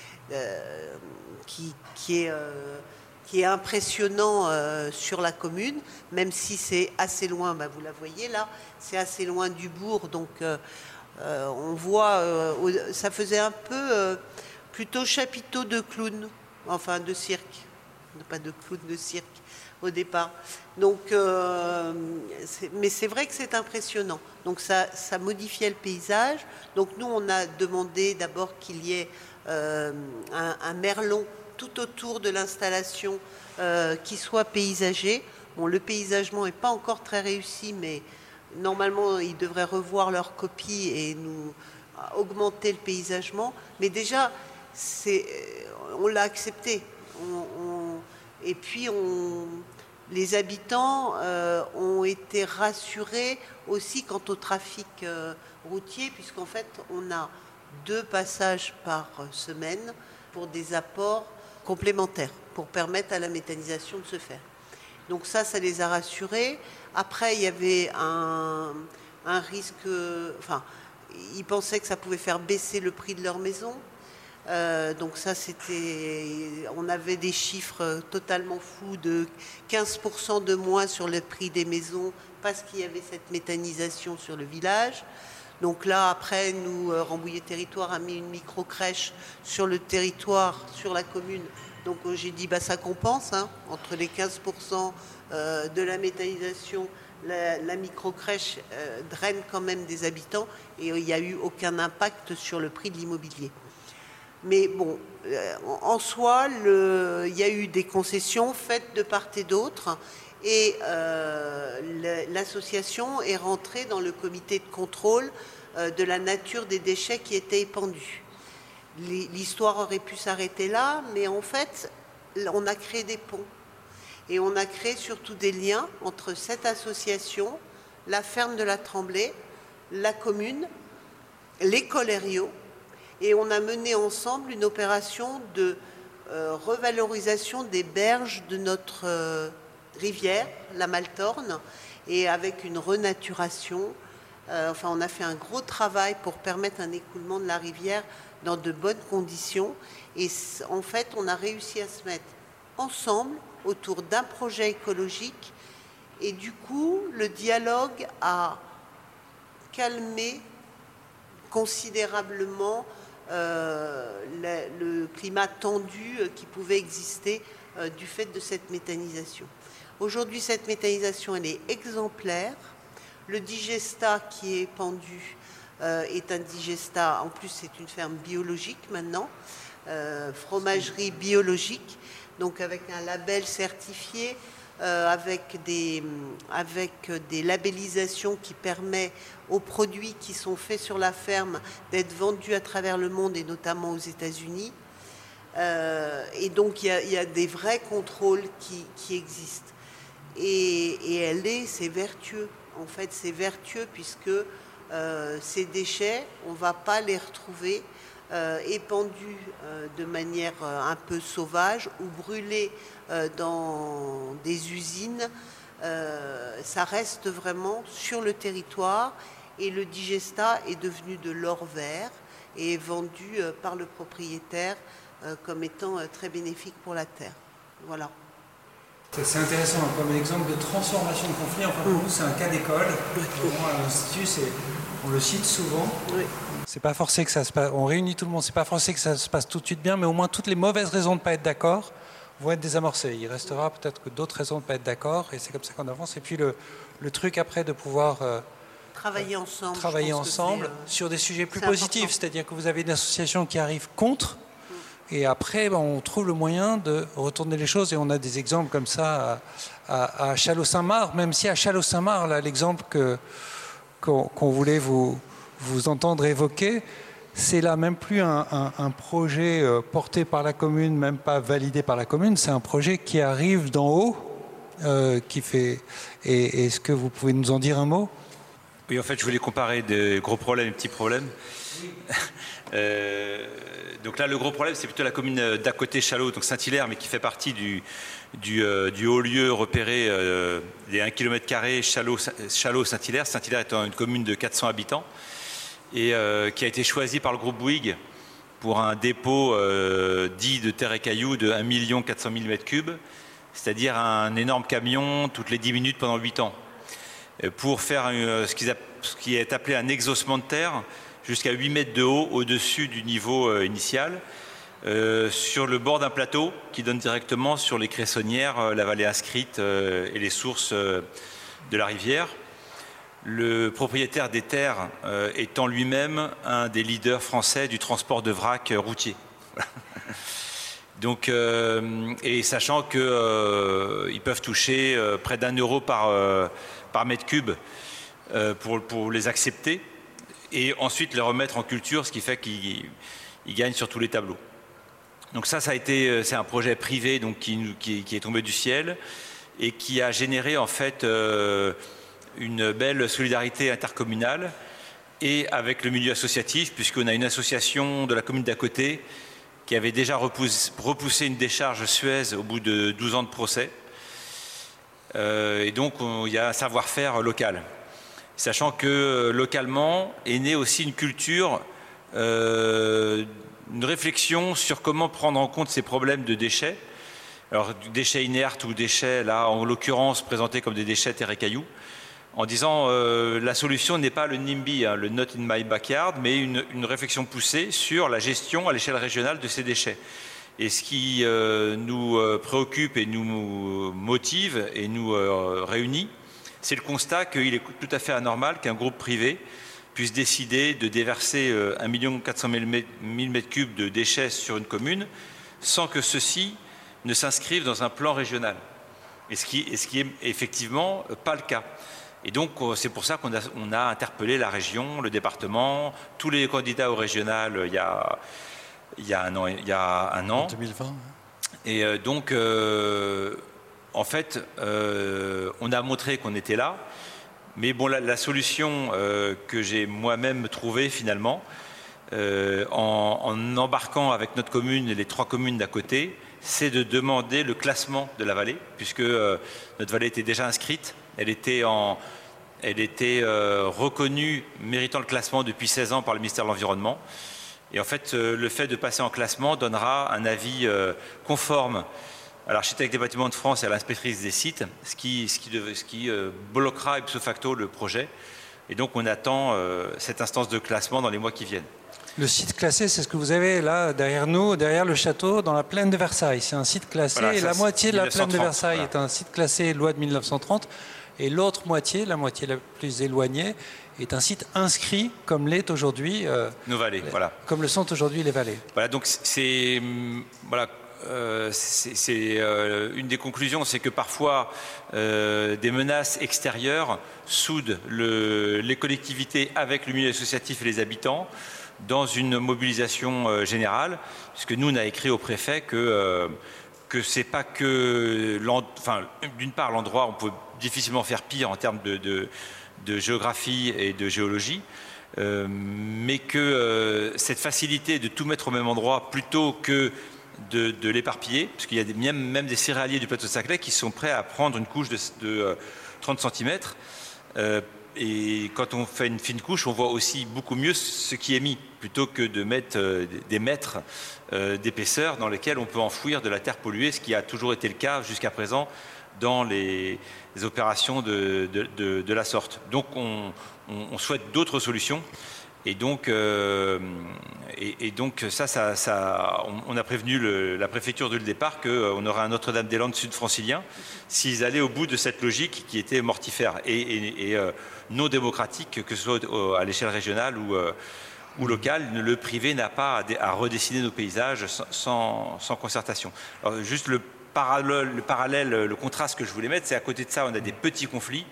euh, qui, qui, est, euh, qui est impressionnant euh, sur la commune, même si c'est assez loin, bah, vous la voyez là, c'est assez loin du bourg, donc... Euh, Euh, on voit, euh, ça faisait un peu euh, plutôt chapiteau de clown, enfin de cirque, pas de clown, de cirque au départ. Donc, euh, c'est, mais c'est vrai que c'est impressionnant. Donc ça, ça modifiait le paysage. Donc nous, on a demandé d'abord qu'il y ait euh, un, un merlon tout autour de l'installation euh, qui soit paysager. Bon, le paysagement n'est pas encore très réussi, mais normalement, ils devraient revoir leur copie et nous augmenter le paysagement. Mais déjà, c'est, on l'a accepté. On, on, et puis, on, les habitants euh, ont été rassurés aussi quant au trafic euh, routier, puisqu'en fait, on a deux passages par semaine pour des apports complémentaires, pour permettre à la méthanisation de se faire. Donc ça, ça les a rassurés. Après, il y avait un, un risque... Enfin, ils pensaient que ça pouvait faire baisser le prix de leur maison. Euh, donc ça, c'était... On avait des chiffres totalement fous de quinze pour cent de moins sur le prix des maisons parce qu'il y avait cette méthanisation sur le village. Donc là, après, nous, Rambouillet Territoire a mis une micro-crèche sur le territoire, sur la commune. Donc j'ai dit, bah, ça compense, hein, entre les quinze pour cent euh, de la méthanisation, la, la micro-crèche euh, draine quand même des habitants et il n'y a eu aucun impact sur le prix de l'immobilier. Mais bon, euh, en soi, le, il y a eu des concessions faites de part et d'autre et euh, l'association est rentrée dans le comité de contrôle euh, de la nature des déchets qui étaient épandus. L'histoire aurait pu s'arrêter là, mais en fait, on a créé des ponts. Et on a créé surtout des liens entre cette association, la ferme de la Tremblay, la commune, l'école Herriot, et on a mené ensemble une opération de euh, revalorisation des berges de notre euh, rivière, la Maltorne, et avec une renaturation. Euh, enfin, on a fait un gros travail pour permettre un écoulement de la rivière dans de bonnes conditions. Et en fait, on a réussi à se mettre ensemble autour d'un projet écologique. Et du coup, le dialogue a calmé considérablement euh, le, le climat tendu qui pouvait exister euh, du fait de cette méthanisation. Aujourd'hui, cette méthanisation, elle est exemplaire. Le digestat qui est pendu euh, est un digestat, en plus c'est une ferme biologique maintenant, euh, fromagerie biologique, donc avec un label certifié, euh, avec, des, avec des labellisations qui permettent aux produits qui sont faits sur la ferme d'être vendus à travers le monde et notamment aux États-Unis. Euh, et donc il y a, il y a des vrais contrôles qui, qui existent. Et, et elle est, c'est vertueux. En fait, c'est vertueux puisque euh, ces déchets, on ne va pas les retrouver euh, épandus euh, de manière euh, un peu sauvage ou brûlés euh, dans des usines, euh, ça reste vraiment sur le territoire et le digestat est devenu de l'or vert et est vendu euh, par le propriétaire euh, comme étant euh, très bénéfique pour la terre. Voilà. C'est intéressant comme exemple de transformation de conflit. Enfin, pour mmh. nous, c'est un cas d'école. À l'Institut, on le cite souvent. Oui. C'est pas forcé que ça se passe. On réunit tout le monde. C'est pas forcé que ça se passe tout de suite bien, mais au moins toutes les mauvaises raisons de ne pas être d'accord vont être désamorcées. Il restera peut-être que d'autres raisons de ne pas être d'accord, et c'est comme ça qu'on avance. Et puis le, le truc après de pouvoir euh, travailler ensemble, travailler ensemble euh, sur des sujets plus positifs. C'est-à-dire que vous avez une association qui arrive contre. Et après, ben, on trouve le moyen de retourner les choses. Et on a des exemples comme ça à, à, à Châlons-Saint-Marc, même si à Châlons-Saint-Marc, l'exemple que, qu'on, qu'on voulait vous, vous entendre évoquer, c'est là même plus un, un, un projet porté par la commune, même pas validé par la commune. C'est un projet qui arrive d'en haut, euh, qui fait... Et, est-ce que vous pouvez nous en dire un mot ? Oui, en fait, je voulais comparer des gros problèmes et petits problèmes. euh, donc là, le gros problème, c'est plutôt la commune d'à côté, Châlons, donc Saint-Hilaire, mais qui fait partie du, du, euh, du haut lieu repéré euh, des un kilomètre carré Châlons-Saint-Hilaire. Saint-Hilaire étant une commune de quatre cents habitants et euh, qui a été choisie par le groupe Bouygues pour un dépôt euh, dit de terre et cailloux de un million quatre cent mille mètres cubes, c'est-à-dire un énorme camion toutes les dix minutes pendant huit ans, pour faire euh, ce, qu'ils a, ce qui est appelé un exhaussement de terre jusqu'à huit mètres de haut au-dessus du niveau euh, initial, euh, sur le bord d'un plateau qui donne directement sur les cressonnières, euh, la vallée inscrite euh, et les sources euh, de la rivière. Le propriétaire des terres euh, étant lui-même un des leaders français du transport de vrac routier. Donc, euh, et sachant qu'ils euh, peuvent toucher euh, près d'un euro par, euh, par mètre cube euh, pour, pour les accepter et ensuite les remettre en culture, ce qui fait qu'ils ils gagnent sur tous les tableaux. Donc ça, ça a été, c'est un projet privé donc, qui, qui, qui est tombé du ciel et qui a généré en fait euh, une belle solidarité intercommunale et avec le milieu associatif, puisqu'on a une association de la commune d'à côté qui avait déjà repoussé, repoussé une décharge Suez au bout de douze ans de procès. Euh, et donc, on, il y a un savoir-faire local. Sachant que localement est née aussi une culture, euh, une réflexion sur comment prendre en compte ces problèmes de déchets. Alors, déchets inertes ou déchets, là, en l'occurrence, présentés comme des déchets terre et cailloux, en disant euh, la solution n'est pas le NIMBY, hein, le Not in my backyard, mais une, une réflexion poussée sur la gestion à l'échelle régionale de ces déchets. Et ce qui euh, nous euh, préoccupe et nous motive et nous euh, réunit, c'est le constat qu'il est tout à fait anormal qu'un groupe privé puisse décider de déverser euh, un million quatre cent mille mètres cubes de déchets sur une commune sans que ceux-ci ne s'inscrivent dans un plan régional. Et ce qui, et ce qui est effectivement pas le cas. Et donc, c'est pour ça qu'on a, on a interpellé la région, le département, tous les candidats au régional il y a, il y a un an. Il y a un an. En deux mille vingt. Et euh, donc, euh, en fait, euh, on a montré qu'on était là. Mais bon, la, la solution euh, que j'ai moi-même trouvée finalement, euh, en, en embarquant avec notre commune et les trois communes d'à côté, c'est de demander le classement de la vallée, puisque euh, notre vallée était déjà inscrite. Elle était, en, elle était euh, reconnue méritant le classement depuis seize ans par le ministère de l'Environnement. Et en fait, euh, le fait de passer en classement donnera un avis euh, conforme à l'architecte des bâtiments de France et à l'inspectrice des sites, ce qui, ce qui, devait, ce qui euh, bloquera ipso facto le projet. Et donc, on attend euh, cette instance de classement dans les mois qui viennent. Le site classé, c'est ce que vous avez là, derrière nous, derrière le château, dans la plaine de Versailles. C'est un site classé, voilà, et ça, la moitié de la mille neuf cent trente, plaine de Versailles voilà. est un site classé loi de mille neuf cent trente. Et l'autre moitié, la moitié la plus éloignée, est un site inscrit comme l'est aujourd'hui, euh, nos vallées, voilà. Comme le sont aujourd'hui les vallées. Voilà, donc c'est voilà, euh, c'est, c'est euh, une des conclusions, c'est que parfois euh, des menaces extérieures soudent le, les collectivités avec le milieu associatif et les habitants dans une mobilisation euh, générale, puisque nous on a écrit au préfet que euh, que c'est pas que, enfin, d'une part l'endroit on peut difficilement faire pire en termes de, de, de géographie et de géologie, euh, mais que euh, cette facilité de tout mettre au même endroit plutôt que de, de l'éparpiller, parce qu'il y a des, même, même des céréaliers du plateau de Saclay qui sont prêts à prendre une couche de, de euh, trente centimètres. Euh, et quand on fait une fine couche, on voit aussi beaucoup mieux ce qui est mis, plutôt que de mettre euh, des mètres euh, d'épaisseur dans lesquels on peut enfouir de la terre polluée, ce qui a toujours été le cas jusqu'à présent dans les, les opérations de, de, de, de la sorte. Donc on, on, on souhaite d'autres solutions. Et donc, euh, et, et donc ça, ça, ça on, on a prévenu le, la préfecture dès le départ qu'on aurait un Notre-Dame-des-Landes sud-francilien s'ils allaient au bout de cette logique qui était mortifère et, et, et euh, non démocratique, que ce soit à l'échelle régionale ou, euh, ou locale. Le privé n'a pas à, à redessiner nos paysages sans, sans, sans concertation. Alors, juste le parallèle, le parallèle, le contraste que je voulais mettre, c'est à côté de ça, on a des petits conflits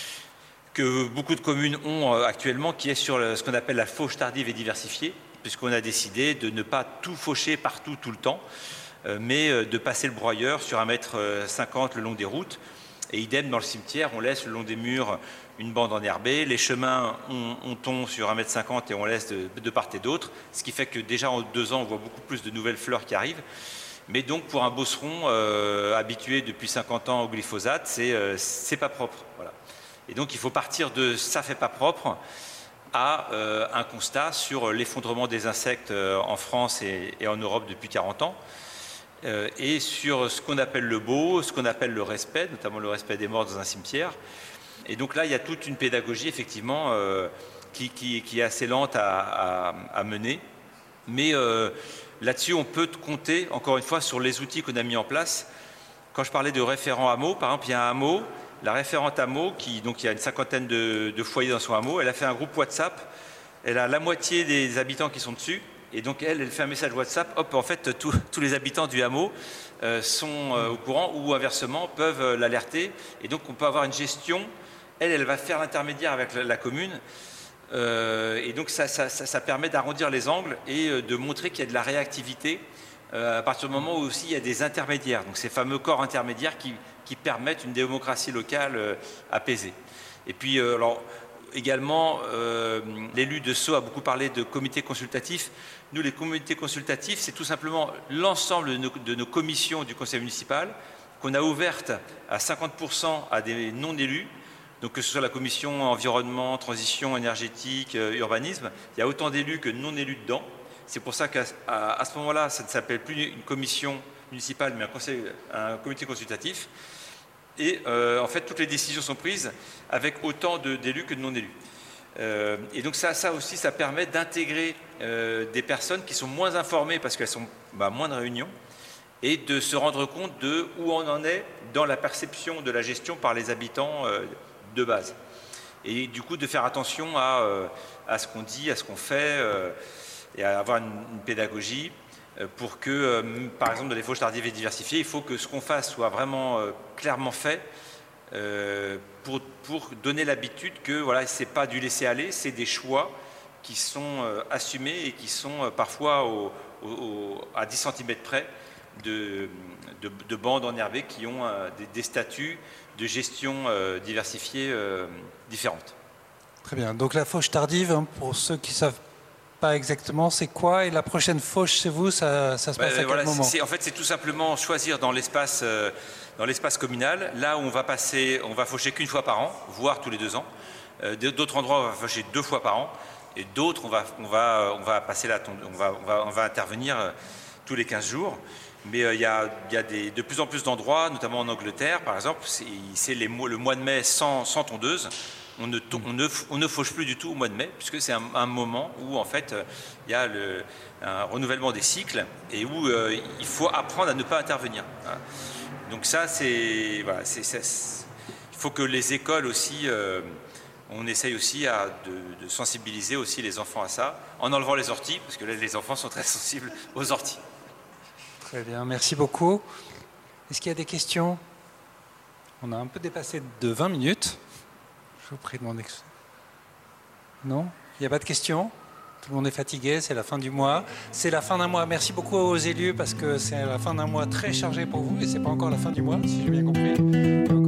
que beaucoup de communes ont actuellement, qui est sur ce qu'on appelle la fauche tardive et diversifiée, puisqu'on a décidé de ne pas tout faucher partout, tout le temps, mais de passer le broyeur sur un mètre cinquante le long des routes. Et idem, dans le cimetière, on laisse le long des murs une bande enherbée. Les chemins, on, on tombe sur un mètre cinquante et on laisse de, de part et d'autre, ce qui fait que déjà en deux ans, on voit beaucoup plus de nouvelles fleurs qui arrivent. Mais donc, pour un bosseron euh, habitué depuis cinquante ans au glyphosate, c'est euh, c'est pas propre. Voilà. Et donc il faut partir de ça fait pas propre à euh, un constat sur l'effondrement des insectes euh, en France et, et en Europe depuis quarante ans, euh, et sur ce qu'on appelle le beau, ce qu'on appelle le respect, notamment le respect des morts dans un cimetière. Et donc là, il y a toute une pédagogie effectivement euh, qui, qui, qui est assez lente à, à, à mener. Mais euh, là-dessus, on peut compter, encore une fois, sur les outils qu'on a mis en place. Quand je parlais de référents hameaux, par exemple, il y a un hameau, la référente hameau, qui, donc il y a une cinquantaine de, de foyers dans son hameau, elle a fait un groupe WhatsApp, elle a la moitié des habitants qui sont dessus, et donc elle, elle fait un message WhatsApp, hop, en fait, tout, tous les habitants du hameau euh, sont euh, au courant, ou inversement, peuvent euh, l'alerter, et donc on peut avoir une gestion, elle, elle va faire l'intermédiaire avec la, la commune, euh, et donc ça, ça, ça, ça permet d'arrondir les angles et euh, de montrer qu'il y a de la réactivité, euh, à partir du moment où aussi il y a des intermédiaires, donc ces fameux corps intermédiaires qui qui permettent une démocratie locale euh, apaisée. Et puis, euh, alors, également, euh, l'élu de Sceaux a beaucoup parlé de comités consultatifs. Nous, les comités consultatifs, c'est tout simplement l'ensemble de nos, de nos commissions du conseil municipal qu'on a ouvertes à cinquante pour cent à des non-élus, donc que ce soit la commission environnement, transition énergétique, euh, urbanisme, il y a autant d'élus que de non-élus dedans. C'est pour ça qu'à à, à ce moment-là, ça ne s'appelle plus une commission municipale, mais un, conseil, un comité consultatif. Et euh, en fait, toutes les décisions sont prises avec autant d'élus que de non-élus. Euh, et donc ça, ça aussi, ça permet d'intégrer euh, des personnes qui sont moins informées parce qu'elles sont bah, moins de réunions et de se rendre compte de où on en est dans la perception de la gestion par les habitants euh, de base. Et du coup, de faire attention à, euh, à ce qu'on dit, à ce qu'on fait euh, et à avoir une, une pédagogie. Pour que, euh, par exemple, dans les fauches tardives et diversifiées, il faut que ce qu'on fasse soit vraiment euh, clairement fait euh, pour, pour donner l'habitude que voilà, ce n'est pas du laisser-aller, c'est des choix qui sont euh, assumés et qui sont euh, parfois au, au, à dix centimètres près de, de, de bandes enherbées qui ont euh, des, des statuts de gestion euh, diversifiés euh, différentes. Très bien. Donc la fauche tardive, hein, pour ceux qui savent pas exactement, c'est quoi? Et la prochaine fauche chez vous, ça, ça se passe bah, à quel voilà, moment? En fait, c'est tout simplement choisir dans l'espace euh, dans l'espace communal, là où on va passer, on va faucher qu'une fois par an, voire tous les deux ans. Euh, D'autres endroits, on va faucher deux fois par an, et d'autres, on va, on va, on va passer la tonde, on va, on va, on va intervenir euh, tous les quinze jours. Mais il euh, y a, y a des, de plus en plus d'endroits, notamment en Angleterre, par exemple, c'est le mois de mai sans, sans tondeuse. On ne, on, ne, on ne fauche plus du tout au mois de mai, puisque c'est un, un moment où en fait il y a le, un renouvellement des cycles et où euh, il faut apprendre à ne pas intervenir. Hein. Donc ça, c'est, voilà, c'est, c'est, il faut que les écoles aussi, euh, on essaye aussi à, de, de sensibiliser aussi les enfants à ça, en enlevant les orties, parce que là, les enfants sont très sensibles aux orties. Très bien, merci beaucoup. Est-ce qu'il y a des questions? On a un peu dépassé de vingt minutes. Je vous prie de mon ex. Non? Il n'y a pas de questions? Tout le monde est fatigué, c'est la fin du mois. C'est la fin d'un mois. Merci beaucoup aux élus parce que c'est la fin d'un mois très chargé pour vous et c'est pas encore la fin du mois, si j'ai bien compris. Donc,